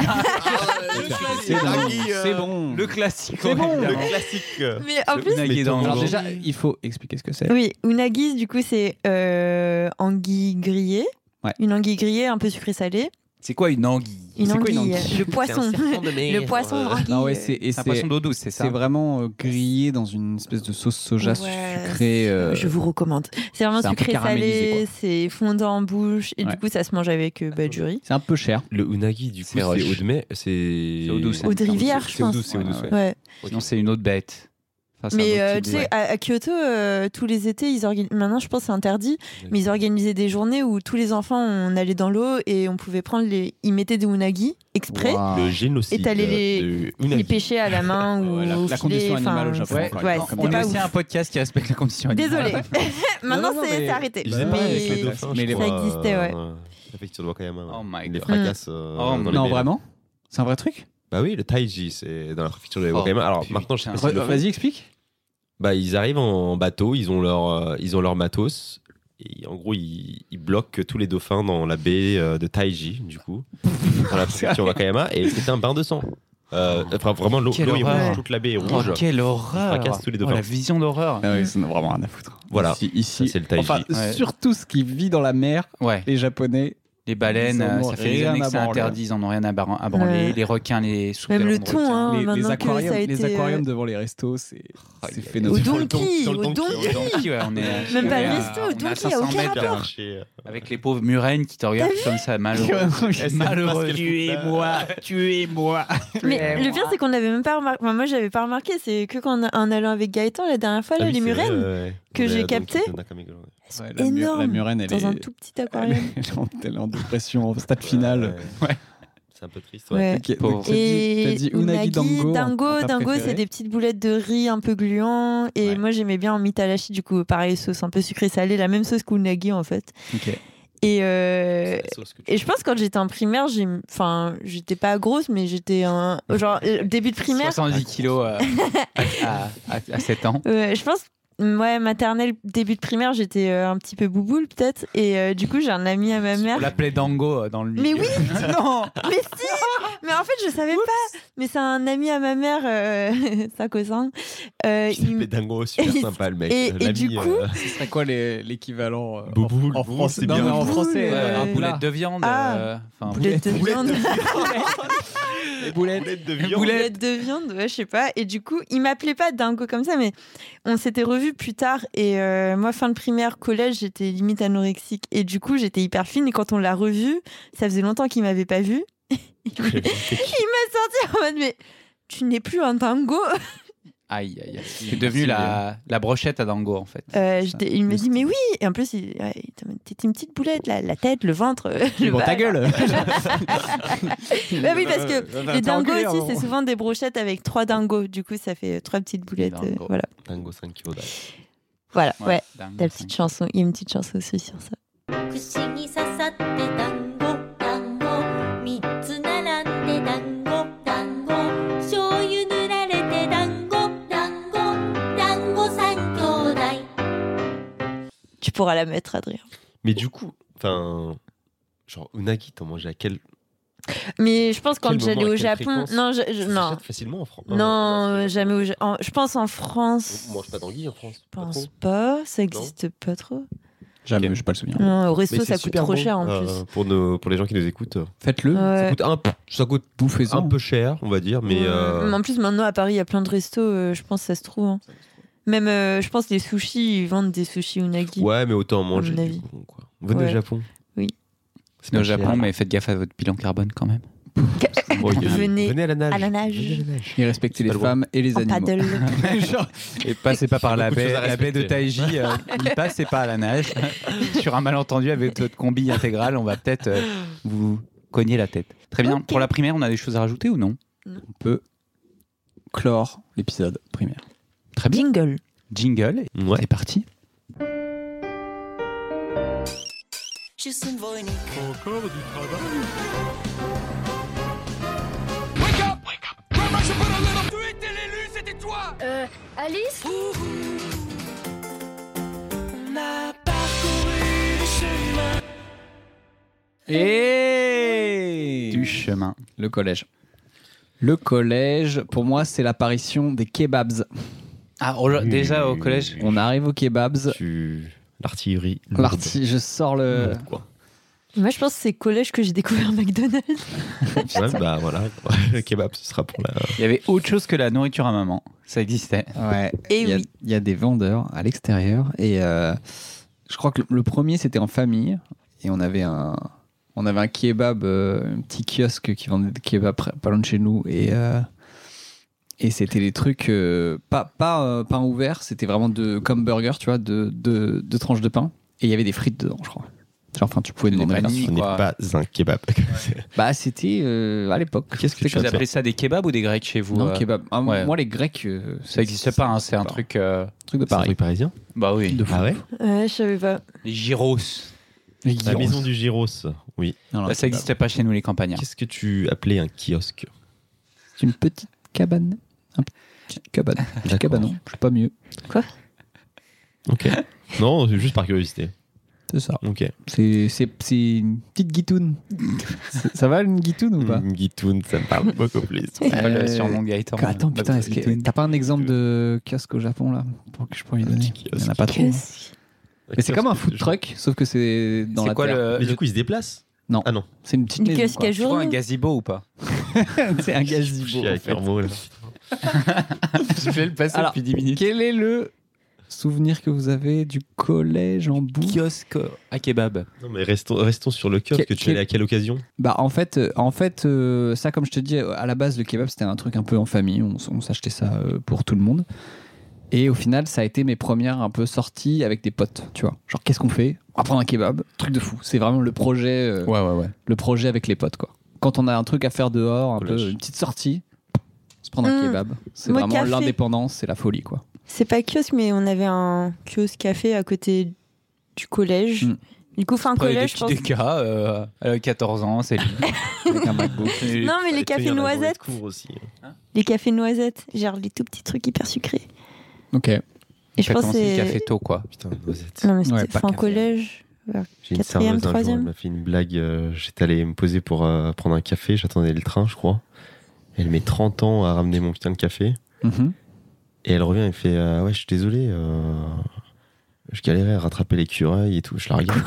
Speaker 2: C'est bon.
Speaker 1: Le classique.
Speaker 2: C'est bon,
Speaker 3: le classique.
Speaker 4: Mais en plus,
Speaker 1: unagi dans
Speaker 2: Alors
Speaker 1: le
Speaker 2: déjà, il faut expliquer ce que c'est.
Speaker 4: oui, unagi, du coup, c'est anguille grillée.
Speaker 2: Ouais.
Speaker 4: Une anguille grillée un peu sucrée-salée.
Speaker 1: C'est quoi une anguille?
Speaker 4: Une
Speaker 2: C'est quoi une
Speaker 4: anguille,
Speaker 2: anguille
Speaker 4: le poisson. Le poisson anguille.
Speaker 2: Non, ouais, c'est
Speaker 1: C'est un poisson d'eau douce, c'est ça?
Speaker 2: c'est vraiment grillé dans une espèce de sauce soja
Speaker 4: Ouais,
Speaker 2: sucrée.
Speaker 4: Je vous recommande. C'est vraiment
Speaker 2: c'est un peu caramélisé,
Speaker 4: sucré-salé, c'est fondant en bouche. Et
Speaker 2: Ouais.
Speaker 4: du coup, ça se mange avec du riz.
Speaker 2: C'est un peu cher.
Speaker 3: Le unagi, du coup,
Speaker 1: C'est
Speaker 3: c'est
Speaker 1: rush.
Speaker 3: eau de mer. C'est
Speaker 1: eau douce.
Speaker 4: Eau de rivière, je
Speaker 3: C'est eau
Speaker 4: pense.
Speaker 3: douce, c'est eau douce, ouais.
Speaker 4: Ouais.
Speaker 1: Sinon, c'est une autre bête. Enfin, c'est
Speaker 4: Mais
Speaker 1: un autre
Speaker 4: tu
Speaker 1: type
Speaker 4: sais,
Speaker 1: de-
Speaker 4: à Kyoto, tous les étés, maintenant je pense que c'est interdit, mais ils organisaient des journées où tous les enfants, on allait dans l'eau et on pouvait prendre ils mettaient des unagi exprès,
Speaker 2: Waouh.
Speaker 3: Le génocide.
Speaker 4: Et t'allais les
Speaker 3: de unagi.
Speaker 4: les pêcher à la main ou
Speaker 2: Ouais, la
Speaker 4: au filet.
Speaker 2: condition animale au Japon,
Speaker 1: Ouais,
Speaker 2: par
Speaker 4: ouais,
Speaker 2: exemple.
Speaker 4: c'était
Speaker 1: on est
Speaker 4: pas
Speaker 1: aussi
Speaker 4: ouf.
Speaker 1: un podcast qui respecte la condition animale.
Speaker 4: Désolé. Maintenant
Speaker 2: Non,
Speaker 4: c'est
Speaker 2: mais-
Speaker 4: arrêté.
Speaker 3: Ils faisaient
Speaker 2: Mais-
Speaker 3: pareil avec les dauphins,
Speaker 2: mais
Speaker 3: je
Speaker 2: les-
Speaker 3: crois,
Speaker 4: ça existait, ouais.
Speaker 3: Préfecture de Wakayama.
Speaker 1: Oh my
Speaker 3: Les
Speaker 1: God.
Speaker 3: fracasses.
Speaker 1: Oh
Speaker 3: dans les
Speaker 2: Non,
Speaker 3: baies.
Speaker 2: vraiment C'est un vrai truc
Speaker 3: Bah oui, le taiji, c'est dans la préfecture de
Speaker 1: Oh,
Speaker 3: Wakayama. Alors
Speaker 1: putain.
Speaker 3: maintenant, je sais pas si
Speaker 2: Vas-y, explique.
Speaker 3: Bah, ils arrivent en bateau, ils ont leur matos. Et en gros, ils bloquent tous les dauphins dans la baie de Taiji, du coup, dans la préfecture de Wakayama. Et c'était un bain de sang. Enfin, vraiment, l'eau
Speaker 1: Quelle
Speaker 3: est
Speaker 1: horreur.
Speaker 3: rouge, toute la baie est
Speaker 1: Oh,
Speaker 3: rouge.
Speaker 1: quelle horreur!
Speaker 3: fracasse tous les
Speaker 1: Oh,
Speaker 3: dauphins.
Speaker 1: la vision d'horreur.
Speaker 2: Ah oui, ça n'a vraiment rien à foutre.
Speaker 3: Voilà.
Speaker 2: Ici,
Speaker 3: Ça, c'est le taiji.
Speaker 2: Enfin,
Speaker 1: Ouais.
Speaker 2: surtout ce qui vit dans la mer,
Speaker 1: Ouais.
Speaker 2: les Japonais.
Speaker 1: Les baleines,
Speaker 2: Ils en ont
Speaker 1: ça fait des
Speaker 2: rien
Speaker 1: années que
Speaker 2: à
Speaker 1: c'est
Speaker 2: branler.
Speaker 1: interdit, ils en ont rien à branler.
Speaker 4: Ouais.
Speaker 1: Les requins, les
Speaker 4: Même le
Speaker 1: sous-requins.
Speaker 4: thon, hein,
Speaker 2: les
Speaker 4: maintenant que
Speaker 2: aquariums,
Speaker 4: ça a été.
Speaker 2: les aquariums devant les restos, c'est
Speaker 1: Oh,
Speaker 2: c'est
Speaker 1: yeah.
Speaker 4: Au
Speaker 2: phénoménal.
Speaker 4: donkey,
Speaker 3: Sur le
Speaker 4: au
Speaker 3: donkey.
Speaker 4: donkey.
Speaker 1: Donkey, ouais, on est,
Speaker 4: Même pas
Speaker 1: on est
Speaker 4: le
Speaker 1: à-
Speaker 4: resto,
Speaker 1: on est à
Speaker 4: donkey,
Speaker 1: 500
Speaker 4: aucun
Speaker 1: mètres,
Speaker 4: rapport.
Speaker 1: avec les pauvres murènes qui te regardent comme ça, malheureux. Malheureux.
Speaker 2: tuez-moi.
Speaker 4: Mais le pire, c'est qu'on n'avait même pas remarqué. Enfin, moi, j'avais pas remarqué. C'est que en allant avec Gaëtan la dernière fois, là, les murènes, que j'ai capté.
Speaker 2: Ouais,
Speaker 4: énormes,
Speaker 2: la murène, elle
Speaker 4: dans
Speaker 2: est,
Speaker 4: un tout petit aquarium.
Speaker 2: elle est en dépression, en stade final.
Speaker 3: C'est un peu triste, ouais.
Speaker 4: Ouais.
Speaker 2: Ok,
Speaker 1: Pauvre.
Speaker 2: donc t'as dit unagi dango.
Speaker 4: Dango, c'est des petites boulettes de riz un peu gluants. Et
Speaker 2: Ouais.
Speaker 4: moi, j'aimais bien en mitalashi, du coup, pareil, sauce un peu sucrée-salée, la même sauce qu'unagi, en fait.
Speaker 2: Ok.
Speaker 4: Et
Speaker 3: C'est la sauce que tu
Speaker 4: je pense que quand j'étais en primaire, j'étais pas grosse, mais j'étais genre début de primaire.
Speaker 1: 70 kilos à 7 ans.
Speaker 4: Je pense, ouais, maternelle, début de primaire, j'étais un petit peu bouboule peut-être. Et du coup, j'ai un ami à ma mère.
Speaker 1: On l'appelait Dango dans le
Speaker 4: Mais
Speaker 1: milieu.
Speaker 4: oui, non, mais si. Mais en fait, je savais pas. Mais c'est un ami à ma mère, sa cousin.
Speaker 3: Il
Speaker 4: Il
Speaker 3: s'appelait Dingo, super
Speaker 4: et-
Speaker 3: sympa le mec.
Speaker 4: et
Speaker 3: L'ami,
Speaker 4: du coup,
Speaker 2: Ce serait quoi l'équivalent
Speaker 3: Bouboule,
Speaker 2: en
Speaker 3: bouboule,
Speaker 2: français
Speaker 3: c'est
Speaker 2: Non,
Speaker 3: bien.
Speaker 2: mais en français,
Speaker 4: Bouboule,
Speaker 1: Un
Speaker 4: ouais.
Speaker 1: boulette de viande.
Speaker 4: Ah.
Speaker 1: Enfin,
Speaker 4: boulette de viande.
Speaker 2: Les boulettes.
Speaker 3: de viande.
Speaker 4: Boulette de viande, ouais, je sais pas. Et du coup, il m'appelait pas Dingo comme ça, mais on s'était revus plus tard. Et moi, fin de primaire, collège, j'étais limite anorexique. Et du coup, j'étais hyper fine. Et quand on l'a revu, ça faisait longtemps qu'il m'avait pas vue. Il m'a sorti en mode, mais tu n'es plus un dingo.
Speaker 1: Aïe, aïe, aïe. C'est devenu la brochette à Dango, en fait.
Speaker 4: Il me dit, mais oui. Et en plus, t'étais une petite boulette, la tête, le ventre.
Speaker 2: Bon, ta gueule.
Speaker 4: Bah oui, parce que les dingos aussi, c'est souvent des brochettes avec 3 dingos. Du coup, ça fait 3 petites boulettes. Voilà.
Speaker 3: Dingo 5 kilos.
Speaker 4: Voilà, ouais.
Speaker 1: Dango,
Speaker 4: La petite chanson. Il y a une petite chanson aussi sur ça.
Speaker 9: 串に刺さって団子団子三つ並んで団子団子醤油塗られて団子団子団子三兄弟
Speaker 4: Tu pourras la mettre, Adrien.
Speaker 3: Mais du coup, enfin, genre unagi, t'en manges à quel
Speaker 4: Mais je pense quand
Speaker 3: Quel
Speaker 4: j'allais
Speaker 3: moment, à
Speaker 4: au
Speaker 3: quelle
Speaker 4: Japon.
Speaker 3: fréquence
Speaker 4: Non,
Speaker 3: ça
Speaker 4: non.
Speaker 3: s'achète facilement en France.
Speaker 4: Non, jamais au Japon. Je pense en France.
Speaker 3: On mange pas d'anguille en France.
Speaker 4: Je
Speaker 3: pas
Speaker 4: pense
Speaker 3: trop.
Speaker 4: pas. Ça existe pas trop.
Speaker 2: Jamais, je pas le souvenir.
Speaker 4: Non, au resto,
Speaker 3: Mais
Speaker 4: ça
Speaker 3: c'est
Speaker 4: coûte
Speaker 3: super
Speaker 4: trop
Speaker 3: bon.
Speaker 4: cher en plus.
Speaker 3: Pour les gens qui nous écoutent,
Speaker 2: Faites-le.
Speaker 4: Ouais.
Speaker 3: ça coûte
Speaker 2: Bouffez-en.
Speaker 3: un peu cher, on va dire, mais
Speaker 4: Mais en plus, maintenant à Paris, il y a plein de restos. Je pense que ça se trouve. Hein. Même, je pense, les sushis, ils vendent des sushis unagi.
Speaker 3: ouais, mais autant en manger.
Speaker 4: mon
Speaker 3: du
Speaker 4: avis.
Speaker 3: coup, quoi. Venez
Speaker 4: Ouais.
Speaker 3: au Japon.
Speaker 4: Oui.
Speaker 3: C'est
Speaker 1: Venez au
Speaker 3: pas cher.
Speaker 1: Japon, mais faites gaffe à votre bilan carbone quand même.
Speaker 3: Oh, il y a-
Speaker 4: Venez
Speaker 3: Venez à la nage.
Speaker 4: à la nage.
Speaker 3: Venez à la nage.
Speaker 2: Et respectez
Speaker 3: C'est
Speaker 2: les
Speaker 3: pas loin.
Speaker 2: femmes et les
Speaker 4: en
Speaker 2: animaux.
Speaker 4: paddle.
Speaker 1: Et passez pas par la
Speaker 3: beaucoup de
Speaker 1: baie,
Speaker 3: choses à
Speaker 1: la baie de
Speaker 3: respecter.
Speaker 1: Taiji. Ne passez pas à la nage. Sur un malentendu avec votre combi intégral, on va peut-être vous cogner la tête. Très bien.
Speaker 4: Ok.
Speaker 1: Pour la primaire, on a des choses à rajouter ou non?
Speaker 2: On peut clore l'épisode primaire.
Speaker 1: Très bien.
Speaker 4: Jingle.
Speaker 1: Jingle.
Speaker 3: Ouais.
Speaker 1: C'est parti.
Speaker 9: Alice
Speaker 2: Et
Speaker 1: Du chemin.
Speaker 2: le collège. Le collège, pour moi, c'est l'apparition des kebabs.
Speaker 1: Ah, déjà au collège.
Speaker 2: On arrive aux kebabs.
Speaker 3: L'artillerie.
Speaker 2: Je sors le.
Speaker 3: Quoi.
Speaker 4: Moi, je pense que c'est collège que j'ai découvert McDonald's.
Speaker 3: Ouais, bah voilà. Le kebab, ce sera pour la.
Speaker 1: Il y avait autre chose que la nourriture à maman. Ça existait.
Speaker 2: Ouais.
Speaker 4: Et
Speaker 2: Il y a-
Speaker 4: oui.
Speaker 2: il y a des vendeurs à l'extérieur et je crois que le premier c'était en famille et on avait un kebab, un petit kiosque qui vendait des kebabs pas loin de chez nous et c'était des trucs pas pain ouvert, c'était vraiment comme burger, tu vois, de tranches de pain et il y avait des frites dedans, je crois. Genre, enfin, tu pouvais demander la
Speaker 1: paninis.
Speaker 3: Ce n'est
Speaker 1: Quoi.
Speaker 3: pas un kebab.
Speaker 2: Bah, c'était à l'époque.
Speaker 3: Qu'est-ce que
Speaker 2: C'était
Speaker 3: tu
Speaker 1: Vous
Speaker 3: as
Speaker 1: appelez ça des kebabs ou des grecs chez vous?
Speaker 2: Non, kebab. Ah,
Speaker 1: ouais.
Speaker 2: Moi, les Grecs,
Speaker 1: Ça n'existe pas, hein, c'est un truc.
Speaker 2: truc de
Speaker 3: C'est un
Speaker 2: Paris.
Speaker 3: truc parisien.
Speaker 1: Bah oui.
Speaker 2: De fou.
Speaker 3: Ah ouais.
Speaker 4: Ouais, je savais pas.
Speaker 1: Les gyros.
Speaker 2: Les
Speaker 3: La
Speaker 2: gyros.
Speaker 3: maison du gyros. Oui.
Speaker 2: Non, non,
Speaker 1: Bah, ça n'existait pas chez nous, les campagnards.
Speaker 3: Qu'est-ce que tu appelais un kiosque?
Speaker 2: C'est une petite cabane. Un petit cabane. Petit
Speaker 3: D'accord.
Speaker 2: cabanon. Je sais pas mieux.
Speaker 3: Ok. Non, c'est juste par curiosité.
Speaker 2: C'est ça.
Speaker 3: Ok.
Speaker 2: C'est une petite guitoune. Ça va une guitoune ou pas
Speaker 3: Guitoun, ça me parle beaucoup plus.
Speaker 1: C'est pas le
Speaker 2: Euh,
Speaker 1: surnom de Gaëtan.
Speaker 2: Attends, putain, est-ce que t'as pas un exemple de kiosque au Japon là pour que je pourrais lui donner? Il y en a pas trop. hein. Mais c'est comme un food truck, sauf que c'est dans
Speaker 1: C'est
Speaker 2: la
Speaker 1: quoi
Speaker 2: terre.
Speaker 3: Mais du coup, il se déplace?
Speaker 2: Non.
Speaker 3: Ah non.
Speaker 2: C'est une petite
Speaker 4: Une
Speaker 2: maison.
Speaker 4: kiosque
Speaker 2: quoi.
Speaker 4: à
Speaker 1: Tu vois un
Speaker 4: journée.
Speaker 1: gazebo ou pas?
Speaker 2: C'est un
Speaker 3: Je
Speaker 2: gazebo.
Speaker 3: suis
Speaker 2: en
Speaker 3: avec
Speaker 2: fait.
Speaker 3: leur mot là.
Speaker 1: Je vais le passer
Speaker 2: Alors,
Speaker 1: depuis 10 minutes.
Speaker 2: Quel est le souvenir que vous avez du collège en bouffe?
Speaker 1: Kiosque à kebab.
Speaker 3: Non, mais restons sur le kiosque. Tu allais à quelle occasion?
Speaker 2: Bah en fait, ça comme je te dis, à la base le kebab c'était un truc un peu en famille, on s'achetait ça pour tout le monde. Et au final, ça a été mes premières un peu sorties avec des potes, tu vois. Genre qu'est-ce qu'on fait? On va prendre un kebab, truc de fou. C'est vraiment le projet,
Speaker 1: Ouais.
Speaker 2: le projet avec les potes quoi. Quand on a un truc à faire dehors, un
Speaker 3: Collège.
Speaker 2: peu une petite sortie, se prendre un kebab, c'est
Speaker 4: Moi,
Speaker 2: vraiment
Speaker 4: café.
Speaker 2: l'indépendance, c'est la folie quoi.
Speaker 4: C'est pas kiosque, mais on avait un kiosque café à côté du collège.
Speaker 2: Mm.
Speaker 4: Du coup, fin
Speaker 1: Prenez des
Speaker 4: collège, je
Speaker 1: petits
Speaker 4: pense.
Speaker 1: DK, elle a 14 ans, c'est lui.
Speaker 2: Avec un MacBook.
Speaker 4: Non, mais les cafés noisettes.
Speaker 3: Aussi.
Speaker 4: Les cafés noisettes. Genre les tout petits trucs hyper sucrés.
Speaker 2: Ok.
Speaker 4: Et je pense que
Speaker 1: c'est
Speaker 4: c'est.
Speaker 1: café tôt, quoi.
Speaker 3: Putain, noisette.
Speaker 4: Non, mais
Speaker 2: Ouais,
Speaker 4: c'était
Speaker 2: pas
Speaker 4: fin
Speaker 2: café.
Speaker 4: collège.
Speaker 3: J'ai une
Speaker 4: Quatrième,
Speaker 3: serveuse un jour,
Speaker 4: troisième.
Speaker 3: elle m'a fait une blague. J'étais allé me poser pour prendre un café, j'attendais le train, je crois. Elle met 30 ans à ramener mon putain de café.
Speaker 2: Mhm.
Speaker 3: Et elle revient et fait ouais, je suis désolé, je galérais à rattraper l'écureuil et tout. Je la regarde.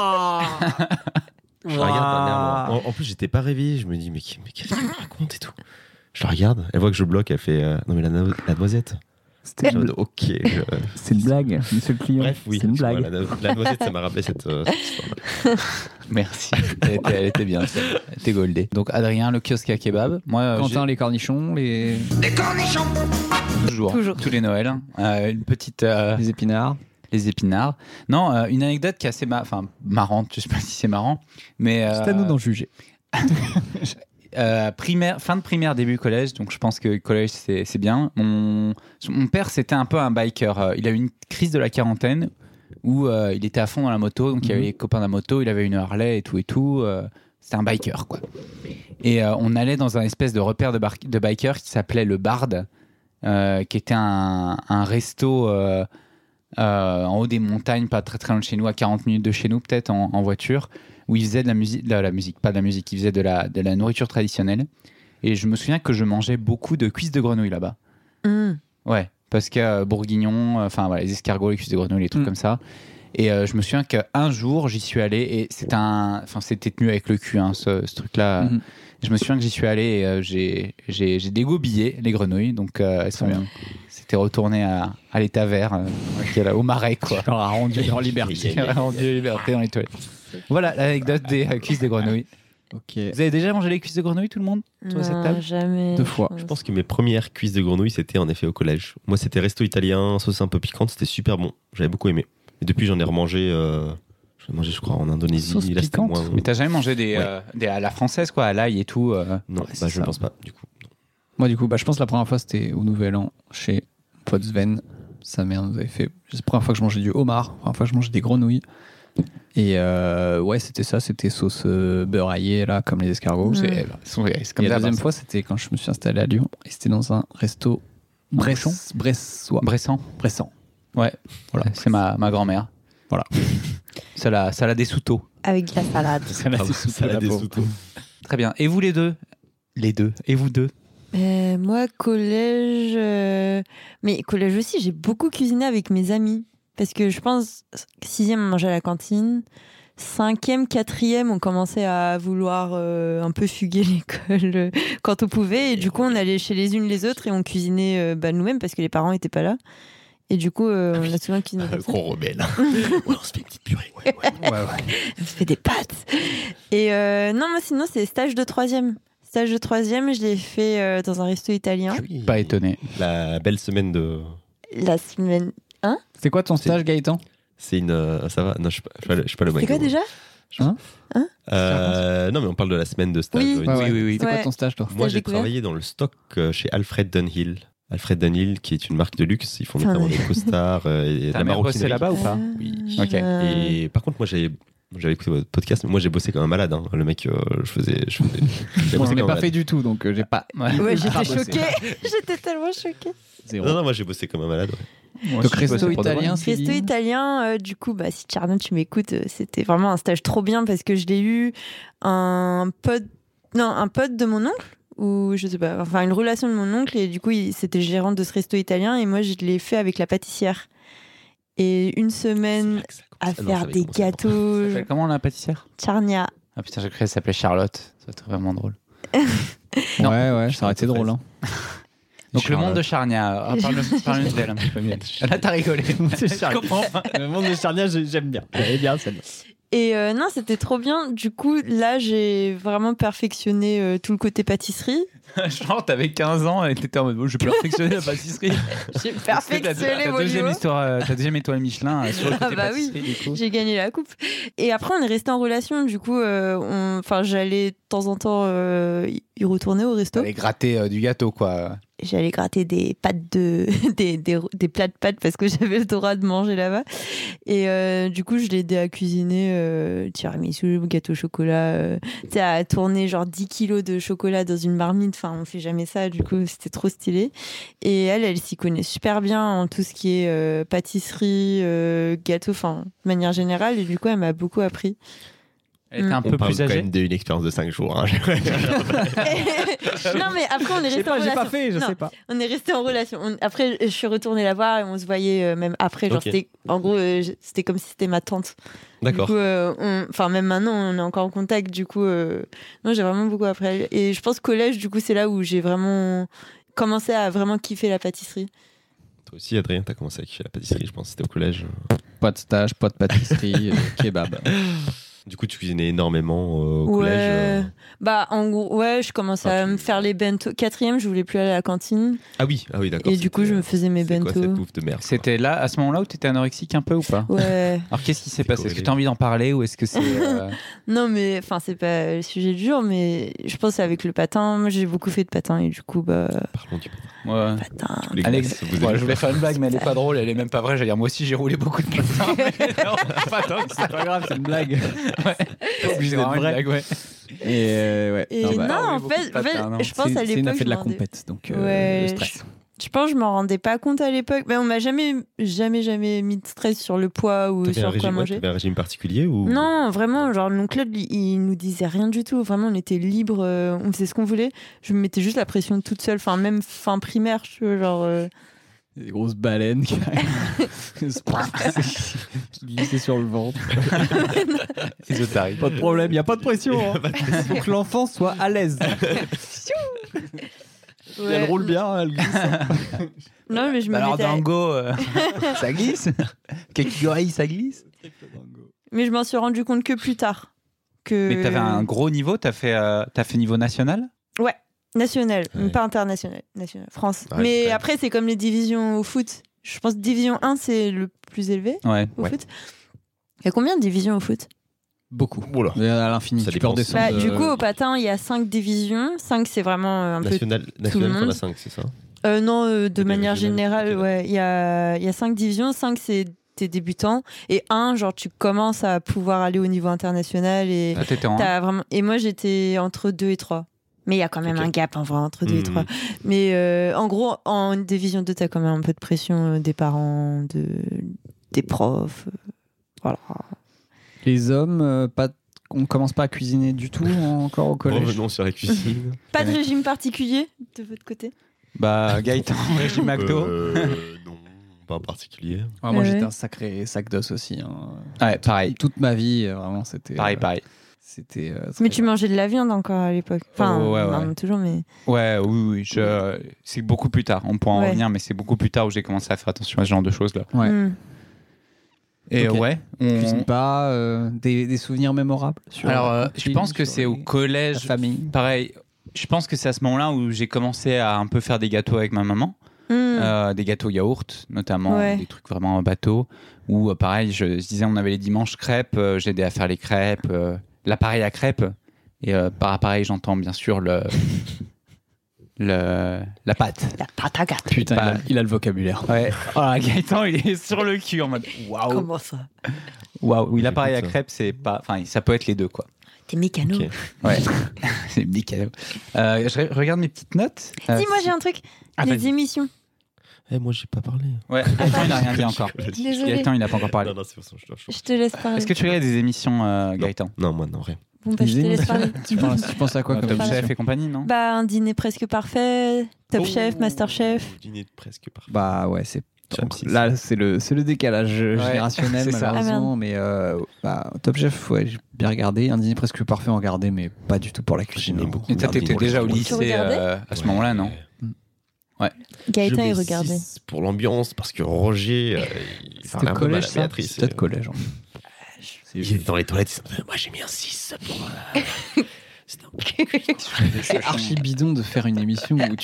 Speaker 3: Je la regarde d'un air noir. En plus, j'étais pas réveillé. Je me dis, mais qu'est-ce qu'elle me raconte et tout. Je la regarde. Elle voit que je bloque. Elle fait non, mais la noisette.
Speaker 2: C'était
Speaker 3: Genre de, ok.
Speaker 2: C'est une blague, monsieur le client.
Speaker 3: Bref, oui.
Speaker 2: C'est une blague.
Speaker 3: Voilà, la noisette, ça m'a rappelé cette histoire.
Speaker 1: Merci. Elle était bien. Elle était goldée. Donc Adrien, le kiosque à kebab. Moi,
Speaker 2: Quentin, les cornichons,
Speaker 7: Des cornichons.
Speaker 1: toujours. Tous les Noëls. Une petite.
Speaker 2: les épinards.
Speaker 1: Les épinards. Non, une anecdote qui est assez marrante. Je sais pas si c'est marrant, mais.
Speaker 2: C'est à nous d'en juger.
Speaker 1: Fin de primaire, début collège, donc je pense que collège c'est bien. Mon père c'était un peu un biker. Il a eu une crise de la quarantaine où il était à fond dans la moto, donc il y avait les copains de la moto, il avait une Harley et tout. C'était un biker quoi. Et on allait dans un espèce de repère de biker qui s'appelait le Bard, qui était un resto en haut des montagnes, pas très très loin de chez nous, à 40 minutes de chez nous peut-être en voiture, où ils faisaient de la musique, pas de la musique, ils faisaient de la nourriture traditionnelle. Et je me souviens que je mangeais beaucoup de cuisses de grenouille là-bas. Ouais, parce que bourguignon, enfin voilà, les escargots, les cuisses de grenouille, les trucs comme ça. Et je me souviens qu'un jour j'y suis allé et c'était tenu avec le cul, hein, ce truc-là. Je me souviens que j'y suis allé et j'ai dégobillé les grenouilles, donc c'était retourné à l'état vert, au marais quoi.
Speaker 2: On leur a rendu leur liberté.
Speaker 1: On leur a rendu leur liberté dans les toilettes. Voilà l'anecdote des cuisses de grenouille.
Speaker 2: Ok.
Speaker 1: Vous avez déjà mangé les cuisses de grenouille, tout le monde, autour de cette table?
Speaker 4: Jamais.
Speaker 2: 2 fois.
Speaker 3: Je pense que mes premières cuisses de grenouille, c'était en effet au collège. Moi, c'était resto italien, sauce un peu piquante, c'était super bon. J'avais beaucoup aimé. Et depuis, j'en ai remangé. J'en ai mangé, je crois, en Indonésie.
Speaker 2: Sauce
Speaker 3: là, c'était
Speaker 2: piquante.
Speaker 3: moins.
Speaker 1: Mais t'as jamais mangé des à la française, quoi, à l'ail et tout
Speaker 3: Non,
Speaker 2: c'est
Speaker 3: je
Speaker 2: ça.
Speaker 3: pense pas, du coup.
Speaker 2: Moi, du coup, je pense que la première fois, c'était au Nouvel An, chez mon pote Sven. Sa mère nous avait fait. C'est la première fois que je mangeais du homard, la première fois que je mangeais des grenouilles. Et ouais, c'était ça, c'était sauce beurre aillé, là, comme les escargots.
Speaker 1: C'est comme
Speaker 2: Et la
Speaker 1: ça.
Speaker 2: deuxième fois, c'était quand je me suis installé à Lyon. Et c'était dans un resto bressois.
Speaker 1: Bressan. Ouais, voilà. C'est ma grand-mère.
Speaker 2: Voilà.
Speaker 1: Salade des souteaux.
Speaker 4: Avec de la salade.
Speaker 3: Salade des sous-taux.
Speaker 1: Très bien. Et vous les deux? Et vous deux?
Speaker 4: Moi, collège. Mais collège aussi, j'ai beaucoup cuisiné avec mes amis. Parce que je pense, 6e, on mangeait à la cantine. 5e, 4e, on commençait à vouloir un peu fuguer l'école quand on pouvait. Et du coup, on allait chez les unes les autres et on cuisinait nous-mêmes parce que les parents n'étaient pas là. Et du coup, on a souvent cuisiné comme ça.
Speaker 3: Gros rebelle. On se fait une petite purée. Ouais.
Speaker 4: On se fait des pâtes. Et non, moi, sinon, c'est stage de 3e. Stage de 3e, je l'ai fait dans un resto italien.
Speaker 1: Pas étonné.
Speaker 3: La belle semaine de.
Speaker 4: La semaine.
Speaker 2: C'est quoi ton stage, Gaëtan?
Speaker 3: C'est une. Ça va? Non, je suis pas le mec.
Speaker 4: C'est quoi déjà?
Speaker 3: Non, mais on parle de la semaine de stage.
Speaker 4: Oui.
Speaker 1: Oui.
Speaker 2: C'est quoi
Speaker 4: Ouais.
Speaker 2: ton stage, toi?
Speaker 3: Moi,
Speaker 4: Stage
Speaker 3: j'ai
Speaker 4: découvert.
Speaker 3: travaillé dans le stock chez Alfred Dunhill. Alfred Dunhill, qui est une marque de luxe. Ils font
Speaker 4: Putain,
Speaker 3: notamment
Speaker 4: mais-
Speaker 3: des costards et de
Speaker 1: T'as
Speaker 3: la
Speaker 1: bien bossé
Speaker 3: maroquinerie.
Speaker 1: là-bas ou pas?
Speaker 3: Oui.
Speaker 1: Ok.
Speaker 3: Et par contre, moi, j'avais écouté votre podcast, mais moi, j'ai bossé comme un malade. Hein. Le mec, j'ai
Speaker 2: Moi,
Speaker 3: bossé
Speaker 2: j'en ai
Speaker 3: comme un
Speaker 2: pas
Speaker 3: malade.
Speaker 2: fait du tout, donc j'ai pas.
Speaker 4: Ouais, j'étais
Speaker 2: bossé.
Speaker 4: choquée. J'étais tellement choquée.
Speaker 2: Zéro.
Speaker 3: Non, moi, j'ai bossé comme un malade. Ouais.
Speaker 2: Donc, resto italien,
Speaker 4: Resto
Speaker 2: Céline.
Speaker 4: italien, du coup, si Tcherno, tu m'écoutes, c'était vraiment un stage trop bien parce que je l'ai eu un pote de mon oncle, ou je sais pas, enfin une relation de mon oncle, et du coup, c'était gérant de ce resto italien, et moi, je l'ai fait avec la pâtissière. Et une semaine à faire des gâteaux.
Speaker 1: Comment la pâtissière?
Speaker 4: Tcharnia.
Speaker 1: Ah putain, j'ai cru qu'elle s'appelait Charlotte. Ça va être vraiment drôle.
Speaker 2: Ouais, ça aurait été drôle. Hein.
Speaker 1: Donc le monde de Charnia, parle-nous d'elle un petit peu mieux. Là t'as rigolé. Je comprends pas.
Speaker 2: Le monde de Charnia, j'aime bien. J'aime bien celle-là.
Speaker 4: Et non, c'était trop bien. Du coup, là, j'ai vraiment perfectionné tout le côté pâtisserie.
Speaker 1: Genre t'avais 15 ans et t'étais en mode je vais perfectionner la pâtisserie.
Speaker 4: J'ai perfectionné mon
Speaker 1: deuxième
Speaker 4: niveau.
Speaker 1: ta deuxième étoile Michelin sur le côté
Speaker 4: Ah bah oui,
Speaker 1: pâtisserie du coup.
Speaker 4: j'ai gagné la coupe. Et après, on est resté en relation. Du coup, j'allais de temps en temps y retourner au resto.
Speaker 1: T'allais gratter du gâteau quoi.
Speaker 4: J'allais gratter des pâtes des plats de pâtes parce que j'avais le droit de manger là-bas. Et du coup, je l'ai aidé à cuisiner tiramisu, gâteau au chocolat, tu sais, à tourner genre 10 kilos de chocolat dans une marmite. Enfin, on fait jamais ça. Du coup, c'était trop stylé. Et elle s'y connaît super bien en tout ce qui est pâtisserie, gâteau, enfin, de manière générale. Et du coup, elle m'a beaucoup appris.
Speaker 1: Elle était un
Speaker 3: On
Speaker 1: peu
Speaker 3: parle
Speaker 1: plus
Speaker 3: quand
Speaker 1: âgée.
Speaker 3: même d'une expérience de 5 jours. Hein.
Speaker 4: Non, mais après, on est resté en relation.
Speaker 2: J'ai pas fait, je
Speaker 4: Non.
Speaker 2: sais pas.
Speaker 4: On est resté en relation. Après, je suis retournée la voir et on se voyait même après. Genre,
Speaker 3: Ok.
Speaker 4: c'était, en gros, c'était comme si c'était ma tante.
Speaker 3: D'accord.
Speaker 4: Du coup, même maintenant, on est encore en contact. Du coup, non, j'ai vraiment beaucoup appris. Et je pense collège, du coup, c'est là où j'ai vraiment commencé à vraiment kiffer la pâtisserie.
Speaker 3: Toi aussi, Adrien, t'as commencé avec la pâtisserie, je pense. C'était au collège.
Speaker 2: Pas de stage, pas de pâtisserie, kebab.
Speaker 3: Du coup, tu cuisinais énormément au collège.
Speaker 4: Bah, en gros, je commençais à me faire les bento. 4e, je voulais plus aller à la cantine.
Speaker 3: Ah oui, d'accord.
Speaker 4: Et du coup, je me faisais mes
Speaker 3: c'est
Speaker 4: bento.
Speaker 3: quoi cette bouffe de merde?
Speaker 1: C'était là, à ce moment-là, où t'étais anorexique un peu ou pas?
Speaker 4: Ouais.
Speaker 1: Alors, qu'est-ce qui s'est passé? Est-ce que
Speaker 3: corrélé.
Speaker 1: t'as envie d'en parler ou est-ce que c'est.
Speaker 4: Non, mais enfin, c'est pas le sujet du jour, mais je pense avec le patin. Moi, j'ai beaucoup fait de patin et du coup, bah.
Speaker 3: Parlons du
Speaker 1: Ouais.
Speaker 4: Patin.
Speaker 3: Les
Speaker 1: Alex,
Speaker 3: glaces, vous
Speaker 1: ouais,
Speaker 3: avez
Speaker 1: je voulais faire une blague, mais elle est pas drôle, elle est même pas vraie. J'allais dire, moi aussi j'ai roulé beaucoup de patins. Mais non, pas tant que ça.
Speaker 2: C'est pas grave, c'est une blague.
Speaker 1: Ouais.
Speaker 2: obligé
Speaker 1: C'est
Speaker 2: d'être
Speaker 1: vraiment une
Speaker 2: vrai.
Speaker 1: blague, ouais.
Speaker 2: Et ouais.
Speaker 4: Et
Speaker 2: bah,
Speaker 4: non, en
Speaker 1: beaucoup de
Speaker 4: fait,
Speaker 1: patins, non.
Speaker 4: je pense à
Speaker 2: c'est une
Speaker 4: l'époque.
Speaker 2: affaire de la
Speaker 4: je m'en rendais-
Speaker 2: compète, donc
Speaker 4: Ouais,
Speaker 2: le stress.
Speaker 4: Je pense que je m'en rendais pas compte à l'époque. Mais on m'a jamais mis de stress sur le poids ou
Speaker 3: T'avais un
Speaker 4: sur quoi
Speaker 3: régime,
Speaker 4: manger.
Speaker 3: t'avais un régime particulier ou...
Speaker 4: Non, vraiment, genre mon club, il nous disait rien du tout. Vraiment, on était libre, on faisait ce qu'on voulait. Je me mettais juste la pression toute seule. Enfin, même fin primaire, je veux, genre.
Speaker 2: Des grosses baleines qui glissaient sur le ventre.
Speaker 1: Ésotérique.
Speaker 2: Pas de problème, il n'y a pas de pression. Hein. Faut que l'enfant soit à l'aise.
Speaker 4: Ouais.
Speaker 2: Elle roule bien, elle glisse.
Speaker 4: Non, mais je me
Speaker 1: Bah alors,
Speaker 4: mettais.
Speaker 1: Dango, ça glisse? Kakigori, ça glisse?
Speaker 4: Mais je m'en suis rendu compte que plus tard.
Speaker 1: Mais t'avais un gros niveau, t'as fait niveau national?
Speaker 4: Ouais, national,
Speaker 3: Ouais.
Speaker 4: pas international, national, France.
Speaker 3: Ouais,
Speaker 4: Mais
Speaker 3: ouais.
Speaker 4: après, c'est comme les divisions au foot. Je pense que division 1, c'est le plus élevé
Speaker 1: Ouais.
Speaker 4: au foot. Il y a combien de divisions au foot?
Speaker 2: Beaucoup.
Speaker 3: Oula.
Speaker 2: À l'infini,
Speaker 3: Ça
Speaker 2: tu peux
Speaker 3: dépend.
Speaker 2: redescendre.
Speaker 4: Bah, du coup, au patin, il y a 5 divisions. 5, c'est vraiment un
Speaker 3: National,
Speaker 4: le
Speaker 3: t'en
Speaker 4: monde.
Speaker 3: as 5, c'est ça?
Speaker 4: Non, de
Speaker 3: Des
Speaker 4: manière
Speaker 3: régionales,
Speaker 4: générale,
Speaker 3: ok.
Speaker 4: ouais. Il y a 5 divisions. 5, c'est tes débutants. Et 1, genre, tu commences à pouvoir aller au niveau international. Et,
Speaker 1: Ah, t'étais en
Speaker 4: t'as vraiment... et moi, j'étais entre 2 et 3. Mais il y a quand même
Speaker 3: Ok.
Speaker 4: un gap en vrai, entre 2 et
Speaker 3: Mhm.
Speaker 4: 3. Mais en gros, en division 2, t'as quand même un peu de pression des parents, des profs. Voilà.
Speaker 2: Les hommes, on commence pas à cuisiner du tout encore au collège.
Speaker 3: Revenons sur la cuisine.
Speaker 4: Pas de régime particulier de votre côté?
Speaker 1: Bah, Gaëtan, régime McDo.
Speaker 3: Non, pas en particulier.
Speaker 2: Ouais, moi,
Speaker 4: Ouais.
Speaker 2: j'étais un sacré sac d'os aussi. Hein.
Speaker 1: Ouais, pareil.
Speaker 2: Toute ma vie, vraiment, c'était.
Speaker 1: Pareil.
Speaker 2: C'était.
Speaker 4: Mais tu mangeais de la viande encore à l'époque. Enfin,
Speaker 1: Oh, ouais.
Speaker 4: non, toujours, mais.
Speaker 1: Ouais, oui. C'est beaucoup plus tard. On pourra en
Speaker 4: Ouais.
Speaker 1: revenir, mais c'est beaucoup plus tard où j'ai commencé à faire attention à ce genre de choses-là.
Speaker 2: Ouais.
Speaker 1: Et
Speaker 2: Ok.
Speaker 1: ouais.
Speaker 2: Cuisine pas, des souvenirs mémorables sur
Speaker 1: Alors,
Speaker 2: la
Speaker 1: je
Speaker 2: cuisine,
Speaker 1: pense que
Speaker 2: sur
Speaker 1: c'est au
Speaker 2: la
Speaker 1: collège.
Speaker 2: famille.
Speaker 1: Pareil. Je pense que c'est à ce moment-là où j'ai commencé à un peu faire des gâteaux avec ma maman. Des gâteaux yaourt, notamment,
Speaker 4: Ouais.
Speaker 1: des trucs vraiment bateaux. Ou pareil, je disais, on avait les dimanches crêpes, j'aidais à faire les crêpes, l'appareil à crêpes. Et par appareil, j'entends bien sûr la pâte.
Speaker 4: La pâte à gâteau.
Speaker 2: Putain,
Speaker 1: Pas-
Speaker 2: il a le vocabulaire.
Speaker 1: Ouais. Ah, Gaëtan, il est sur le cul en mode waouh.
Speaker 4: Comment ça?
Speaker 1: Waouh. Oui, l'appareil à
Speaker 3: J'écoute ça.
Speaker 1: crêpes, c'est pas. Enfin, ça peut être les deux, quoi.
Speaker 4: T'es mécano.
Speaker 3: Ok.
Speaker 1: Ouais. C'est des cadeaux. Je regarde mes petites notes.
Speaker 4: Dis-moi, j'ai un truc.
Speaker 1: Ah,
Speaker 4: les
Speaker 1: vas-y.
Speaker 4: émissions.
Speaker 3: Moi, j'ai pas parlé.
Speaker 1: Ouais, Gaëtan, il n'a rien dit encore.
Speaker 4: Désolée.
Speaker 1: Gaëtan, il n'a pas encore parlé.
Speaker 3: Non, c'est pour ça que je dois.
Speaker 4: Je te laisse parler.
Speaker 1: Est-ce que tu regardes des émissions, Gaëtan?
Speaker 3: Non, moi, non, rien.
Speaker 4: Bon, bah, je te laisse parler.
Speaker 2: tu penses à quoi comme
Speaker 1: Top
Speaker 2: émission
Speaker 1: Chef et compagnie, non?
Speaker 4: Bah, un dîner presque parfait. Top
Speaker 3: Oh,
Speaker 4: Chef, Master Chef.
Speaker 3: Dîner presque parfait.
Speaker 2: Bah ouais, c'est.
Speaker 3: Sur
Speaker 2: donc,
Speaker 3: M6.
Speaker 2: là, c'est le décalage générationnel,
Speaker 1: c'est ça.
Speaker 2: malheureusement. Mais Top Chef, ouais, j'ai bien regardé. Un dîner presque parfait, en regardé, mais pas du tout pour la cuisine.
Speaker 3: J'aimais
Speaker 2: hein.
Speaker 3: beaucoup.
Speaker 1: Et toi, t'étais déjà au
Speaker 3: Tu
Speaker 1: lycée
Speaker 4: regardais
Speaker 1: à ce moment-là, non?
Speaker 4: Gaëtan,
Speaker 3: Je mets
Speaker 4: il regardait.
Speaker 3: 6 pour l'ambiance, parce que Roger, il
Speaker 2: C'était
Speaker 3: parlait un peu mal
Speaker 2: collège,
Speaker 3: à
Speaker 2: ça
Speaker 3: Béatrice.
Speaker 2: Peut-être collège. hein.
Speaker 3: Il était dans les toilettes, il disait, moi j'ai mis un 6 pour... C'était un
Speaker 2: C'est archi bidon de faire une émission où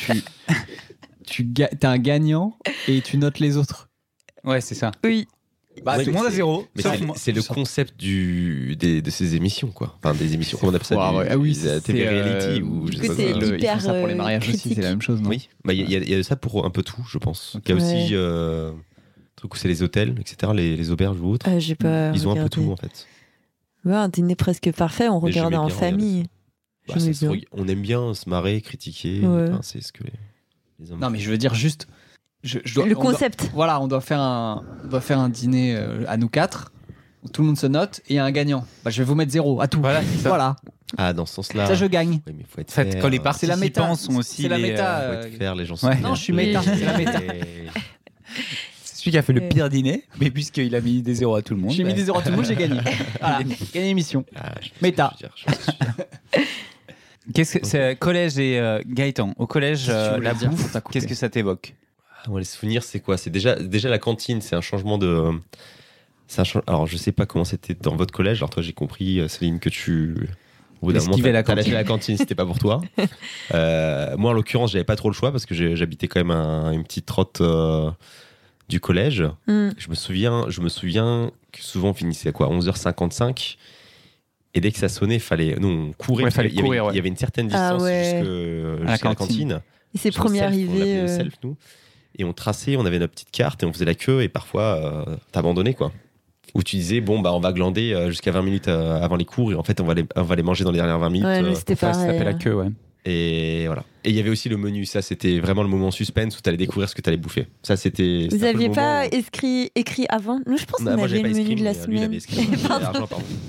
Speaker 2: t'es un gagnant et tu notes les autres.
Speaker 1: Ouais, c'est ça.
Speaker 4: Oui.
Speaker 1: Bah,
Speaker 3: Ouais,
Speaker 1: tout le monde à
Speaker 3: c'est-
Speaker 1: zéro.
Speaker 3: Mais
Speaker 1: sauf
Speaker 3: c'est-
Speaker 1: moi.
Speaker 3: c'est le concept de ces émissions, quoi. Enfin, des émissions, comment on appelle ça
Speaker 2: Ouais, ouais. Ah oui,
Speaker 3: la
Speaker 2: c'est,
Speaker 3: télé-réalité ou je
Speaker 4: Du
Speaker 3: sais
Speaker 4: coup,
Speaker 3: pas
Speaker 4: c'est
Speaker 3: quoi.
Speaker 2: Ils
Speaker 4: hyper,
Speaker 2: font ça pour les mariages aussi,
Speaker 4: critique.
Speaker 2: c'est la même chose, non?
Speaker 3: Oui, bah, il y a ça pour un peu tout, je pense. Il y a
Speaker 4: Ouais.
Speaker 3: aussi un truc où c'est les hôtels, etc., les auberges ou autres.
Speaker 4: J'ai pas.
Speaker 3: Ils ont un peu
Speaker 4: regardé.
Speaker 3: tout, en fait.
Speaker 4: Ouais, un dîner presque parfait, on
Speaker 3: Mais
Speaker 4: regardait
Speaker 3: j'aimais
Speaker 4: en
Speaker 3: bien regarder
Speaker 4: famille.
Speaker 3: Bah,
Speaker 4: J'aimais
Speaker 3: ça se
Speaker 4: bien.
Speaker 3: on aime bien se marrer, critiquer.
Speaker 4: Ouais.
Speaker 3: Enfin, c'est ce que les hommes
Speaker 2: Non, mais je veux dire juste. Je dois-
Speaker 4: Le
Speaker 2: on doit-
Speaker 4: concept.
Speaker 2: Voilà, on doit faire un dîner à nous 4 où tout le monde se note et il y a un gagnant. Bah, je vais vous mettre 0 à tout.
Speaker 1: Voilà, c'est ça.
Speaker 2: Voilà.
Speaker 3: Ah, dans ce sens-là.
Speaker 2: Ça, je gagne.
Speaker 3: Oui, mais faut être
Speaker 1: En fait,
Speaker 3: fair.
Speaker 1: quand les
Speaker 2: C'est la méta.
Speaker 1: participants sont aussi
Speaker 2: C'est la
Speaker 1: les,
Speaker 2: méta.
Speaker 3: Faut être fair, les gens sont
Speaker 1: Ouais.
Speaker 3: bien.
Speaker 2: Non, je suis méta, c'est la méta.
Speaker 1: C'est celui qui a fait le
Speaker 4: Ouais.
Speaker 1: pire dîner, mais puisqu'il a mis des zéros à tout le monde.
Speaker 2: J'ai mis
Speaker 1: bah,
Speaker 2: des 0 à tout le monde, j'ai gagné. Voilà, gagné l'émission.
Speaker 3: Ah, je sais ce
Speaker 2: Méta.
Speaker 3: que je veux dire, je sais ce que je veux dire.
Speaker 1: Qu'est-ce que c'est collège et Gaëtan? Au collège,
Speaker 2: Qu'est-ce que tu voulais
Speaker 1: la
Speaker 2: dire
Speaker 1: bouffe,
Speaker 2: pour t'as coupé
Speaker 1: qu'est-ce que ça t'évoque?
Speaker 3: Les souvenirs, c'est quoi? C'est déjà la cantine, c'est un changement de. Alors, je sais pas comment c'était dans votre collège. Alors, toi, j'ai compris, Céline, que tu. Au bout d'un moment, t'as lâché la cantine, c'était pas pour toi. Moi, en l'occurrence, j'avais pas trop le choix parce que j'habitais quand même une petite trotte du collège. Je me souviens que souvent on finissait à quoi, 11h55. Et dès que ça sonnait, nous on courait. Il y avait une certaine distance jusqu'à la cantine.
Speaker 4: Et c'est premier arrivé.
Speaker 3: On l'appelait le self, nous. Et on traçait, on avait notre petite carte et on faisait la queue. Et parfois, t'abandonnais, quoi. Où tu disais, bon, on va glander jusqu'à 20 minutes avant les cours. Et en fait, on va les manger dans les dernières 20 minutes.
Speaker 4: Ouais, c'était pareil.
Speaker 1: Ça s'appelait la queue, ouais.
Speaker 3: Et voilà. Et il y avait aussi le menu. Ça, c'était vraiment le moment suspense où t'allais découvrir ce que t'allais bouffer. Ça, c'était.
Speaker 4: Vous aviez pas écrit avant? Nous, je pense qu'on avait le menu de la semaine.
Speaker 3: Pardon.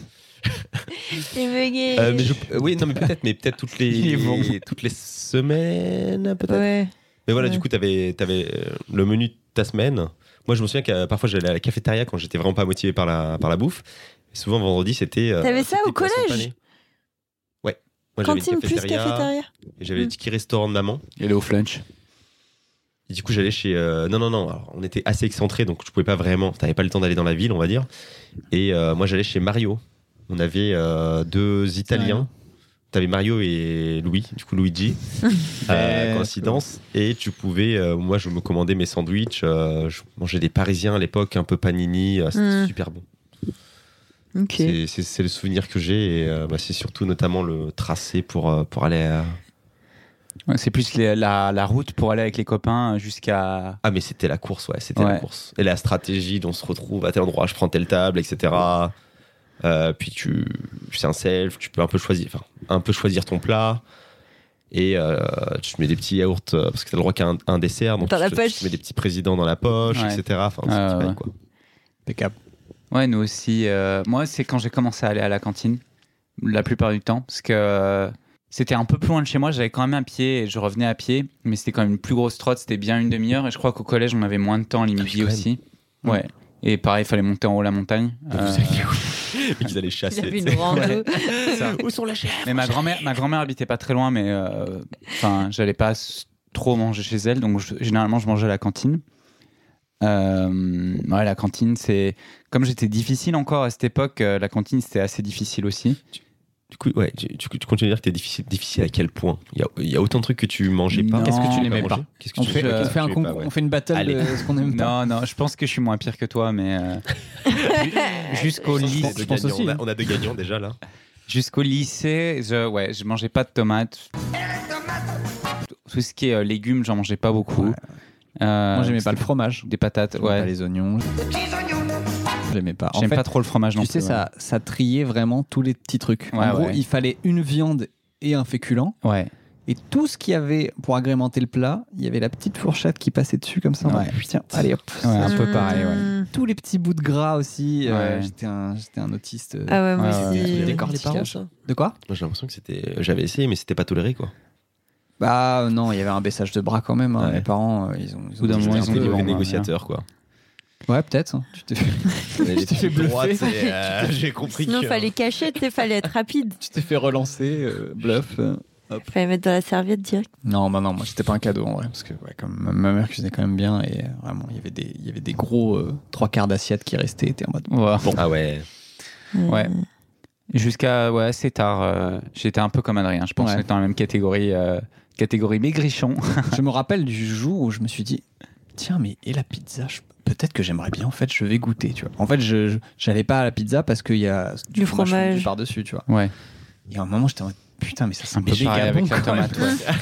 Speaker 4: J'ai bugué.
Speaker 3: Oui, non, mais peut-être toutes les semaines, peut-être.
Speaker 4: Ouais.
Speaker 3: Mais voilà, du coup, t'avais le menu de ta semaine. Moi, je me souviens que parfois j'allais à la cafétéria quand j'étais vraiment pas motivé par la bouffe. Et souvent, vendredi, c'était.
Speaker 4: T'avais ça au collège?
Speaker 3: Ouais. Moi,
Speaker 4: cantine plus cafétéria.
Speaker 3: Et j'avais le ticket restaurant de maman.
Speaker 1: Et le off lunch.
Speaker 3: Et du coup, j'allais chez. Non. Alors, on était assez excentrés, donc je pouvais pas vraiment. T'avais pas le temps d'aller dans la ville, on va dire. Et moi, j'allais chez Mario. On avait 2 Italiens. T'avais Mario et Louis, du coup Luigi, coïncidence. Et tu pouvais, moi je me commandais mes sandwichs, je mangeais des Parisiens à l'époque, un peu panini, c'était super bon.
Speaker 4: Okay.
Speaker 3: C'est le souvenir que j'ai, et c'est surtout notamment le tracé pour aller à...
Speaker 1: Ouais, c'est plus la route pour aller avec les copains jusqu'à...
Speaker 3: Ah mais c'était la course, la course. Et la stratégie dont on se retrouve à tel endroit, je prends telle table, etc. Puis c'est un self, tu peux un peu choisir ton plat et tu te mets des petits yaourts parce que tu as le droit qu'à un dessert, donc tu mets des petits présidents dans la poche, etc. Enfin, c'est pareil, quoi.
Speaker 2: Impeccable.
Speaker 1: Ouais, nous aussi. Moi, c'est quand j'ai commencé à aller à la cantine, la plupart du temps, parce que c'était un peu plus loin de chez moi, j'allais quand même à pied et je revenais à pied, mais c'était quand même une plus grosse trotte, c'était bien une demi-heure et je crois qu'au collège, on avait moins de temps, les midis aussi. Ouais. Et pareil, il fallait monter en haut la montagne.
Speaker 3: Ils allaient chasser.
Speaker 4: Il y avait une rando.
Speaker 3: Où sont les chèvres?
Speaker 1: Mais ma grand-mère habitait pas très loin, mais j'allais pas trop manger chez elle, donc généralement je mangeais à la cantine. La cantine, c'est comme j'étais difficile encore à cette époque, la cantine c'était assez difficile aussi.
Speaker 3: Du coup, tu continues à dire que t'es difficile à quel point? Il y a autant de trucs que tu mangeais pas.
Speaker 2: Qu'est-ce que tu n'aimais pas?
Speaker 3: On
Speaker 2: fait une battle de ce qu'on aime pas.
Speaker 1: Non, je pense que je suis moins pire que toi, mais jusqu'au lycée,
Speaker 3: je pense aussi. On a 2 gagnants déjà là.
Speaker 1: Jusqu'au lycée, je mangeais pas de tomates. Tout ce qui est légumes, j'en mangeais pas beaucoup.
Speaker 2: Ouais. Moi, j'aimais pas le fromage,
Speaker 1: des patates,
Speaker 2: pas les oignons. J'aimais pas.
Speaker 1: J'aime pas trop le fromage non plus.
Speaker 2: Tu sais, ça triait vraiment tous les petits trucs. En gros, il fallait une viande et un féculent.
Speaker 1: Ouais.
Speaker 2: Et tout ce qu'il y avait pour agrémenter le plat, il y avait la petite fourchette qui passait dessus comme ça. Tiens, allez hop.
Speaker 1: Ouais, un peu pareil,
Speaker 2: Tous les petits bouts de gras aussi. J'étais un autiste.
Speaker 4: Ah ouais, moi aussi.
Speaker 3: Les parents, ça.
Speaker 2: De quoi?
Speaker 3: Moi, j'ai l'impression que j'avais essayé, mais c'était pas toléré, quoi.
Speaker 2: Bah non, il y avait un baissage de bras quand même. Hein. Mes parents, ils ont
Speaker 1: d'un moment, ils ont dit
Speaker 3: des négociateurs, quoi.
Speaker 2: Ouais, peut-être. Hein. Tu t'es fait bluffer.
Speaker 3: J'ai compris.
Speaker 4: Sinon, fallait cacher, fallait être rapide.
Speaker 2: Tu t'es fait relancer, bluff.
Speaker 4: Fallait mettre dans la serviette direct.
Speaker 2: Non, moi c'était pas un cadeau en vrai, parce que comme ma mère cuisinait quand même bien et vraiment il y avait des gros 3/4 d'assiette qui restaient. T'es en mode.
Speaker 1: Ouais.
Speaker 3: Bon. Ah ouais.
Speaker 1: Ouais. Jusqu'à assez tard, j'étais un peu comme Adrien. Je pense que j'étais dans la même catégorie maigrichon.
Speaker 2: Je me rappelle du jour où je me suis dit, tiens, mais et la pizza, peut-être que j'aimerais bien, en fait, je vais goûter, tu vois. En fait, je n'allais pas à la pizza parce qu'il y a
Speaker 4: du fromage
Speaker 2: par-dessus, tu vois.
Speaker 1: Ouais.
Speaker 2: Et à un moment, j'étais en mode, putain, mais ça sent
Speaker 1: un peu pareil avec la tomate.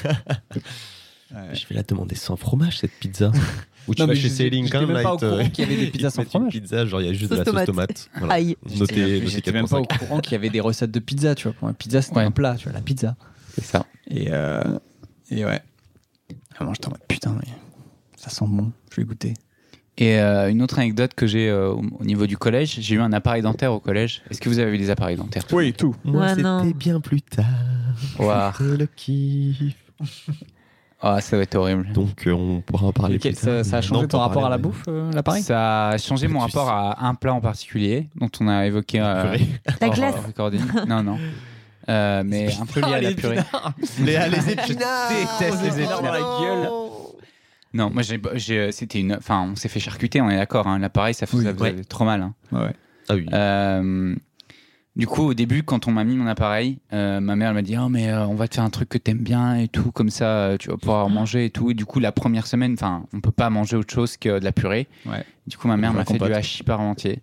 Speaker 3: Je vais la demander sans fromage, cette pizza. Ou tu
Speaker 2: vas
Speaker 3: chez Céline
Speaker 2: J'étais même pas au courant qu'il y avait des pizzas sans fromage.
Speaker 3: Pizza, genre il y a juste de la sauce tomate. Voilà.
Speaker 4: Aïe.
Speaker 2: J'étais même pas au courant qu'il y avait des recettes de pizza, tu vois. Pour une pizza, c'était un plat, tu vois, la pizza.
Speaker 1: C'est ça.
Speaker 2: Et ouais. Vraiment, j'étais en mode, putain, mais ça sent bon, je vais goûter.
Speaker 1: Et une autre anecdote que j'ai au niveau du collège, j'ai eu un appareil dentaire au collège. Est-ce que vous avez eu des appareils dentaires?
Speaker 2: Oui, tout.
Speaker 3: Moi, c'était bien plus tard.
Speaker 1: Wow.
Speaker 3: Le kiff.
Speaker 1: Ah, ça va être horrible.
Speaker 3: Donc, on pourra en parler plus tard.
Speaker 2: Ça a changé ton rapport à la bouffe, l'appareil?
Speaker 1: Ça a changé mon rapport à un plat en particulier, dont on a évoqué...
Speaker 4: la glace.
Speaker 1: Non. Mais un peu lié à la purée.
Speaker 3: Les épinards.
Speaker 1: Je déteste les épinards.
Speaker 2: dans la gueule.
Speaker 1: Non, moi c'était une. Enfin, on s'est fait charcuter, on est d'accord. Hein. L'appareil, ça faisait trop mal. Hein.
Speaker 2: Ouais.
Speaker 3: Ah oui.
Speaker 1: Du coup, au début, quand on m'a mis mon appareil, ma mère elle m'a dit oh mais on va te faire un truc que t'aimes bien et tout, comme ça tu vas pouvoir manger et tout. Et du coup, la première semaine, enfin, on peut pas manger autre chose que de la purée.
Speaker 2: Ouais.
Speaker 1: Du coup, ma mère m'a fait du hachis parmentier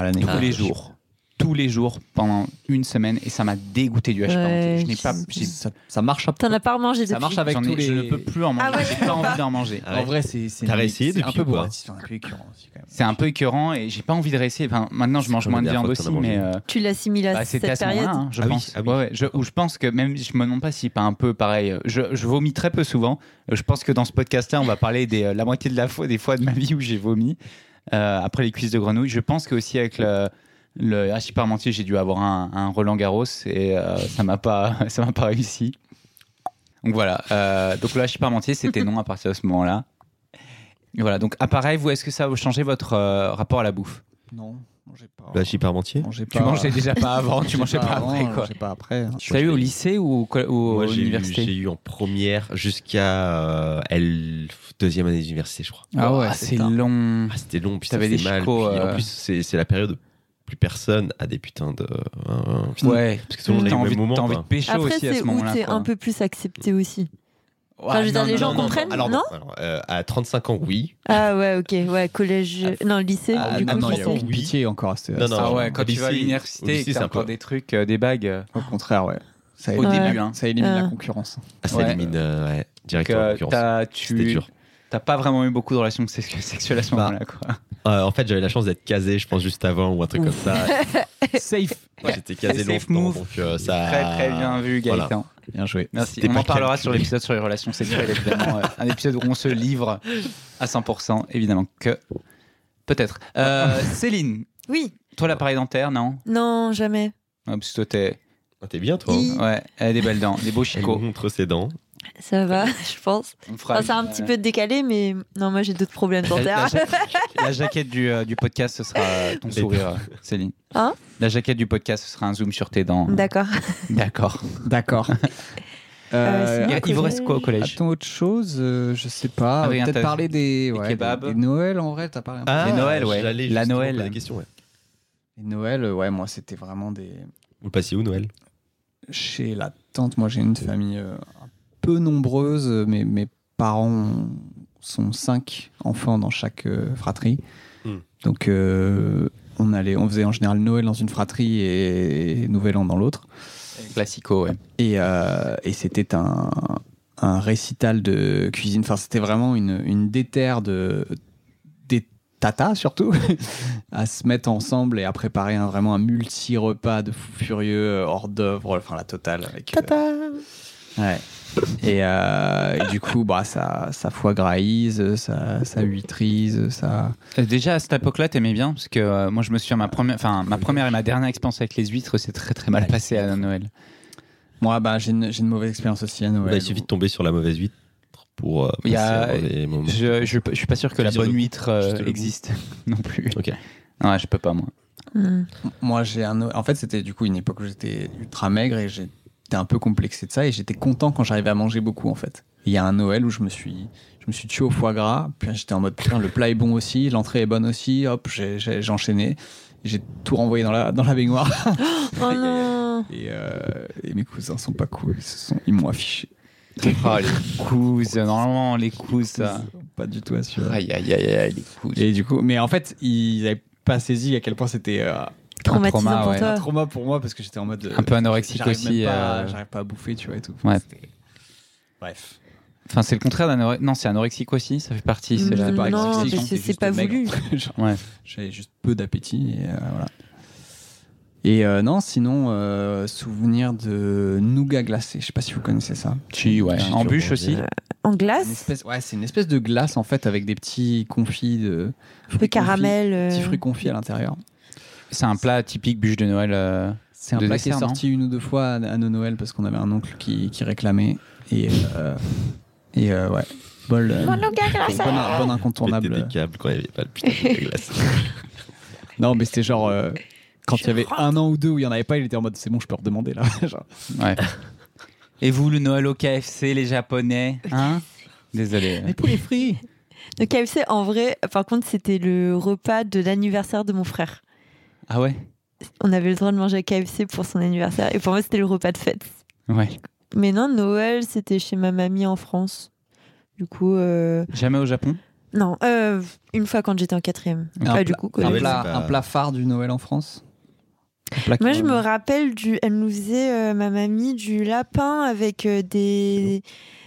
Speaker 1: tous les jours pendant une semaine et ça m'a dégoûté du hachis parmentier. Je n'ai pas.
Speaker 2: Ça marche.
Speaker 4: T'en as pas remangé depuis.
Speaker 2: Ça marche avec tous les.
Speaker 1: Je ne peux plus en manger. J'ai pas envie d'en manger.
Speaker 2: En vrai, c'est.
Speaker 3: T'as réessayé depuis
Speaker 2: un peu
Speaker 3: quoi?
Speaker 2: C'est un peu écœurant aussi quand même.
Speaker 1: C'est un peu écœurant et j'ai pas envie de réessayer. Enfin, maintenant, je mange moins de viande aussi, mais.
Speaker 4: Tu l'assimiles à
Speaker 1: c'était
Speaker 4: cette
Speaker 1: à ce
Speaker 4: période.
Speaker 1: moment-là, hein, je
Speaker 3: Ah oui,
Speaker 1: pense.
Speaker 3: ah oui.
Speaker 1: Ouais, je pense que même, je me demande pas si pas un peu pareil. Je vomis très peu souvent. Je pense que dans ce podcast-là, on va parler la moitié de des fois de ma vie où j'ai vomi après les cuisses de grenouille. Je pense que aussi avec le hachis parmentier, j'ai dû avoir un Roland Garros et ça m'a pas réussi. Donc voilà. Donc le hachis parmentier, c'était non à partir de ce moment-là. Et voilà. Donc appareil, vous, est-ce que ça a changé votre rapport à la bouffe?
Speaker 2: Non, mangez pas.
Speaker 3: Le hachis parmentier.
Speaker 1: Tu mangeais déjà pas avant, tu mangeais pas après quoi.
Speaker 2: Mangeais pas après. Hein.
Speaker 1: Tu l'as eu au lycée ou
Speaker 3: Moi,
Speaker 1: à l'université?
Speaker 3: j'ai eu en première jusqu'à deuxième année d'université, je crois.
Speaker 1: Ah ouais, c'est long.
Speaker 3: Ah, c'était long, puis ça
Speaker 1: T'avais
Speaker 3: faisait
Speaker 1: des
Speaker 3: mal.
Speaker 1: chicots,
Speaker 3: Puis, en plus, c'est la période où plus personne a des putains de.
Speaker 1: Ouais,
Speaker 3: parce que tout le monde a eu le même moment.
Speaker 1: T'as envie de pécho
Speaker 4: Après,
Speaker 1: aussi à
Speaker 4: c'est
Speaker 1: ce
Speaker 4: où
Speaker 1: moment-là.
Speaker 4: t'es
Speaker 1: quoi.
Speaker 4: un peu plus accepté aussi. Enfin, je veux dire,
Speaker 1: non,
Speaker 4: les gens
Speaker 1: non,
Speaker 4: comprennent,
Speaker 3: Alors,
Speaker 4: non
Speaker 3: à 35 ans, oui.
Speaker 4: Ah ouais, ok, ouais, collège, non, lycée, du coup,
Speaker 2: non, il y a
Speaker 4: lycée.
Speaker 2: aucune pitié encore.
Speaker 3: Non, non.
Speaker 1: Ah ouais, quand
Speaker 3: Au
Speaker 1: tu vas à
Speaker 3: lycée-
Speaker 1: l'université
Speaker 3: au
Speaker 1: et
Speaker 3: lycée,
Speaker 1: que
Speaker 3: c'est
Speaker 1: t'as
Speaker 3: un peu-
Speaker 1: encore des trucs, des bagues.
Speaker 2: Au contraire, ouais. Ça
Speaker 1: Au
Speaker 2: élimine,
Speaker 1: début, hein.
Speaker 2: ça élimine la concurrence.
Speaker 3: Ah, ça
Speaker 1: Ouais.
Speaker 3: élimine directement la concurrence. C'était dur.
Speaker 1: T'as pas vraiment eu beaucoup de relations sexuelles à ce moment-là, quoi.
Speaker 3: En fait, j'avais la chance d'être casé, je pense, juste avant ou un truc comme ça.
Speaker 2: Safe.
Speaker 3: J'étais casé
Speaker 1: Safe
Speaker 3: longtemps,
Speaker 1: move.
Speaker 3: donc ça.
Speaker 1: Très bien vu, Gaëtan.
Speaker 3: Voilà.
Speaker 2: Bien joué.
Speaker 1: Merci.
Speaker 3: C'était
Speaker 1: On
Speaker 3: pas
Speaker 1: en parlera
Speaker 3: calculé.
Speaker 1: sur l'épisode sur les relations sexuelles, évidemment. Un épisode où on se livre à 100%, évidemment que. Peut-être. Céline,
Speaker 4: Oui,
Speaker 1: toi, l'appareil dentaire, non?
Speaker 4: non, jamais.
Speaker 1: Ah, parce que toi, t'es.
Speaker 3: Ah, t'es bien, toi.
Speaker 1: Ouais, elle a des belles dents, des beaux
Speaker 3: Elle
Speaker 1: chicots.
Speaker 3: montre ses dents.
Speaker 4: Ça va, je pense.
Speaker 1: On fera
Speaker 4: Enfin, c'est un petit peu décalé, mais non, moi j'ai d'autres problèmes dentaires.
Speaker 1: La jaquette du podcast, ce sera ton sourire, Céline.
Speaker 4: Hein?
Speaker 1: La jaquette du podcast, ce sera un zoom sur tes dents.
Speaker 4: D'accord.
Speaker 1: D'accord.
Speaker 2: D'accord.
Speaker 4: sinon,
Speaker 1: Il vous reste quoi au collège?
Speaker 2: Attends, autre chose, je sais pas.
Speaker 1: Ah oui,
Speaker 2: Peut-être
Speaker 1: t'as-
Speaker 2: parler des
Speaker 1: kebabs.
Speaker 2: des Noël en vrai. T'as parlé un peu.
Speaker 1: Les Noël, ouais.
Speaker 3: J'allais
Speaker 1: La
Speaker 3: justement
Speaker 1: Noël.
Speaker 3: poser la question, ouais.
Speaker 2: Les Noël, ouais, moi c'était vraiment des.
Speaker 3: Vous le passiez où, Noël?
Speaker 2: Chez la tante, moi j'ai une famille un peu nombreuse, mais mes parents sont 5 enfants dans chaque fratrie. Donc on faisait en général Noël dans une fratrie et Nouvel An dans l'autre.
Speaker 1: Classico, ouais.
Speaker 2: Et c'était un récital de cuisine. Enfin, c'était vraiment une déterre des tatas, surtout, à se mettre ensemble et à préparer vraiment un multi-repas de fou furieux, hors d'œuvre, enfin la totale. Avec,
Speaker 4: Tata.
Speaker 2: ouais. Et du coup, bah, ça foie gras-ise, ça huîtrise, ça...
Speaker 1: Déjà à cette époque-là, t'aimais bien parce que moi je me souviens ma première et ma dernière expérience avec les huîtres, c'est très très mal passé à Noël.
Speaker 2: Moi, bah, j'ai une mauvaise expérience aussi à Noël.
Speaker 3: Il suffit de tomber sur la mauvaise huître pour
Speaker 1: Il y
Speaker 3: passer
Speaker 1: a-
Speaker 3: un mauvais moment.
Speaker 1: Je suis pas sûr que la
Speaker 3: Juste
Speaker 1: bonne
Speaker 3: le-
Speaker 1: huître
Speaker 3: juste le
Speaker 1: existe non plus.
Speaker 3: Ok.
Speaker 1: Ouais, je peux pas moi.
Speaker 2: Moi, en fait, c'était du coup une époque où j'étais ultra maigre et j'étais un peu complexé de ça et j'étais content quand j'arrivais à manger beaucoup en fait. Il y a un Noël où je me suis tué au foie gras, puis j'étais en mode putain, le plat est bon aussi, l'entrée est bonne aussi, hop, j'ai enchaîné. J'ai tout renvoyé dans la baignoire.
Speaker 4: Oh non.
Speaker 2: Et mes cousins sont pas cool, ils m'ont affiché.
Speaker 1: Oh les couses, normalement les couses ça.
Speaker 2: Pas du tout assuré.
Speaker 1: Aïe aïe aïe aïe les couses.
Speaker 2: Et du coup, mais en fait, ils avaient pas saisi à quel point c'était
Speaker 4: Traumatisant
Speaker 1: trauma,
Speaker 4: pour
Speaker 1: ouais.
Speaker 4: toi.
Speaker 2: un trauma pour moi parce que j'étais en mode
Speaker 1: Un peu anorexique
Speaker 2: j'arrive
Speaker 1: aussi.
Speaker 2: même pas, j'arrive pas à bouffer, tu vois et tout.
Speaker 1: Ouais.
Speaker 2: C'était- Bref.
Speaker 1: Enfin, c'est le contraire d'anorexie. Non, c'est anorexique aussi, ça fait partie. C'est la
Speaker 2: pas
Speaker 4: Non,
Speaker 2: anorexique,
Speaker 4: parce que
Speaker 2: c'est
Speaker 4: c'est
Speaker 2: juste
Speaker 4: pas
Speaker 2: maigre.
Speaker 4: voulu.
Speaker 2: Genre,
Speaker 1: Ouais.
Speaker 2: j'avais juste peu d'appétit et voilà. Et non, sinon souvenir de nougat glacé. Je sais pas si vous connaissez ça.
Speaker 1: Si, ouais.
Speaker 2: J'ai
Speaker 1: En
Speaker 2: dû
Speaker 1: bûche
Speaker 3: manger.
Speaker 1: aussi.
Speaker 4: En
Speaker 2: Une
Speaker 4: glace,
Speaker 2: espèce, ouais, c'est une espèce de glace en fait avec des petits confits de
Speaker 4: de caramel.
Speaker 2: petits fruits confits à l'intérieur.
Speaker 1: C'est un plat typique bûche de Noël.
Speaker 2: C'est un
Speaker 1: De
Speaker 2: plat
Speaker 1: dessert,
Speaker 2: qui est sorti une ou deux fois à nos Noëls parce qu'on avait un oncle qui réclamait et ouais. Bol, bon incontournable.
Speaker 3: Péter des câbles quand il n'y avait pas le putain de glace.
Speaker 2: Non, mais c'était genre quand il y avait un an ou deux où il y en avait pas, il était en mode c'est bon, je peux redemander là. Genre.
Speaker 1: Ouais. Et vous, le Noël au KFC, les Japonais, hein? Désolé.
Speaker 2: Les poulets frits.
Speaker 4: Le KFC, en vrai, par contre, c'était le repas de l'anniversaire de mon frère.
Speaker 1: Ah ouais.
Speaker 4: On avait le droit de manger à KFC pour son anniversaire. Et pour moi, c'était le repas de fête.
Speaker 1: Ouais.
Speaker 4: Mais non, Noël, c'était chez ma mamie en France. Du coup...
Speaker 1: Jamais au Japon.
Speaker 4: Non, une fois quand j'étais en 4e. Du coup,
Speaker 2: Un
Speaker 4: collège.
Speaker 2: plat phare du Noël en France.
Speaker 4: Moi, je me rappelle elle nous faisait, ma mamie, du lapin avec des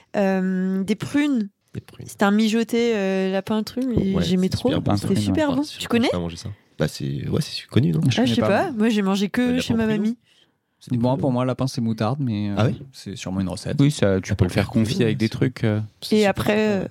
Speaker 4: prunes. C'était un mijoté lapin truc, mais
Speaker 3: Ouais,
Speaker 4: j'aimais
Speaker 3: c'est
Speaker 4: trop.
Speaker 3: super bon,
Speaker 4: C'était
Speaker 3: ça.
Speaker 4: super bon. Tu connais?
Speaker 3: J'ai pas mangé ça. Bah c'est connu, non?
Speaker 4: Je sais pas. Moi, j'ai mangé que
Speaker 3: Le
Speaker 4: chez ma
Speaker 3: lapin
Speaker 4: mamie.
Speaker 2: Bon, pour moi, lapin, c'est moutarde, mais c'est sûrement une recette.
Speaker 1: Oui, ça, tu peux le faire confier avec des trucs.
Speaker 4: Et après,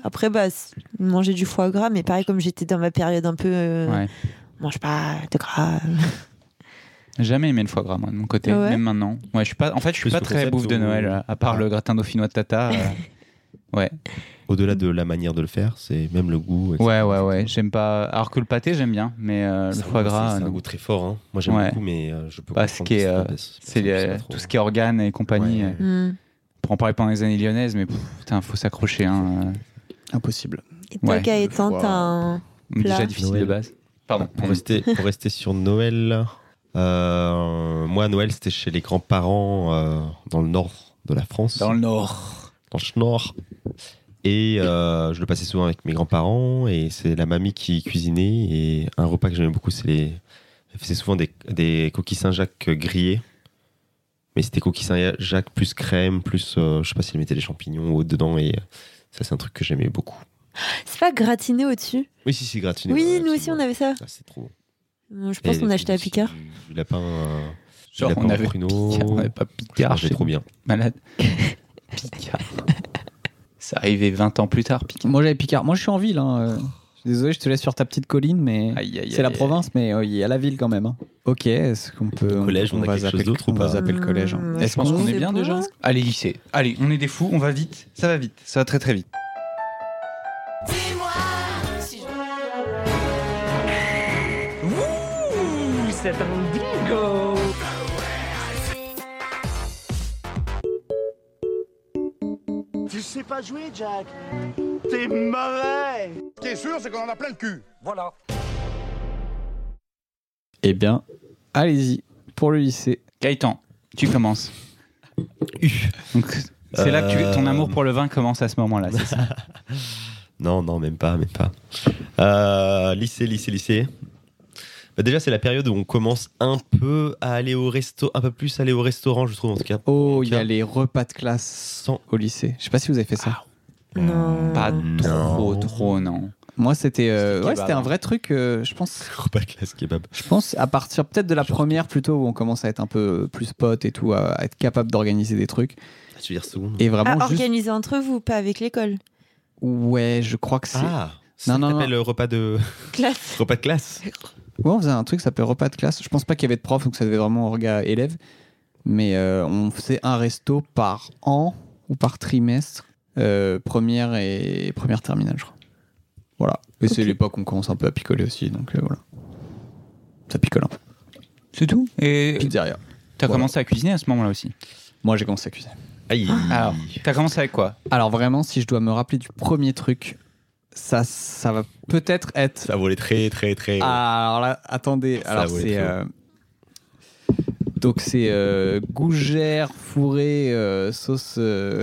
Speaker 4: manger du foie gras, mais pareil, comme j'étais dans ma période un peu. Mange pas de gras.
Speaker 1: Jamais aimé le foie gras, moi, de mon côté,
Speaker 4: Ouais.
Speaker 1: même maintenant. Ouais, je suis pas très
Speaker 3: recette
Speaker 1: bouffe de Noël, à part le gratin dauphinois de Tata. Ouais.
Speaker 3: Au-delà de la manière de le faire, c'est même le goût. etc.
Speaker 1: Ouais. J'aime pas. Alors que le pâté, j'aime bien, mais le foie gras.
Speaker 3: C'est un
Speaker 1: non.
Speaker 3: goût très fort. Hein. Moi, j'aime beaucoup, mais je peux
Speaker 1: Parce
Speaker 3: comprendre
Speaker 1: que
Speaker 3: que c'est
Speaker 1: tout ce qui est organes et compagnie.
Speaker 3: Ouais.
Speaker 4: Mm.
Speaker 1: Pour en parler pendant les années lyonnaises, mais putain, faut s'accrocher. Hein.
Speaker 2: Impossible.
Speaker 4: Et toi, Gaëtan, t'as un
Speaker 1: Déjà
Speaker 4: plat
Speaker 1: difficile
Speaker 3: Noël.
Speaker 1: de base. Pardon.
Speaker 3: Pour rester sur Noël, moi, Noël, c'était chez les grands-parents dans le nord de la France.
Speaker 1: Dans le nord.
Speaker 3: Dans le nord. Et je le passais souvent avec mes grands-parents et c'est la mamie qui cuisinait. Et un repas que j'aimais beaucoup, elle faisait souvent des coquilles Saint-Jacques grillées. Mais c'était coquilles Saint-Jacques plus crème, plus je sais pas s'ils mettaient des champignons ou autre dedans. Et ça, c'est un truc que j'aimais beaucoup.
Speaker 4: C'est pas gratiné au-dessus?
Speaker 3: Oui, si, gratiné.
Speaker 4: Oui,
Speaker 3: ouais,
Speaker 4: nous aussi, on avait ça.
Speaker 3: Ah, c'est trop.
Speaker 4: Je pense qu'on a acheté à Picard.
Speaker 3: Du lapin.
Speaker 1: Genre,
Speaker 3: lapin
Speaker 1: on
Speaker 3: au
Speaker 1: avait
Speaker 3: pruneau.
Speaker 1: Picard, on avait pas Picard.
Speaker 3: J'ai trop bien.
Speaker 1: Malade. Picard. Ça arrivait 20 ans plus tard, Picard.
Speaker 2: Moi, j'avais Picard. Moi, je suis en ville. Hein. Je suis désolé, je te laisse sur ta petite colline, mais c'est la province, mais il y a la ville quand même. Hein. Ok, est-ce qu'on peut.
Speaker 3: Au collège, on a quelque chose d'autre ou pas?
Speaker 2: On va zapper le collège. Hein.
Speaker 1: Est-ce qu'on est bien
Speaker 4: bon.
Speaker 1: déjà? Allez, lycée. Allez, on est des fous, on va vite. Ça va vite. Ça va très très vite.
Speaker 10: C'est un bingo.
Speaker 11: Tu sais pas jouer, Jack. T'es mauvais.
Speaker 12: Ce qui est sûr, c'est qu'on en a plein le cul. Voilà.
Speaker 2: Eh bien, allez-y pour le lycée.
Speaker 1: Gaëtan, tu commences. Donc, c'est là que ton amour pour le vin commence à ce moment-là, c'est ça?
Speaker 3: Non, même pas. Lycée. Bah déjà, c'est la période où on commence un peu à aller au resto, un peu plus aller au restaurant, je trouve en tout cas.
Speaker 2: Oh, il y a les repas de classe au lycée. Je sais pas si vous avez fait ça.
Speaker 4: Non.
Speaker 1: Pas trop, non.
Speaker 2: Moi, c'était
Speaker 1: kebab,
Speaker 2: c'était un vrai truc, je pense.
Speaker 3: Repas de classe kebab.
Speaker 2: Je pense à partir peut-être de la première plutôt, où on commence à être un peu plus potes et tout, à être capable d'organiser des trucs.
Speaker 3: Tu veux dire seconde?
Speaker 2: Et vraiment juste...
Speaker 4: organiser entre vous, pas avec l'école.
Speaker 2: Ouais, je crois que c'est...
Speaker 3: Ah, ça s'appelle repas de...
Speaker 4: Classe.
Speaker 3: Repas de classe.
Speaker 2: Ouais, on faisait un truc qui s'appelait repas de classe. Je pense pas qu'il y avait de prof, donc ça devait vraiment orga élève. Mais on faisait un resto par an ou par trimestre, première terminale, je crois. Voilà. Et c'est l'époque où on commence un peu à picoler aussi, donc voilà. Ça picole un peu.
Speaker 1: C'est tout? Et
Speaker 2: pizzeria.
Speaker 1: T'as commencé à cuisiner à ce moment-là aussi?
Speaker 2: Moi, j'ai commencé à cuisiner.
Speaker 3: Aïe.
Speaker 1: Alors, t'as commencé avec quoi?
Speaker 2: Alors vraiment, si je dois me rappeler du premier truc, ça va peut-être être...
Speaker 3: Ça volait très, très, très...
Speaker 2: Ah, alors là, attendez.
Speaker 3: Ça
Speaker 2: Alors
Speaker 3: volait
Speaker 2: c'est...
Speaker 3: très haut.
Speaker 2: Donc c'est gougère fourrée sauce...
Speaker 4: Des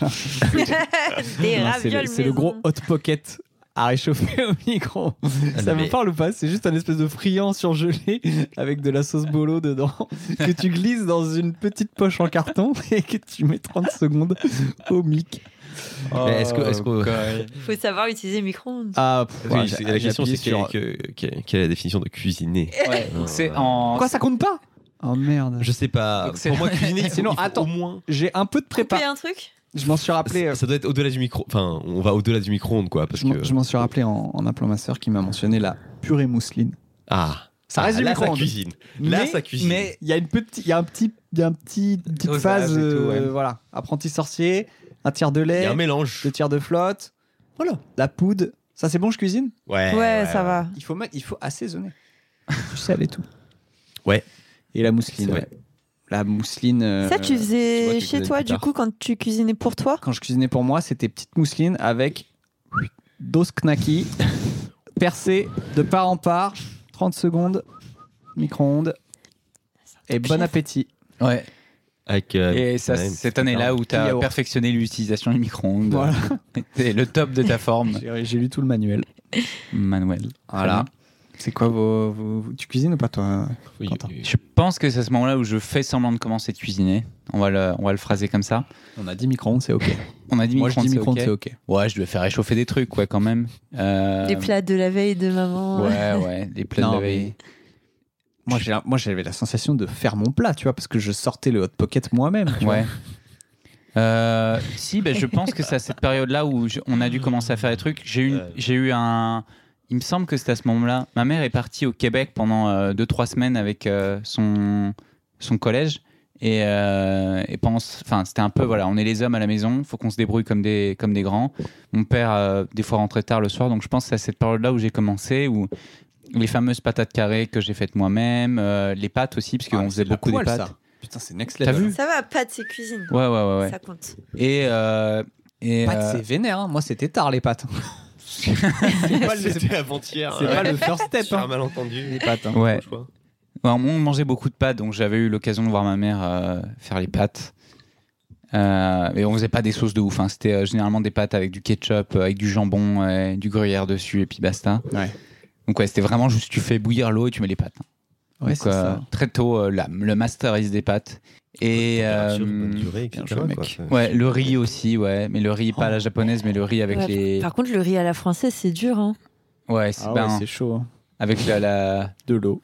Speaker 2: Non,
Speaker 4: ravioles
Speaker 2: c'est le gros
Speaker 4: maison.
Speaker 2: hot pocket à réchauffer au micro. Ça
Speaker 3: non,
Speaker 2: me
Speaker 3: mais-
Speaker 2: parle ou pas? C'est juste un espèce de friand surgelé avec de la sauce bolo dedans que tu glisses dans une petite poche en carton et que tu mets 30 secondes au mic.
Speaker 3: Mais est-ce que...
Speaker 4: Faut savoir utiliser le micro-ondes.
Speaker 2: Ah,
Speaker 3: Oui, la question, c'est
Speaker 2: sur...
Speaker 3: quelle est la définition de cuisiner?
Speaker 1: Ouais, donc c'est en...
Speaker 2: Quoi, ça compte pas? Oh merde.
Speaker 3: Je sais pas.
Speaker 1: Donc c'est-
Speaker 3: Pour moi, cuisiner,
Speaker 2: Sinon,
Speaker 3: il faut
Speaker 2: attends.
Speaker 3: au moins...
Speaker 2: J'ai un peu de prépa.
Speaker 4: Couper un truc?
Speaker 2: Je m'en suis rappelé.
Speaker 3: Ça doit être au-delà du micro... Enfin, on va au-delà du micro-ondes, quoi. Parce que...
Speaker 2: Je m'en suis rappelé en appelant ma sœur qui m'a mentionné la purée mousseline.
Speaker 3: Ah.
Speaker 2: Ça reste du
Speaker 3: là,
Speaker 2: micro-ondes.
Speaker 3: ça cuisine. Là,
Speaker 2: Mais-
Speaker 3: ça cuisine.
Speaker 2: Mais il y a une petite
Speaker 1: Dosage
Speaker 2: phase,
Speaker 1: et tout, ouais.
Speaker 2: voilà, apprenti sorcier, un tiers de
Speaker 3: Il y
Speaker 2: lait,
Speaker 3: a un mélange.
Speaker 2: 2 tiers de flotte, voilà, la poudre. Ça c'est bon, je cuisine.
Speaker 4: Ouais, ça va.
Speaker 2: Il faut assaisonner. Du sel et tout.
Speaker 3: Ouais.
Speaker 2: Et la mousseline.
Speaker 3: C'est vrai.
Speaker 2: Ouais. la mousseline.
Speaker 4: Ça, tu faisais
Speaker 2: tu
Speaker 4: chez
Speaker 2: cuisines
Speaker 4: toi,
Speaker 2: plus
Speaker 4: du
Speaker 2: tard.
Speaker 4: coup, quand tu cuisinais pour toi?
Speaker 2: Quand je cuisinais pour moi, c'était petite mousseline avec dose knacky, percée de part en part, 30 secondes, micro-ondes, et bon appétit.
Speaker 1: Ouais.
Speaker 3: Avec,
Speaker 1: Et ça, cette année-là où tu as
Speaker 2: Yaourt.
Speaker 1: perfectionné l'utilisation du micro-ondes.
Speaker 2: Voilà.
Speaker 1: C'est le top de ta forme.
Speaker 2: J'ai lu tout le manuel.
Speaker 1: Manuel.
Speaker 2: Voilà. C'est quoi tu cuisines ou pas, toi, Quentin?
Speaker 1: Je pense que c'est à ce moment-là où je fais semblant de commencer de cuisiner. On va le phraser comme ça.
Speaker 2: On a dit micro-ondes, c'est OK.
Speaker 1: On a dit
Speaker 2: Moi, je dis
Speaker 1: micro-ondes,
Speaker 2: micro-ondes, c'est OK.
Speaker 1: Ouais, je devais faire réchauffer des trucs, ouais, quand même.
Speaker 4: Les plats de la veille de maman.
Speaker 1: Ouais, les plats de la veille.
Speaker 2: Moi, j'avais la sensation de faire mon plat, tu vois, parce que je sortais le Hot Pocket moi-même. Tu
Speaker 1: Ouais. Si, je pense que c'est à cette période-là où on a dû commencer à faire des trucs. J'ai eu un... Il me semble que c'était à ce moment-là. Ma mère est partie au Québec pendant 2-3 semaines avec son collège. Et pendant, c'était un peu, voilà, on est les hommes à la maison, faut qu'on se débrouille comme des grands. Mon père, des fois, rentrait tard le soir. Donc, je pense que c'est à cette période-là où j'ai commencé, où les fameuses patates carrées que j'ai faites moi-même, les pâtes aussi, parce qu'on faisait beaucoup des pâtes.
Speaker 2: Ça. Putain, c'est next level.
Speaker 1: T'as vu?
Speaker 4: Ça va, pâtes, c'est cuisine.
Speaker 1: Ouais.
Speaker 4: Ça compte.
Speaker 1: Et
Speaker 2: pâtes, c'est vénère. Hein. Moi, c'était tard, les pâtes.
Speaker 3: C'était avant-hier.
Speaker 2: C'est pas le first step.
Speaker 3: Sur un malentendu.
Speaker 2: Les pâtes. Hein.
Speaker 1: Ouais. On mangeait beaucoup de pâtes, donc j'avais eu l'occasion de voir ma mère faire les pâtes. Et on faisait pas des sauces de ouf. Hein. C'était généralement des pâtes avec du ketchup, avec du jambon, du gruyère dessus, et puis basta.
Speaker 2: Ouais.
Speaker 1: Donc c'était vraiment juste tu fais bouillir l'eau et tu mets les pâtes.
Speaker 2: Ouais,
Speaker 1: donc,
Speaker 2: c'est ça.
Speaker 1: Très tôt, le masterise des pâtes. Et
Speaker 3: bonne durée, etc.,
Speaker 2: mec.
Speaker 1: Ouais, le riz aussi, ouais. Mais le riz, pas à la japonaise, mais le riz avec les...
Speaker 4: Par contre, le riz à la française, c'est dur. Hein.
Speaker 1: Ouais,
Speaker 2: c'est chaud. Hein.
Speaker 1: Avec
Speaker 2: de l'eau.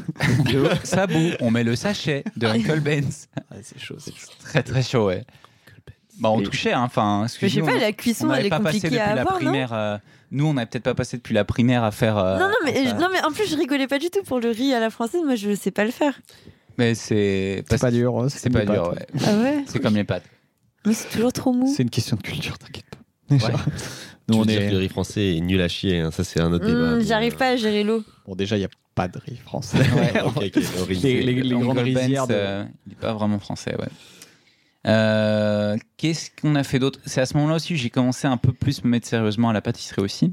Speaker 1: Ça bout, on met le sachet de Uncle Ben's.
Speaker 2: Ouais, c'est chaud.
Speaker 1: Très très chaud, ouais. On touchait, hein. Enfin,
Speaker 4: je sais pas, la cuisson, elle est compliquée à avoir, non?
Speaker 1: Nous, on n'avait peut-être pas passé depuis la primaire à faire.
Speaker 4: Non, mais en plus, je rigolais pas du tout pour le riz à la française. Moi, je sais pas le faire.
Speaker 1: Mais c'est
Speaker 2: pas dur.
Speaker 1: C'est pas dur, ouais.
Speaker 4: Ah ouais?
Speaker 1: C'est comme les pâtes.
Speaker 4: Mais c'est toujours trop mou.
Speaker 2: C'est une question de culture, t'inquiète pas.
Speaker 3: Ouais. Nous, dire que le riz français est nul à chier, hein. Ça c'est un autre débat.
Speaker 4: J'arrive pas à gérer l'eau.
Speaker 2: Bon, déjà, il n'y a pas de riz français.
Speaker 1: Ouais.
Speaker 2: Okay. Les grandes rizières.
Speaker 1: Il n'est pas vraiment français, ouais. Qu'est-ce qu'on a fait d'autre? C'est à ce moment-là aussi que j'ai commencé un peu plus me mettre sérieusement à la pâtisserie aussi.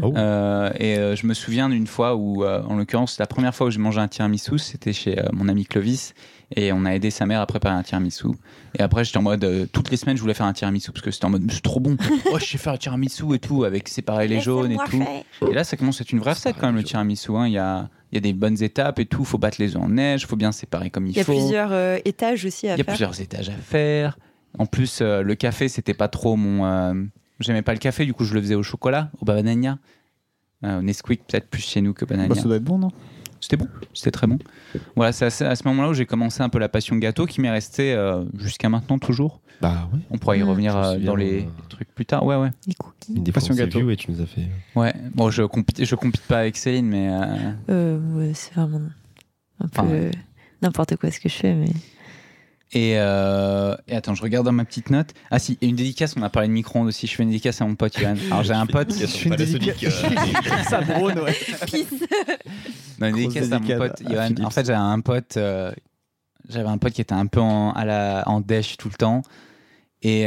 Speaker 1: Je me souviens d'une fois où, en l'occurrence, la première fois où j'ai mangé un tiramisu, c'était chez mon ami Clovis, et on a aidé sa mère à préparer un tiramisu. Et après, j'étais en mode, toutes les semaines, je voulais faire un tiramisu parce que c'était en mode, c'est trop bon. Je sais faire un tiramisu et tout, avec séparer les jaunes et tout. Et là, ça commence à être une vraie recette quand même, le tiramisu. Hein. Il y a des bonnes étapes et tout. Faut battre les œufs en neige, faut bien séparer comme il faut.
Speaker 4: Il y a plusieurs étages aussi à faire.
Speaker 1: Il y a plusieurs étages à faire. En plus, le café, c'était pas trop mon. J'aimais pas le café, du coup, je le faisais au chocolat, au banania. Nesquik, peut-être plus chez nous que banania.
Speaker 2: Ça doit être bon, non?
Speaker 1: C'était bon, c'était très bon. Voilà, c'est à ce moment-là où j'ai commencé un peu la passion gâteau qui m'est restée jusqu'à maintenant toujours.
Speaker 3: Bah ouais.
Speaker 1: On pourra y revenir dans les trucs plus tard. Ouais.
Speaker 4: Les cookies.
Speaker 3: Une des
Speaker 2: passion gâteau.
Speaker 3: Ouais, tu nous as fait.
Speaker 1: Ouais. Bon, je compite pas avec Céline, mais.
Speaker 4: Ouais, c'est vraiment un peu n'importe quoi ce que je fais, mais.
Speaker 1: Et attends, je regarde dans ma petite note. Ah si, et une dédicace, on a parlé de micro-ondes aussi. Je fais une dédicace à mon pote Johan. Alors j'ai un pote.
Speaker 2: Je fais une dédicace. Ça drone, ouais.
Speaker 1: Non, une dédicace à mon pote Johan. En fait, j'avais un pote qui était un peu en dèche tout le temps. Et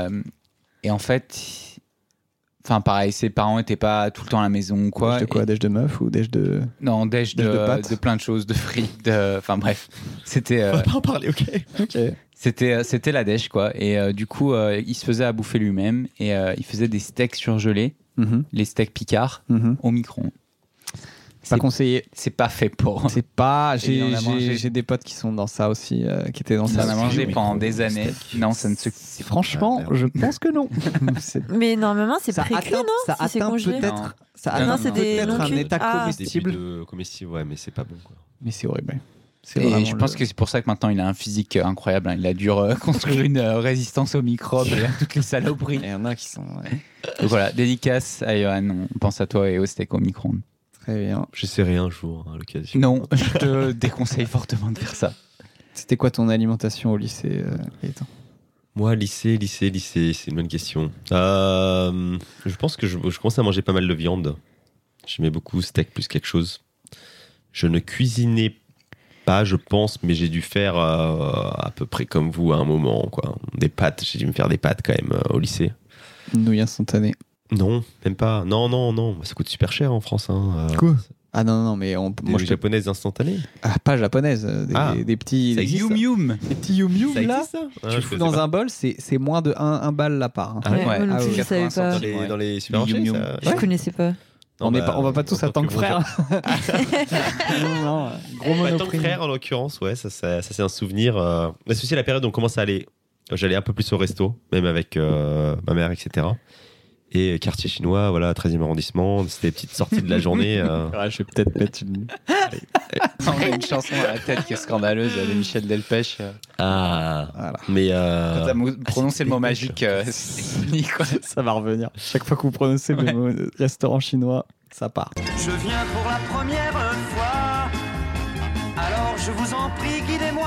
Speaker 1: en fait. Enfin, pareil, ses parents n'étaient pas tout le temps à la maison ou quoi.
Speaker 2: Dèche de quoi? Dèche de meuf ou dèche de...
Speaker 1: Non, dèche de plein de choses, de frites, enfin bref. C'était...
Speaker 3: On va pas en parler, ok.
Speaker 1: C'était la dèche, quoi. Et du coup, il se faisait à bouffer lui-même et il faisait des steaks surgelés, les steaks Picard, au micro-ondes.
Speaker 2: Pas conseillé.
Speaker 1: C'est pas fait pour.
Speaker 2: C'est pas. J'ai des potes qui sont dans ça aussi, qui étaient dans ça.
Speaker 1: On en a mangé pendant des années. Non, ça ne se.
Speaker 2: Franchement, je pense que non.
Speaker 4: Mais normalement, c'est précuit, non?
Speaker 2: Ça atteint peut-être. Ça
Speaker 4: atteint
Speaker 2: peut-être un état comestible.
Speaker 3: Comestible, ouais, mais c'est pas bon, quoi.
Speaker 2: Mais c'est horrible.
Speaker 1: Et je pense que c'est pour ça que maintenant il a un physique incroyable. Il a dû construire une résistance aux microbes et à toutes les saloperies.
Speaker 2: Il y en a qui sont.
Speaker 1: Donc voilà, dédicace à Johan. On pense à toi et au steak au micro-ondes.
Speaker 2: Très bien.
Speaker 3: J'essaierai un jour à l'occasion.
Speaker 1: Non, je te déconseille fortement de faire ça.
Speaker 2: C'était quoi ton alimentation au lycée, Gaëtan?
Speaker 3: Moi, lycée, c'est une bonne question. Je pense que je commençais à manger pas mal de viande. J'aimais beaucoup steak plus quelque chose. Je ne cuisinais pas, je pense, mais j'ai dû faire à peu près comme vous à un moment, quoi. Des pâtes, j'ai dû me faire des pâtes quand même au lycée.
Speaker 2: Nouilles instantanées.
Speaker 3: Non, même pas. Non, ça coûte super cher en France.
Speaker 2: Quoi ? Ah non, mais
Speaker 3: moi je japonaises instantanées.
Speaker 2: Ah, pas japonaises, des petits.
Speaker 1: Ça existe, yum.
Speaker 2: Des petits yum
Speaker 3: ça
Speaker 2: là.
Speaker 3: Existe, ça
Speaker 2: tu le fous dans un bol, c'est moins de 1 balle la part. Hein.
Speaker 4: Ah ouais, moi non plus, je savais pas.
Speaker 3: Dans les supermarchés,
Speaker 4: Je connaissais pas.
Speaker 2: On va pas tous à tant que frère. Non, gros monoprix.
Speaker 3: Tant que frère en l'occurrence, ouais, ça c'est un souvenir. Mais c'est aussi la période où on commence à aller. J'allais un peu plus au resto, même avec ma mère, etc. Et quartier chinois, voilà, 13e arrondissement, c'était les petites sorties de la journée.
Speaker 2: Je vais peut-être mettre une.
Speaker 1: On a une chanson à la tête qui est scandaleuse de Michel Delpech.
Speaker 3: Ah,
Speaker 2: voilà.
Speaker 3: Mais.
Speaker 1: Quand t'as prononcé le mot magique, c'est fini, quoi.
Speaker 2: Ça va revenir. Chaque fois que vous prononcez le mot restaurant chinois, ça part.
Speaker 13: Je viens pour la première fois, alors je vous en prie, guidez-moi.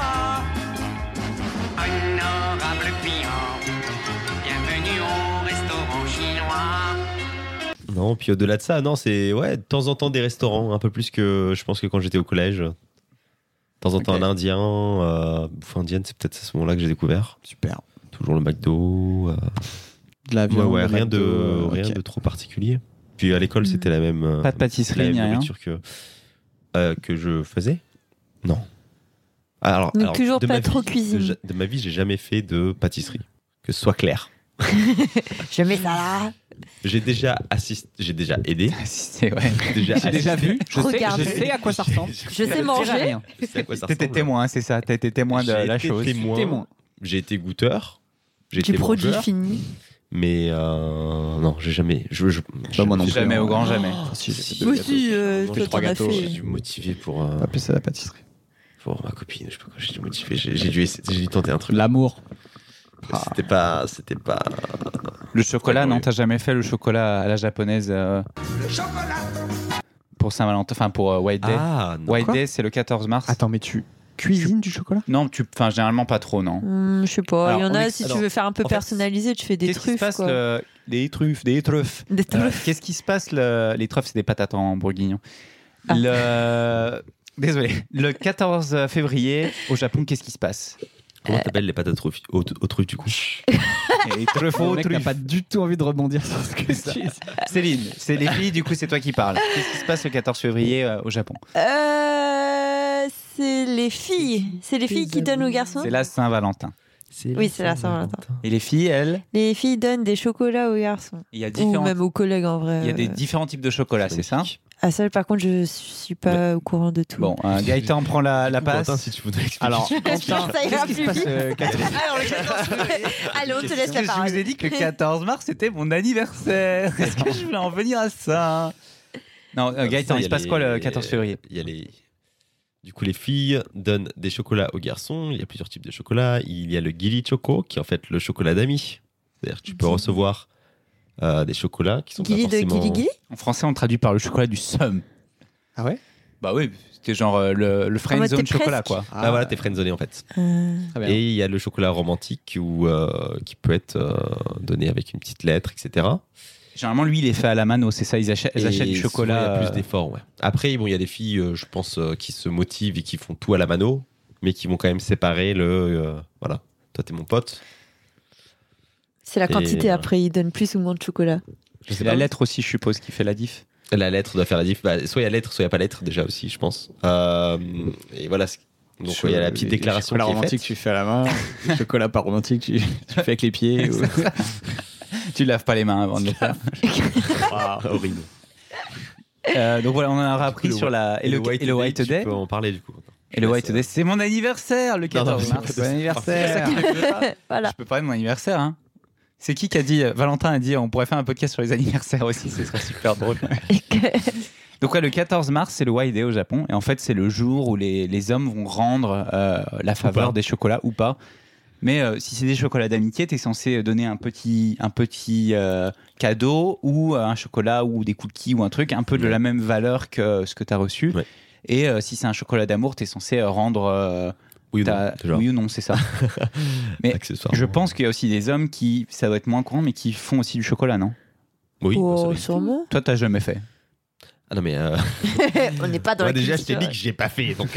Speaker 13: Honorable client, bienvenue au restaurant chinois.
Speaker 3: Non, puis au-delà de ça, non, c'est de temps en temps des restaurants, un peu plus que je pense que quand j'étais au collège. De temps en temps un indien, bouffe indienne, c'est peut-être à ce moment-là que j'ai découvert.
Speaker 2: Super.
Speaker 3: Toujours le McDo.
Speaker 2: De la viande.
Speaker 3: Ouais, rien de trop particulier. Puis à l'école, c'était la même.
Speaker 1: Pas de pâtisserie,
Speaker 3: la
Speaker 1: ni
Speaker 3: même
Speaker 1: rien.
Speaker 3: nourriture que je faisais. Non. Alors,
Speaker 4: Donc toujours
Speaker 3: de
Speaker 4: pas
Speaker 3: ma
Speaker 4: trop
Speaker 3: vie,
Speaker 4: cuisine.
Speaker 3: De ma vie, j'ai jamais fait de pâtisserie. Que ce soit clair.
Speaker 4: Je mets ça là.
Speaker 3: J'ai déjà aidé.
Speaker 1: Assisté, ouais.
Speaker 2: J'ai déjà vu.
Speaker 4: Regarde.
Speaker 2: Je sais à quoi ça ressemble.
Speaker 4: Je sais manger.
Speaker 3: Je sais à quoi ça
Speaker 1: T'étais
Speaker 3: ressemble.
Speaker 1: témoin, c'est ça. T'as été témoin de la chose.
Speaker 3: Témoin. J'ai été goûteur. J'ai
Speaker 4: Du
Speaker 3: été
Speaker 4: produit
Speaker 3: mangeur,
Speaker 4: fini.
Speaker 3: Mais non, j'ai jamais.
Speaker 2: Moi non plus.
Speaker 1: Jamais au grand jamais.
Speaker 4: Moi aussi, toi t'en as
Speaker 3: J'ai
Speaker 4: fait.
Speaker 3: dû me motiver pour.
Speaker 2: Pas plus à la pâtisserie.
Speaker 3: Pour ma copine, je sais pas quoi, j'ai dû motiver. J'ai dû tenter un truc.
Speaker 2: L'amour.
Speaker 3: C'était pas.
Speaker 1: Le chocolat, non, t'as jamais fait le chocolat à la japonaise
Speaker 7: Le chocolat.
Speaker 1: pour Saint-Valentin, enfin pour White Day.
Speaker 3: Ah, non.
Speaker 1: White
Speaker 2: Quoi
Speaker 1: Day, c'est le 14 mars.
Speaker 2: Attends, mais tu cuisines du chocolat ?
Speaker 1: Non, enfin généralement pas trop, non.
Speaker 4: Je sais pas,
Speaker 1: Alors,
Speaker 4: il y en
Speaker 1: on
Speaker 4: a,
Speaker 1: ex-
Speaker 4: si
Speaker 1: alors,
Speaker 4: tu veux faire un peu
Speaker 3: en fait,
Speaker 4: personnalisé, tu fais des
Speaker 1: Qu'est-ce qui se
Speaker 4: truffes.
Speaker 1: passe
Speaker 4: Quoi.
Speaker 1: Des truffes.
Speaker 4: Des truffes.
Speaker 1: Qu'est-ce qui se passe Les truffes, c'est des patates en bourguignon.
Speaker 4: Ah.
Speaker 1: Désolé. Le 14 février, au Japon, qu'est-ce qui se passe
Speaker 3: Comment t'appelles les patates aux truffes du coup?
Speaker 1: Les truffes
Speaker 2: Le
Speaker 1: aux
Speaker 2: mec n'a
Speaker 1: truffes.
Speaker 2: pas du tout envie de rebondir sur ce que tu dis.
Speaker 1: Céline, c'est les filles, du coup, c'est toi qui parles. Qu'est-ce qui se passe le 14 février au Japon?
Speaker 4: C'est les filles. C'est les filles qui donnent aux garçons.
Speaker 1: C'est la Saint-Valentin.
Speaker 4: Oui, c'est la Saint-Valentin.
Speaker 1: Et les filles, elles,
Speaker 4: Les filles donnent des chocolats aux garçons.
Speaker 1: il y a
Speaker 4: Ou
Speaker 1: différents,
Speaker 4: même aux collègues en vrai.
Speaker 1: il y a des différents types de chocolat, c'est ça?
Speaker 4: Ah, ça, par contre, je suis pas au courant de tout.
Speaker 1: Bon, Gaëtan prend la passe.
Speaker 3: Quentin, si tu voudrais expliquer.
Speaker 2: Alors,
Speaker 4: Ça ira
Speaker 2: qu'est-ce qui se
Speaker 4: plus
Speaker 2: passe
Speaker 4: vite.
Speaker 2: 14
Speaker 4: Alors, le 14 février. Allez, on te laisse la
Speaker 1: Je
Speaker 4: parole.
Speaker 1: vous ai dit que le 14 mars, c'était mon anniversaire. Est-ce que je voulais en venir à ça? Non, Gaëtan, il se passe quoi le 14 février?
Speaker 3: Il y a Du coup, les filles donnent des chocolats aux garçons. Il y a plusieurs types de chocolats. Il y a le Gili Choco, qui est en fait le chocolat d'amis. C'est-à-dire que tu peux recevoir des chocolats qui sont
Speaker 4: Guili
Speaker 3: pas
Speaker 4: de
Speaker 3: forcément...
Speaker 4: Guili Guili.
Speaker 1: En français, on traduit par le chocolat du seum.
Speaker 2: Ah ouais?
Speaker 1: Bah oui, c'était genre le friend
Speaker 4: mode,
Speaker 1: zone
Speaker 4: t'es
Speaker 1: chocolat,
Speaker 4: presque.
Speaker 1: quoi.
Speaker 3: Ah voilà, t'es friendzoné en fait.
Speaker 2: Très bien.
Speaker 3: Et il y a le chocolat romantique qui peut être donné avec une petite lettre, etc.
Speaker 1: Généralement, lui, il est fait à la mano, c'est ça, elles achètent du
Speaker 3: Et
Speaker 1: chocolat.
Speaker 3: souvent, il y a plus d'efforts, ouais. Après, bon, il y a des filles, je pense, qui se motivent et qui font tout à la mano, mais qui vont quand même séparer le... voilà, toi, t'es mon pote.
Speaker 4: C'est la
Speaker 3: Et,
Speaker 4: quantité après, ils donnent plus ou moins de chocolat.
Speaker 3: Je sais
Speaker 1: C'est
Speaker 3: pas.
Speaker 1: la lettre aussi, je suppose, qui fait la diff.
Speaker 3: La lettre doit faire la diff. Bah, soit il y a lettre, soit il n'y a pas lettre, déjà aussi, je pense. Et voilà. Donc, il y a la petite déclaration
Speaker 2: chocolat
Speaker 3: qui est
Speaker 2: romantique,
Speaker 3: faite.
Speaker 2: tu fais à la main. Le chocolat pas romantique, tu fais avec les pieds. Ou...
Speaker 1: Tu laves pas les mains avant de le faire.
Speaker 3: Horrible.
Speaker 1: Donc voilà, on en a appris sur la... Et le White Day.
Speaker 3: Tu peux en parler, du coup.
Speaker 1: Et le White Day, c'est mon anniversaire, le 14 mars. Bon anniversaire.
Speaker 4: Voilà.
Speaker 1: Je peux parler de mon anniversaire, hein. C'est qui a dit, Valentin a dit, on pourrait faire un podcast sur les anniversaires aussi, ce serait super drôle. Donc ouais, le 14 mars, c'est le White Day au Japon, et en fait, c'est le jour où les hommes vont rendre la faveur des chocolats ou pas. Mais si c'est des chocolats d'amitié, t'es censé donner un petit cadeau ou un chocolat ou des cookies ou un truc un peu de la même valeur que ce que t'as reçu.
Speaker 3: Ouais.
Speaker 1: Et si c'est un chocolat d'amour, t'es censé rendre...
Speaker 3: Oui ou non,
Speaker 1: c'est ça. Mais
Speaker 3: accessoire.
Speaker 1: je pense qu'il y a aussi des hommes qui, ça doit être moins courant, mais qui font aussi du chocolat, non?
Speaker 3: Oui,
Speaker 4: Oh,
Speaker 3: ça doit être-
Speaker 4: sûrement.
Speaker 1: Toi, t'as jamais fait.
Speaker 3: Ah non, mais.
Speaker 4: On n'est pas dans
Speaker 3: Moi,
Speaker 4: la
Speaker 3: déjà, je
Speaker 4: culture.
Speaker 3: t'ai dit que je l'ai pas fait. Donc...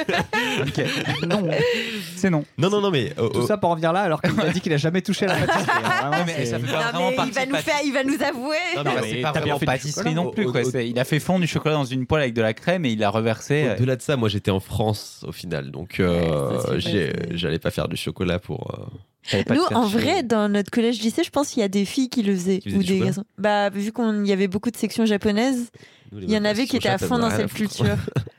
Speaker 2: Non.
Speaker 1: C'est non.
Speaker 3: Non, mais.
Speaker 2: Tout ça pour en venir là, alors qu'il a dit qu'il a jamais touché la pâtisserie. Alors, vraiment,
Speaker 1: mais ça fait
Speaker 4: Non,
Speaker 1: pas vraiment
Speaker 4: mais
Speaker 1: partie
Speaker 4: il va nous avouer.
Speaker 3: Non,
Speaker 1: Non,
Speaker 3: mais
Speaker 1: c'est pas
Speaker 2: t'as bien
Speaker 1: vraiment
Speaker 2: fait du
Speaker 1: pâtisserie
Speaker 2: chocolat.
Speaker 1: non plus. Quoi. Il a fait fondre du chocolat dans une poêle avec de la crème et il l'a reversé.
Speaker 3: Au-delà de ça, moi, j'étais en France au final. Donc,
Speaker 4: ça, c'est
Speaker 3: j'allais pas faire du chocolat pour.
Speaker 1: Pas
Speaker 4: Nous,
Speaker 1: de faire
Speaker 4: en
Speaker 1: chier.
Speaker 4: vrai, dans notre collège-lycée, je pense qu'il y a des filles qui le faisaient.
Speaker 3: Qui faisaient
Speaker 4: Ou
Speaker 3: du
Speaker 4: des
Speaker 3: chocolat
Speaker 4: garçons. Bah, vu qu'il y avait beaucoup de sections japonaises,
Speaker 3: Nous, les
Speaker 4: il y en
Speaker 3: meufs,
Speaker 4: avait qui
Speaker 3: sur
Speaker 4: étaient à
Speaker 3: chat,
Speaker 4: fond
Speaker 3: elles
Speaker 4: dans
Speaker 3: avaient rien
Speaker 4: cette
Speaker 3: à foutre.
Speaker 4: culture.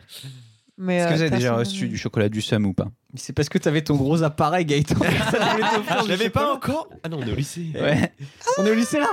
Speaker 4: Mais,
Speaker 1: Est-ce que vous avez déjà
Speaker 4: personne-
Speaker 1: reçu du chocolat du Somme ou pas?
Speaker 2: C'est parce que t'avais ton gros appareil, Gaëtan. Personne voulait t'offrir
Speaker 3: Je
Speaker 2: du
Speaker 3: l'avais pas
Speaker 2: chocolat.
Speaker 3: encore. Ah non, on est au lycée.
Speaker 1: Ouais.
Speaker 2: On est au lycée là.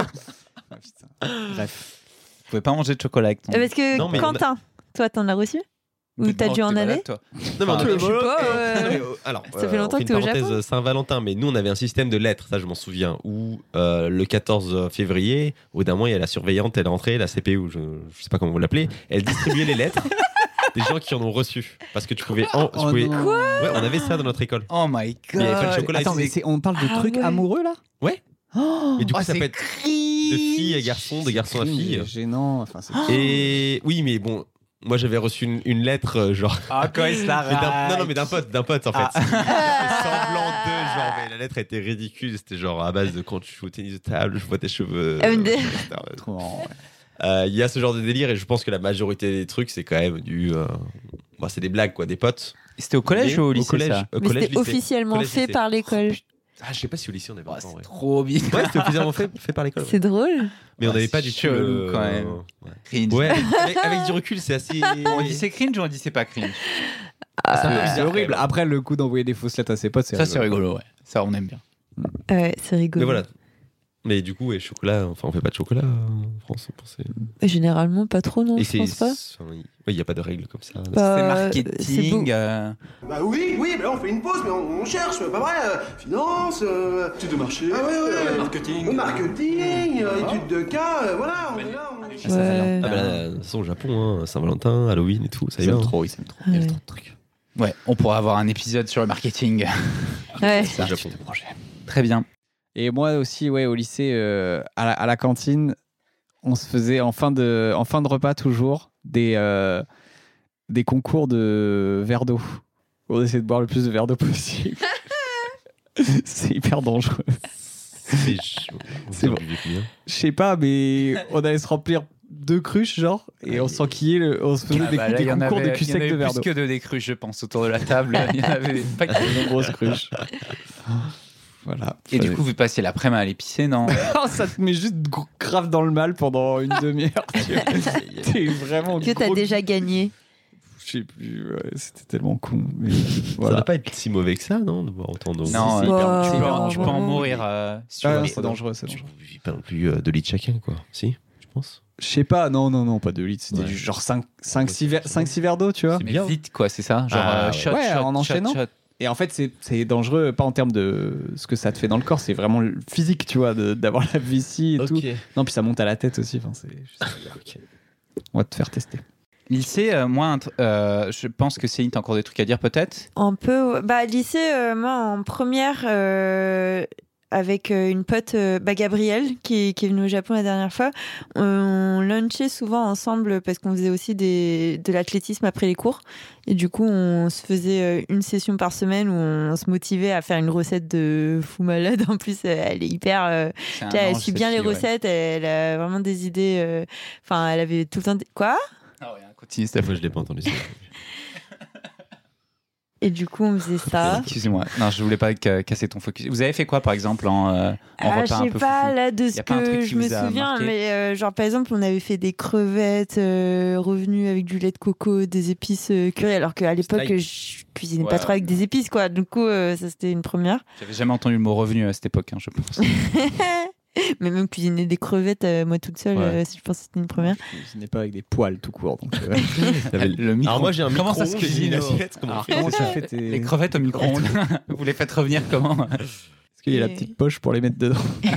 Speaker 2: Ah, putain. Bref.
Speaker 1: Vous pouvez pas manger de chocolat avec ton.
Speaker 4: Parce que
Speaker 3: Non, mais
Speaker 4: Quentin, toi, t'en as reçu? Ou t'as dû en aller?
Speaker 3: Non, mais on
Speaker 1: Enfin,
Speaker 3: avait-
Speaker 4: Je sais pas.
Speaker 3: Non, mais, alors,
Speaker 4: Ça fait longtemps
Speaker 3: on
Speaker 4: que t'es au
Speaker 3: une parenthèse
Speaker 4: Japon.
Speaker 3: Saint-Valentin, mais nous on avait un système de lettres, ça je m'en souviens, où le 14 février, au bout d'un mois, il y a la surveillante, elle est rentrée, la CPU, je sais pas comment vous l'appelez, elle distribuait les lettres des gens qui en ont reçu. Parce que tu pouvais.
Speaker 2: non.
Speaker 3: Ouais, on avait ça dans notre école.
Speaker 1: Oh my
Speaker 3: Mais il y avait pas de
Speaker 1: god.
Speaker 3: chocolat.
Speaker 2: Attends, mais on parle de
Speaker 4: Ah
Speaker 2: trucs
Speaker 4: ouais.
Speaker 2: amoureux là.
Speaker 3: Ouais.
Speaker 2: Oh,
Speaker 3: Et du coup,
Speaker 1: Oh,
Speaker 3: ça
Speaker 1: c'est
Speaker 3: peut être de filles à garçons, de garçons à filles.
Speaker 2: C'est gênant. Enfin, c'est...
Speaker 3: Et oui, mais bon, moi j'avais reçu une lettre, genre.
Speaker 1: Ah, quand il se la
Speaker 3: Mais non, mais d'un pote en fait.
Speaker 1: Ah.
Speaker 3: C'était semblant de genre, mais la lettre était ridicule. C'était genre à base de quand tu joues au tennis de table, je vois tes cheveux.
Speaker 2: Trop marrant, ouais.
Speaker 3: Il y a ce genre de délire et je pense que la majorité des trucs c'est quand même bon, c'est des blagues quoi, des potes.
Speaker 1: C'était au collège ou au lycée ça
Speaker 3: Au
Speaker 4: Mais
Speaker 3: collège,
Speaker 4: c'était
Speaker 3: lycée.
Speaker 4: officiellement
Speaker 3: Collège,
Speaker 4: fait
Speaker 3: lycée.
Speaker 4: par l'école.
Speaker 3: Ah, je sais pas si au lycée on avait
Speaker 1: Oh,
Speaker 3: pas
Speaker 1: c'est
Speaker 3: ouais.
Speaker 1: trop bien.
Speaker 3: Ouais, c'était officiellement fait par l'école.
Speaker 4: C'est drôle.
Speaker 3: Mais on
Speaker 1: Ah,
Speaker 3: n'avait pas
Speaker 1: c'est
Speaker 3: du tout
Speaker 1: chelou, quand même. Cringe.
Speaker 3: Ouais, avec du recul, c'est assez.
Speaker 1: On dit c'est cringe ou on dit c'est pas cringe?
Speaker 2: C'est horrible. Après, le coup d'envoyer des fausses lettres à ses potes, c'est
Speaker 1: Ça c'est rigolo, ouais. Ça on aime bien.
Speaker 4: Ouais, c'est rigolo.
Speaker 3: Mais voilà. Mais du coup, chocolat, enfin, on fait pas de chocolat en France.
Speaker 4: Généralement, pas trop, non,
Speaker 3: Et
Speaker 4: je pense pas.
Speaker 3: il n'y a pas de règles comme ça.
Speaker 4: Bah,
Speaker 1: c'est
Speaker 4: c'est beau.
Speaker 1: marketing.
Speaker 14: Bah oui, mais là on fait une pause, mais on cherche, pas vrai. Finance, études de marché, marketing, études de cas, voilà, on est là.
Speaker 4: Ouais.
Speaker 3: Ah bah là, de toute façon, au Japon, hein, Saint-Valentin, Halloween et tout, ça y va.
Speaker 2: trop, ils s'aiment trop.
Speaker 4: Ouais.
Speaker 2: Il y a trop de trucs.
Speaker 1: Ouais, on pourra avoir un épisode sur le marketing.
Speaker 4: Ouais.
Speaker 3: C'est au Japon.
Speaker 1: Très bien.
Speaker 2: Et moi aussi, ouais, au lycée, à la cantine, on se faisait en fin de repas toujours des concours de verre d'eau. On essayait de boire le plus de verre d'eau possible. C'est hyper dangereux.
Speaker 3: C'est bon.
Speaker 2: Je sais pas, mais on allait se remplir 2 cruches, genre, et on s'enquillait, on se faisait des concours de cul sec de verre d'eau.
Speaker 1: Il y en avait plus que 2 des cruches, je pense, autour de la table. Il y en avait pas que
Speaker 2: Une grosse cruche. Voilà.
Speaker 1: Et du coup, vous passiez l'après-midi à aller pisser, non?
Speaker 2: Ça te met juste grave dans le mal pendant une demi-heure. T'es vraiment
Speaker 4: Que t'as déjà gagné.
Speaker 2: Je sais plus, ouais, c'était tellement con. Mais
Speaker 3: Ça
Speaker 2: voilà.
Speaker 3: va pas être si mauvais que ça, non, de boire autant d'eau.
Speaker 1: Non,
Speaker 2: c'est
Speaker 1: tu peux
Speaker 2: hyper
Speaker 1: en
Speaker 2: dangereux.
Speaker 1: mourir. Si tu
Speaker 2: Ah,
Speaker 1: veux.
Speaker 2: c'est dangereux, c'est
Speaker 3: Tu
Speaker 2: dangereux.
Speaker 3: ne vis pas non plus 2 litres chacun, quoi. Si, je pense.
Speaker 2: Je sais pas, non, pas 2 litres. C'était
Speaker 3: Ouais.
Speaker 2: genre 5-6 verres d'eau, tu vois.
Speaker 3: C'est
Speaker 1: Mais
Speaker 3: bien.
Speaker 1: vite, quoi, c'est ça? Genre,
Speaker 3: Ah, ouais.
Speaker 1: shot,
Speaker 2: Ouais,
Speaker 1: shot,
Speaker 2: en
Speaker 1: shot,
Speaker 2: enchaînant.
Speaker 1: shot.
Speaker 2: Et en fait, c'est dangereux, pas en termes de ce que ça te fait dans le corps, c'est vraiment le physique, tu vois, d'avoir la vessie et tout. Non, puis ça monte à la tête aussi. Enfin, on va te faire tester.
Speaker 1: Lycée, moi, je pense que Céline, t'as encore des trucs à dire, peut-être?
Speaker 4: Un peu. Bah, lycée, moi, en première, avec une pote, Gabrielle, qui est venue au Japon la dernière fois, on lunchait souvent ensemble parce qu'on faisait aussi de l'athlétisme après les cours. Et du coup, on se faisait une session par semaine où on se motivait à faire une recette de fou malade. En plus, elle est hyper...
Speaker 1: C'est un
Speaker 4: elle
Speaker 1: ange,
Speaker 4: suit
Speaker 1: cette
Speaker 4: bien les
Speaker 1: fille, ouais.
Speaker 4: recettes, elle a vraiment des idées... Enfin, elle avait tout le temps... Quoi ?
Speaker 1: Ah ouais, continue,
Speaker 3: Cette fois, je l'ai pas entendu.
Speaker 4: Et du coup, on faisait ça.
Speaker 1: Excusez-moi, non, je voulais pas casser ton focus. Vous avez fait quoi, par exemple, en
Speaker 4: Ah,
Speaker 1: repas
Speaker 4: je
Speaker 1: un
Speaker 4: sais
Speaker 1: peu
Speaker 4: pas,
Speaker 1: foufou?
Speaker 4: là, de
Speaker 1: Y
Speaker 4: ce
Speaker 1: a pas un truc
Speaker 4: que
Speaker 1: qui
Speaker 4: je me
Speaker 1: vous a
Speaker 4: souviens,
Speaker 1: marqué
Speaker 4: mais genre, par exemple, on avait fait des crevettes revenues avec du lait de coco, des épices curry, alors qu'à l'époque,
Speaker 1: Steak.
Speaker 4: je cuisinais
Speaker 1: Ouais,
Speaker 4: pas trop avec des épices, quoi. Du coup, ça, c'était une première.
Speaker 1: J'avais jamais entendu le mot revenu à cette époque, hein, je pense.
Speaker 4: Mais même cuisiner des crevettes, moi toute seule,
Speaker 1: Ouais.
Speaker 4: je pense que c'était une première.
Speaker 2: Ce n'est pas avec des poils tout court. Donc,
Speaker 1: Le micro.
Speaker 3: Alors moi, j'ai un
Speaker 1: Comment
Speaker 3: micro.
Speaker 1: ça se cuisine
Speaker 2: Alors, comment tu fais
Speaker 1: Les crevettes au micro-ondes. Vous les faites revenir comment?
Speaker 2: Est-ce qu'il y a la petite poche pour les mettre dedans?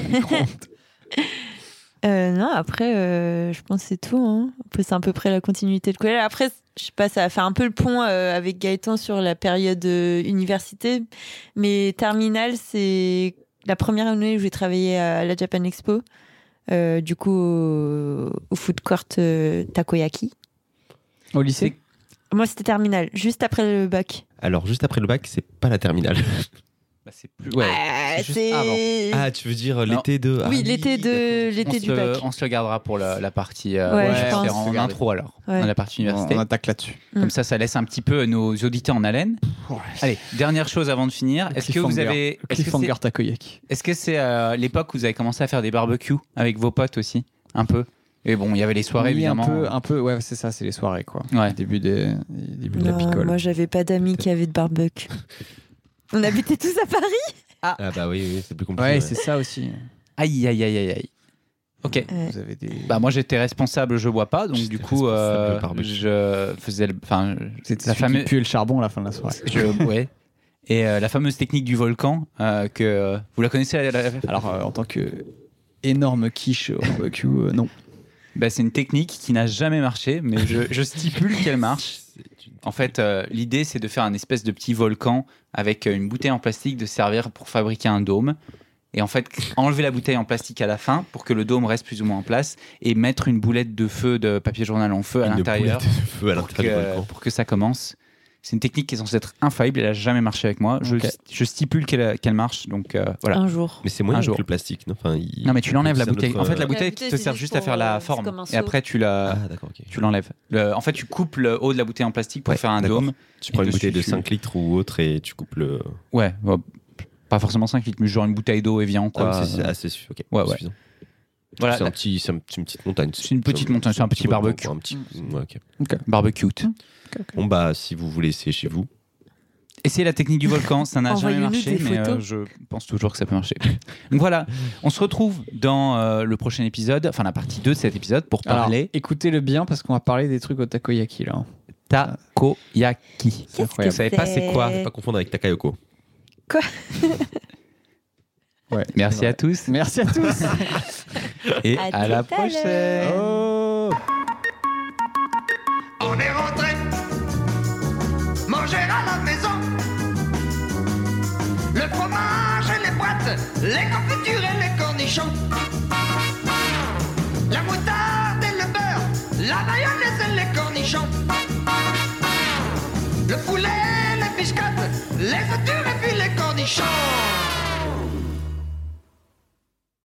Speaker 4: Non, après, je pense que c'est tout. Hein. Après, c'est à peu près la continuité de collège. Après, je sais pas, ça a fait un peu le pont avec Gaëtan sur la période université. Mais terminale, c'est la première année où j'ai travaillé à la Japan Expo. du coup au food court takoyaki.
Speaker 2: Au lycée?
Speaker 4: Moi, c'était terminale, juste après le bac.
Speaker 3: Alors, juste après le bac, c'est pas la terminale.
Speaker 1: Bah, c'est plus. Ouais, c'est juste avant.
Speaker 3: Ah, tu veux dire l'été de.
Speaker 4: Oui, l'été du bac.
Speaker 1: On se le gardera pour la partie.
Speaker 4: je pense.
Speaker 1: En intro alors.
Speaker 4: Ouais.
Speaker 1: Dans la partie université.
Speaker 2: On attaque là-dessus.
Speaker 1: Comme ça laisse un petit peu nos auditeurs en haleine. Allez, dernière chose avant de finir. Est-ce que vous avez.
Speaker 2: Cliffhanger takoyaki.
Speaker 1: Est-ce que c'est l'époque où vous avez commencé à faire des barbecues avec vos potes aussi? Un peu. Et bon, il y avait les soirées, évidemment.
Speaker 2: Un peu, ouais, c'est ça, c'est les soirées, quoi.
Speaker 1: Ouais.
Speaker 2: Début de la picole.
Speaker 4: Moi, j'avais pas d'amis qui avaient de barbecue. On habitait tous à Paris.
Speaker 3: Ah bah oui, c'est plus compliqué.
Speaker 2: Ouais, c'est ça aussi.
Speaker 1: Aïe. Ok.
Speaker 2: Vous avez des...
Speaker 1: Bah moi j'étais responsable, je bois pas, donc du coup je faisais,
Speaker 2: c'était la fameuse qui pue le charbon à la fin de la soirée.
Speaker 1: Ouais. Et la fameuse technique du volcan que vous la connaissez
Speaker 2: Alors en tant que énorme quiche au barbecue, non.
Speaker 1: Bah, c'est une technique qui n'a jamais marché, mais je stipule qu'elle marche. En fait, l'idée, c'est de faire un espèce de petit volcan avec une bouteille en plastique, de servir pour fabriquer un dôme. Et en fait, enlever la bouteille en plastique à la fin pour que le dôme reste plus ou moins en place et mettre une boulette de feu, de papier journal en feu à l'intérieur pour que ça commence. C'est une technique qui est censée être infaillible, elle n'a jamais marché avec moi. Okay. Je stipule qu'elle marche, donc voilà.
Speaker 4: Un jour.
Speaker 3: Mais c'est moyen avec le plastique, non?
Speaker 1: Non, mais tu l'enlèves la bouteille. En fait, la bouteille te sert juste à faire la forme. Et après, tu l'enlèves. En fait, tu coupes le haut de la bouteille en plastique pour faire un dôme.
Speaker 3: Tu prends une bouteille de 5 litres ou autre et tu coupes le...
Speaker 1: Ouais, pas forcément 5 litres, mais genre une bouteille d'eau Evian, quoi.
Speaker 3: C'est assez suffisant.
Speaker 1: Ouais.
Speaker 3: Voilà, c'est une petite montagne.
Speaker 1: C'est une petite montagne, c'est un petit barbecue. Barbecue.
Speaker 3: Bon bah, si vous voulez essayer chez vous.
Speaker 1: Essayez la technique du volcan, ça n'a jamais marché, mais je pense toujours que ça peut marcher. Donc voilà, on se retrouve dans le prochain épisode, enfin la partie 2 de cet épisode, pour parler...
Speaker 2: Alors, écoutez-le bien, parce qu'on va parler des trucs au takoyaki, là.
Speaker 1: Takoyaki.
Speaker 4: C'est incroyable.
Speaker 1: Vous savez pas c'est quoi?
Speaker 3: Pas confondre avec Takayoko.
Speaker 4: Quoi?
Speaker 1: Ouais, merci à tous.
Speaker 2: Merci à tous.
Speaker 1: Et à la prochaine.
Speaker 2: Oh.
Speaker 7: On est rentré manger à la maison. Le fromage et les boîtes, les confitures et les cornichons. La moutarde et le beurre, la mayonnaise et les cornichons. Le poulet, les biscottes, les œufs durs et puis les cornichons.